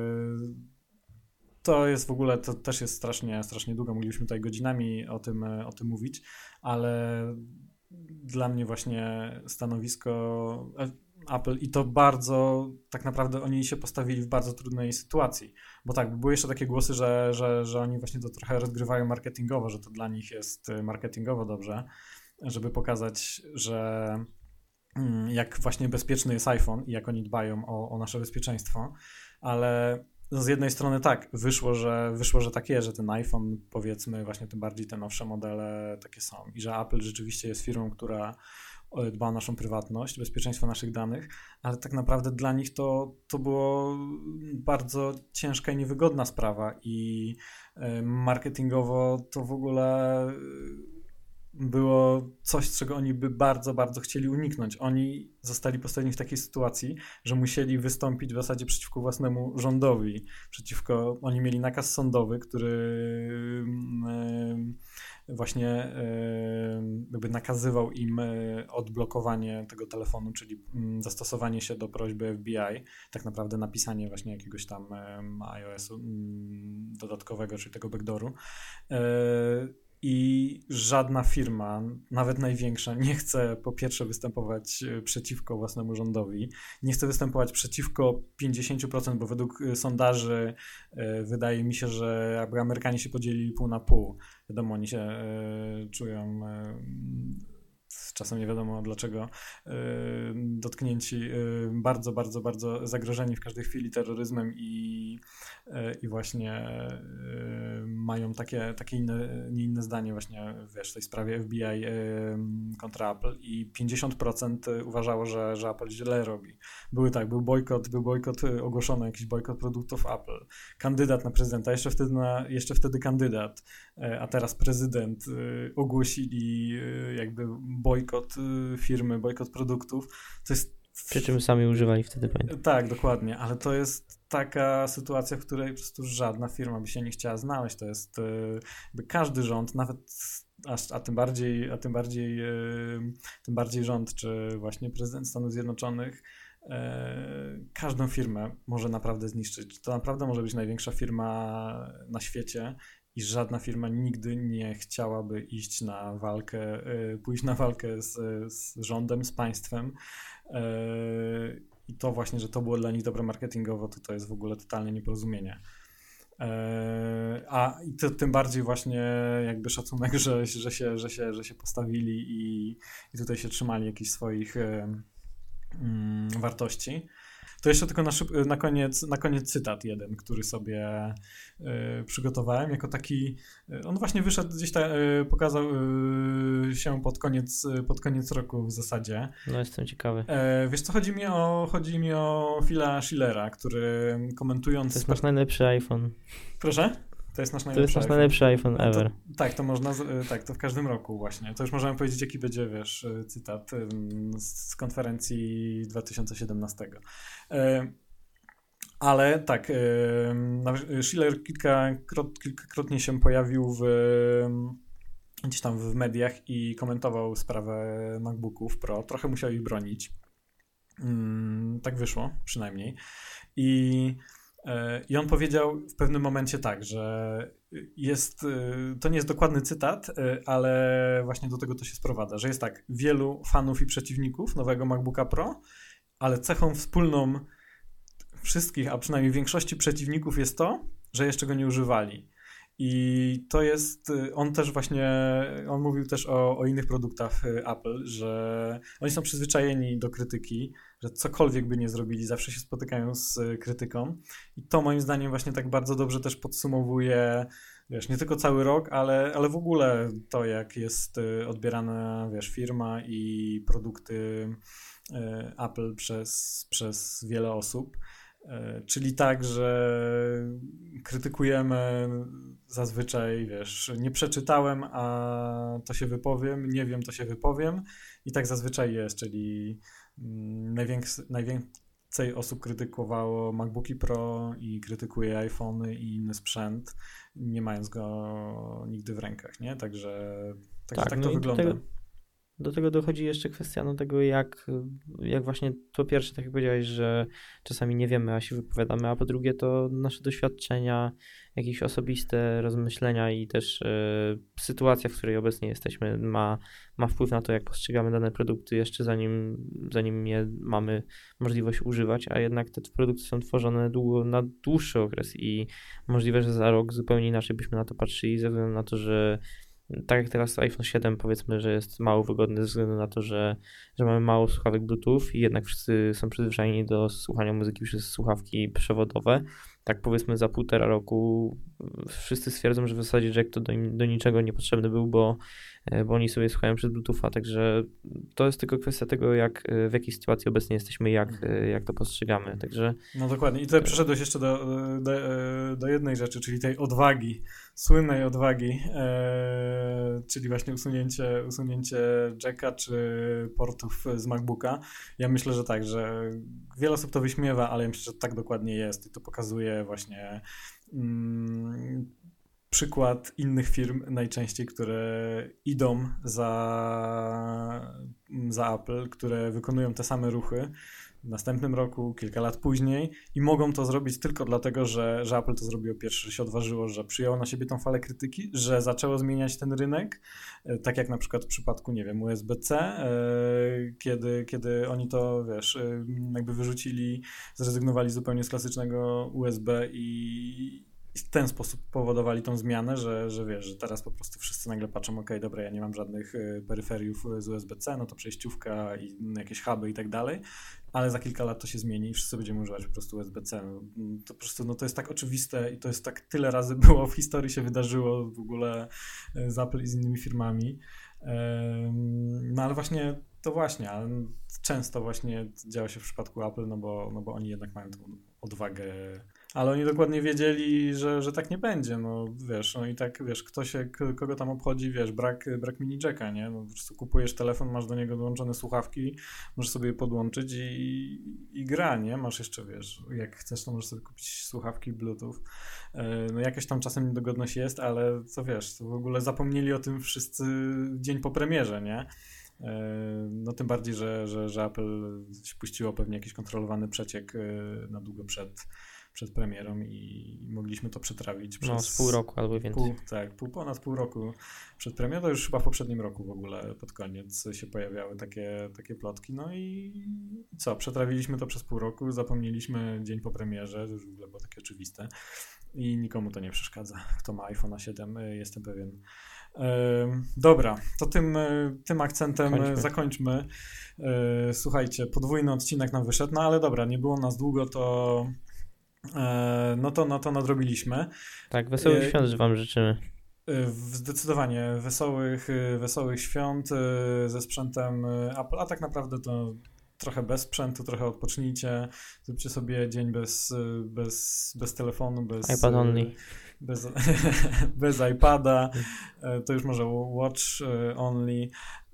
To jest w ogóle, to też jest strasznie długo, moglibyśmy tutaj godzinami o tym mówić, ale dla mnie właśnie stanowisko Apple i to bardzo, tak naprawdę oni się postawili w bardzo trudnej sytuacji, bo tak, były jeszcze takie głosy, że oni właśnie to trochę rozgrywają marketingowo, że to dla nich jest marketingowo dobrze, żeby pokazać, że jak właśnie bezpieczny jest iPhone i jak oni dbają o nasze bezpieczeństwo, ale z jednej strony tak, wyszło, że tak jest, że ten iPhone, powiedzmy właśnie tym bardziej te nowsze modele takie są i że Apple rzeczywiście jest firmą, która dba o naszą prywatność, bezpieczeństwo naszych danych, ale tak naprawdę dla nich to było bardzo ciężka i niewygodna sprawa i marketingowo to w ogóle było coś, czego oni by bardzo, bardzo chcieli uniknąć. Oni zostali postawieni w takiej sytuacji, że musieli wystąpić w zasadzie przeciwko własnemu rządowi. Oni mieli nakaz sądowy, który właśnie jakby nakazywał im odblokowanie tego telefonu, czyli zastosowanie się do prośby FBI, tak naprawdę napisanie właśnie jakiegoś tam iOS-u dodatkowego, czyli tego backdooru. I żadna firma, nawet największa, nie chce po pierwsze występować przeciwko własnemu rządowi, nie chce występować przeciwko 50%, bo według sondaży wydaje mi się, że jakby Amerykanie się podzielili pół na pół. Wiadomo, oni się czują czasem nie wiadomo dlaczego dotknięci bardzo, bardzo, bardzo zagrożeni w każdej chwili terroryzmem i właśnie mają takie nie inne zdanie właśnie, wiesz, w tej sprawie FBI kontra Apple i 50% uważało, że Apple źle robi. Był bojkot ogłoszony, jakiś bojkot produktów Apple. Kandydat na prezydenta, jeszcze wtedy kandydat, a teraz prezydent ogłosili jakby bojkot firmy, bojkot produktów. To jest przy czym sami używali wtedy, pamiętam. Tak, dokładnie, ale to jest taka sytuacja, w której po prostu żadna firma by się nie chciała znaleźć. To jest jakby każdy rząd, nawet tym bardziej rząd, czy właśnie prezydent Stanów Zjednoczonych, każdą firmę może naprawdę zniszczyć. To naprawdę może być największa firma na świecie i żadna firma nigdy nie chciałaby pójść na walkę z rządem, z państwem. I to właśnie, że to było dla nich dobre marketingowo, to jest w ogóle totalne nieporozumienie. I to tym bardziej właśnie jakby szacunek, że się postawili i tutaj się trzymali jakichś swoich wartości. To jeszcze tylko na koniec cytat jeden, który sobie przygotowałem jako taki, on właśnie wyszedł gdzieś pokazał się pod koniec roku w zasadzie. No jestem ciekawy. Wiesz co, chodzi mi o Phila Schillera, który komentując... To jest nasz najlepszy iPhone. Proszę? To jest nasz najlepszy iPhone ever. To w każdym roku właśnie. To już możemy powiedzieć, jaki będzie, wiesz, cytat z konferencji 2017. Ale tak, Schiller kilkakrotnie się pojawił gdzieś tam w mediach i komentował sprawę MacBooków Pro. Trochę musiał ich bronić. Tak wyszło przynajmniej. I on powiedział w pewnym momencie tak, że to nie jest dokładny cytat, ale właśnie do tego to się sprowadza, że jest tak, wielu fanów i przeciwników nowego MacBooka Pro, ale cechą wspólną wszystkich, a przynajmniej większości przeciwników jest to, że jeszcze go nie używali. I to jest, on mówił też o innych produktach Apple, że oni są przyzwyczajeni do krytyki, że cokolwiek by nie zrobili, zawsze się spotykają z krytyką. I to moim zdaniem właśnie tak bardzo dobrze też podsumowuje, wiesz, nie tylko cały rok, ale w ogóle to, jak jest odbierana, wiesz, firma i produkty Apple przez wiele osób. Czyli tak, że krytykujemy zazwyczaj, wiesz, nie przeczytałem, a to się wypowiem, nie wiem, to się wypowiem i tak zazwyczaj jest, czyli najwięcej osób krytykowało MacBooki Pro i krytykuje iPhony i inny sprzęt, nie mając go nigdy w rękach, nie? Także tak to wygląda. Do tego dochodzi jeszcze kwestia tego, jak właśnie po pierwsze, tak jak powiedziałeś, że czasami nie wiemy, a się wypowiadamy, a po drugie to nasze doświadczenia, jakieś osobiste rozmyślenia i też sytuacja, w której obecnie jesteśmy, ma wpływ na to, jak postrzegamy dane produkty jeszcze zanim je mamy możliwość używać, a jednak te produkty są tworzone na dłuższy okres i możliwe, że za rok zupełnie inaczej byśmy na to patrzyli, ze względu na to, że tak jak teraz iPhone 7 powiedzmy, że jest mało wygodny ze względu na to, że mamy mało słuchawek Bluetooth i jednak wszyscy są przyzwyczajeni do słuchania muzyki przez słuchawki przewodowe. Tak powiedzmy za 1,5 roku wszyscy stwierdzą, że w zasadzie jack to do niczego niepotrzebny był, bo oni sobie słuchają przez Bluetootha, także to jest tylko kwestia tego, w jakiej sytuacji obecnie jesteśmy, jak to postrzegamy, także... No dokładnie i tutaj przeszedłeś jeszcze do jednej rzeczy, czyli tej odwagi, słynnej odwagi, czyli właśnie usunięcie jacka czy portów z MacBooka. Ja myślę, że tak, że wiele osób to wyśmiewa, ale ja myślę, że tak dokładnie jest i to pokazuje właśnie przykład innych firm najczęściej, które idą za Apple, które wykonują te same ruchy w następnym roku, kilka lat później i mogą to zrobić tylko dlatego, że Apple to zrobiło pierwsze, że się odważyło, że przyjęło na siebie tą falę krytyki, że zaczęło zmieniać ten rynek, tak jak na przykład w przypadku, nie wiem, USB-C, kiedy oni to, wiesz, jakby wyrzucili, zrezygnowali zupełnie z klasycznego USB i w ten sposób powodowali tą zmianę, że wiesz, że teraz po prostu wszyscy nagle patrzą, okej, dobra, ja nie mam żadnych peryferiów z USB-C, no to przejściówka i jakieś huby i tak dalej, ale za kilka lat to się zmieni i wszyscy będziemy używać po prostu USB-C. To po prostu, no to jest tak oczywiste i to jest tak tyle razy było w historii się wydarzyło w ogóle z Apple i z innymi firmami. No ale właśnie, ale często właśnie działa się w przypadku Apple, no bo oni jednak mają tą odwagę. Ale oni dokładnie wiedzieli, że tak nie będzie, no wiesz, no i tak, wiesz, kogo tam obchodzi, wiesz, brak mini jacka, nie, no po prostu kupujesz telefon, masz do niego dołączone słuchawki, możesz sobie je podłączyć i gra, nie, masz jeszcze, wiesz, jak chcesz, to możesz sobie kupić słuchawki Bluetooth, no jakaś tam czasem niedogodność jest, ale co wiesz, to w ogóle zapomnieli o tym wszyscy dzień po premierze, nie. No tym bardziej, że Apple puściło pewnie jakiś kontrolowany przeciek na długo przed premierą i mogliśmy to przetrawić przez pół roku albo więcej. Ponad pół roku przed premierą, to już chyba w poprzednim roku w ogóle pod koniec się pojawiały takie plotki, no i co, przetrawiliśmy to przez pół roku, zapomnieliśmy dzień po premierze, to już w ogóle było takie oczywiste i nikomu to nie przeszkadza, kto ma iPhone'a 7, jestem pewien. Dobra, to tym akcentem zakończmy. Słuchajcie, podwójny odcinek nam wyszedł, no ale dobra, nie było nas długo, to nadrobiliśmy. Tak, wesołych świąt wam życzymy. Zdecydowanie wesołych świąt ze sprzętem Apple, a tak naprawdę to trochę bez sprzętu, trochę odpocznijcie, zróbcie sobie dzień bez telefonu, bez iPad only. Bez iPada, to już może watch only.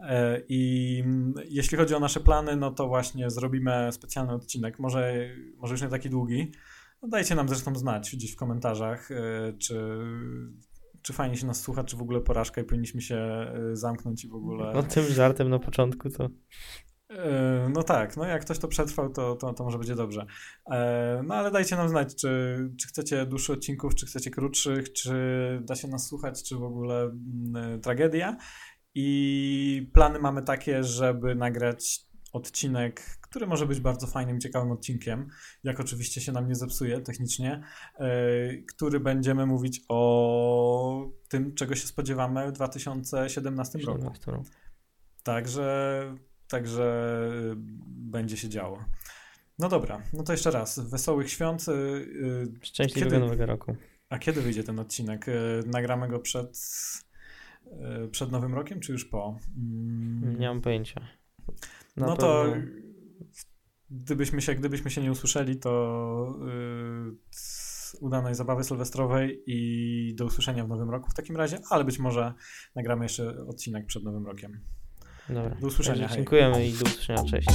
I jeśli chodzi o nasze plany, no to właśnie zrobimy specjalny odcinek, może już nie taki długi, No dajcie nam zresztą znać gdzieś w komentarzach, czy fajnie się nas słucha, czy w ogóle porażka i powinniśmy się zamknąć i w ogóle... No tym żartem na początku to... No tak, no jak ktoś to przetrwał, to może będzie dobrze. No ale dajcie nam znać, czy chcecie dłuższych odcinków, czy chcecie krótszych, czy da się nas słuchać, czy w ogóle tragedia. I plany mamy takie, żeby nagrać odcinek, który może być bardzo fajnym, ciekawym odcinkiem, jak oczywiście się nam nie zepsuje technicznie, który będziemy mówić o tym, czego się spodziewamy w 2017 roku. Także będzie się działo. No dobra, no to jeszcze raz. Wesołych świąt. Szczęśliwego Nowego Roku. A kiedy wyjdzie ten odcinek? Nagramy go przed Nowym Rokiem, czy już po? Nie mam pojęcia. No to gdybyśmy się nie usłyszeli, to udanej zabawy sylwestrowej i do usłyszenia w Nowym Roku w takim razie, ale być może nagramy jeszcze odcinek przed Nowym Rokiem. Dobra. Do usłyszenia. Dziękujemy i do usłyszenia. Cześć.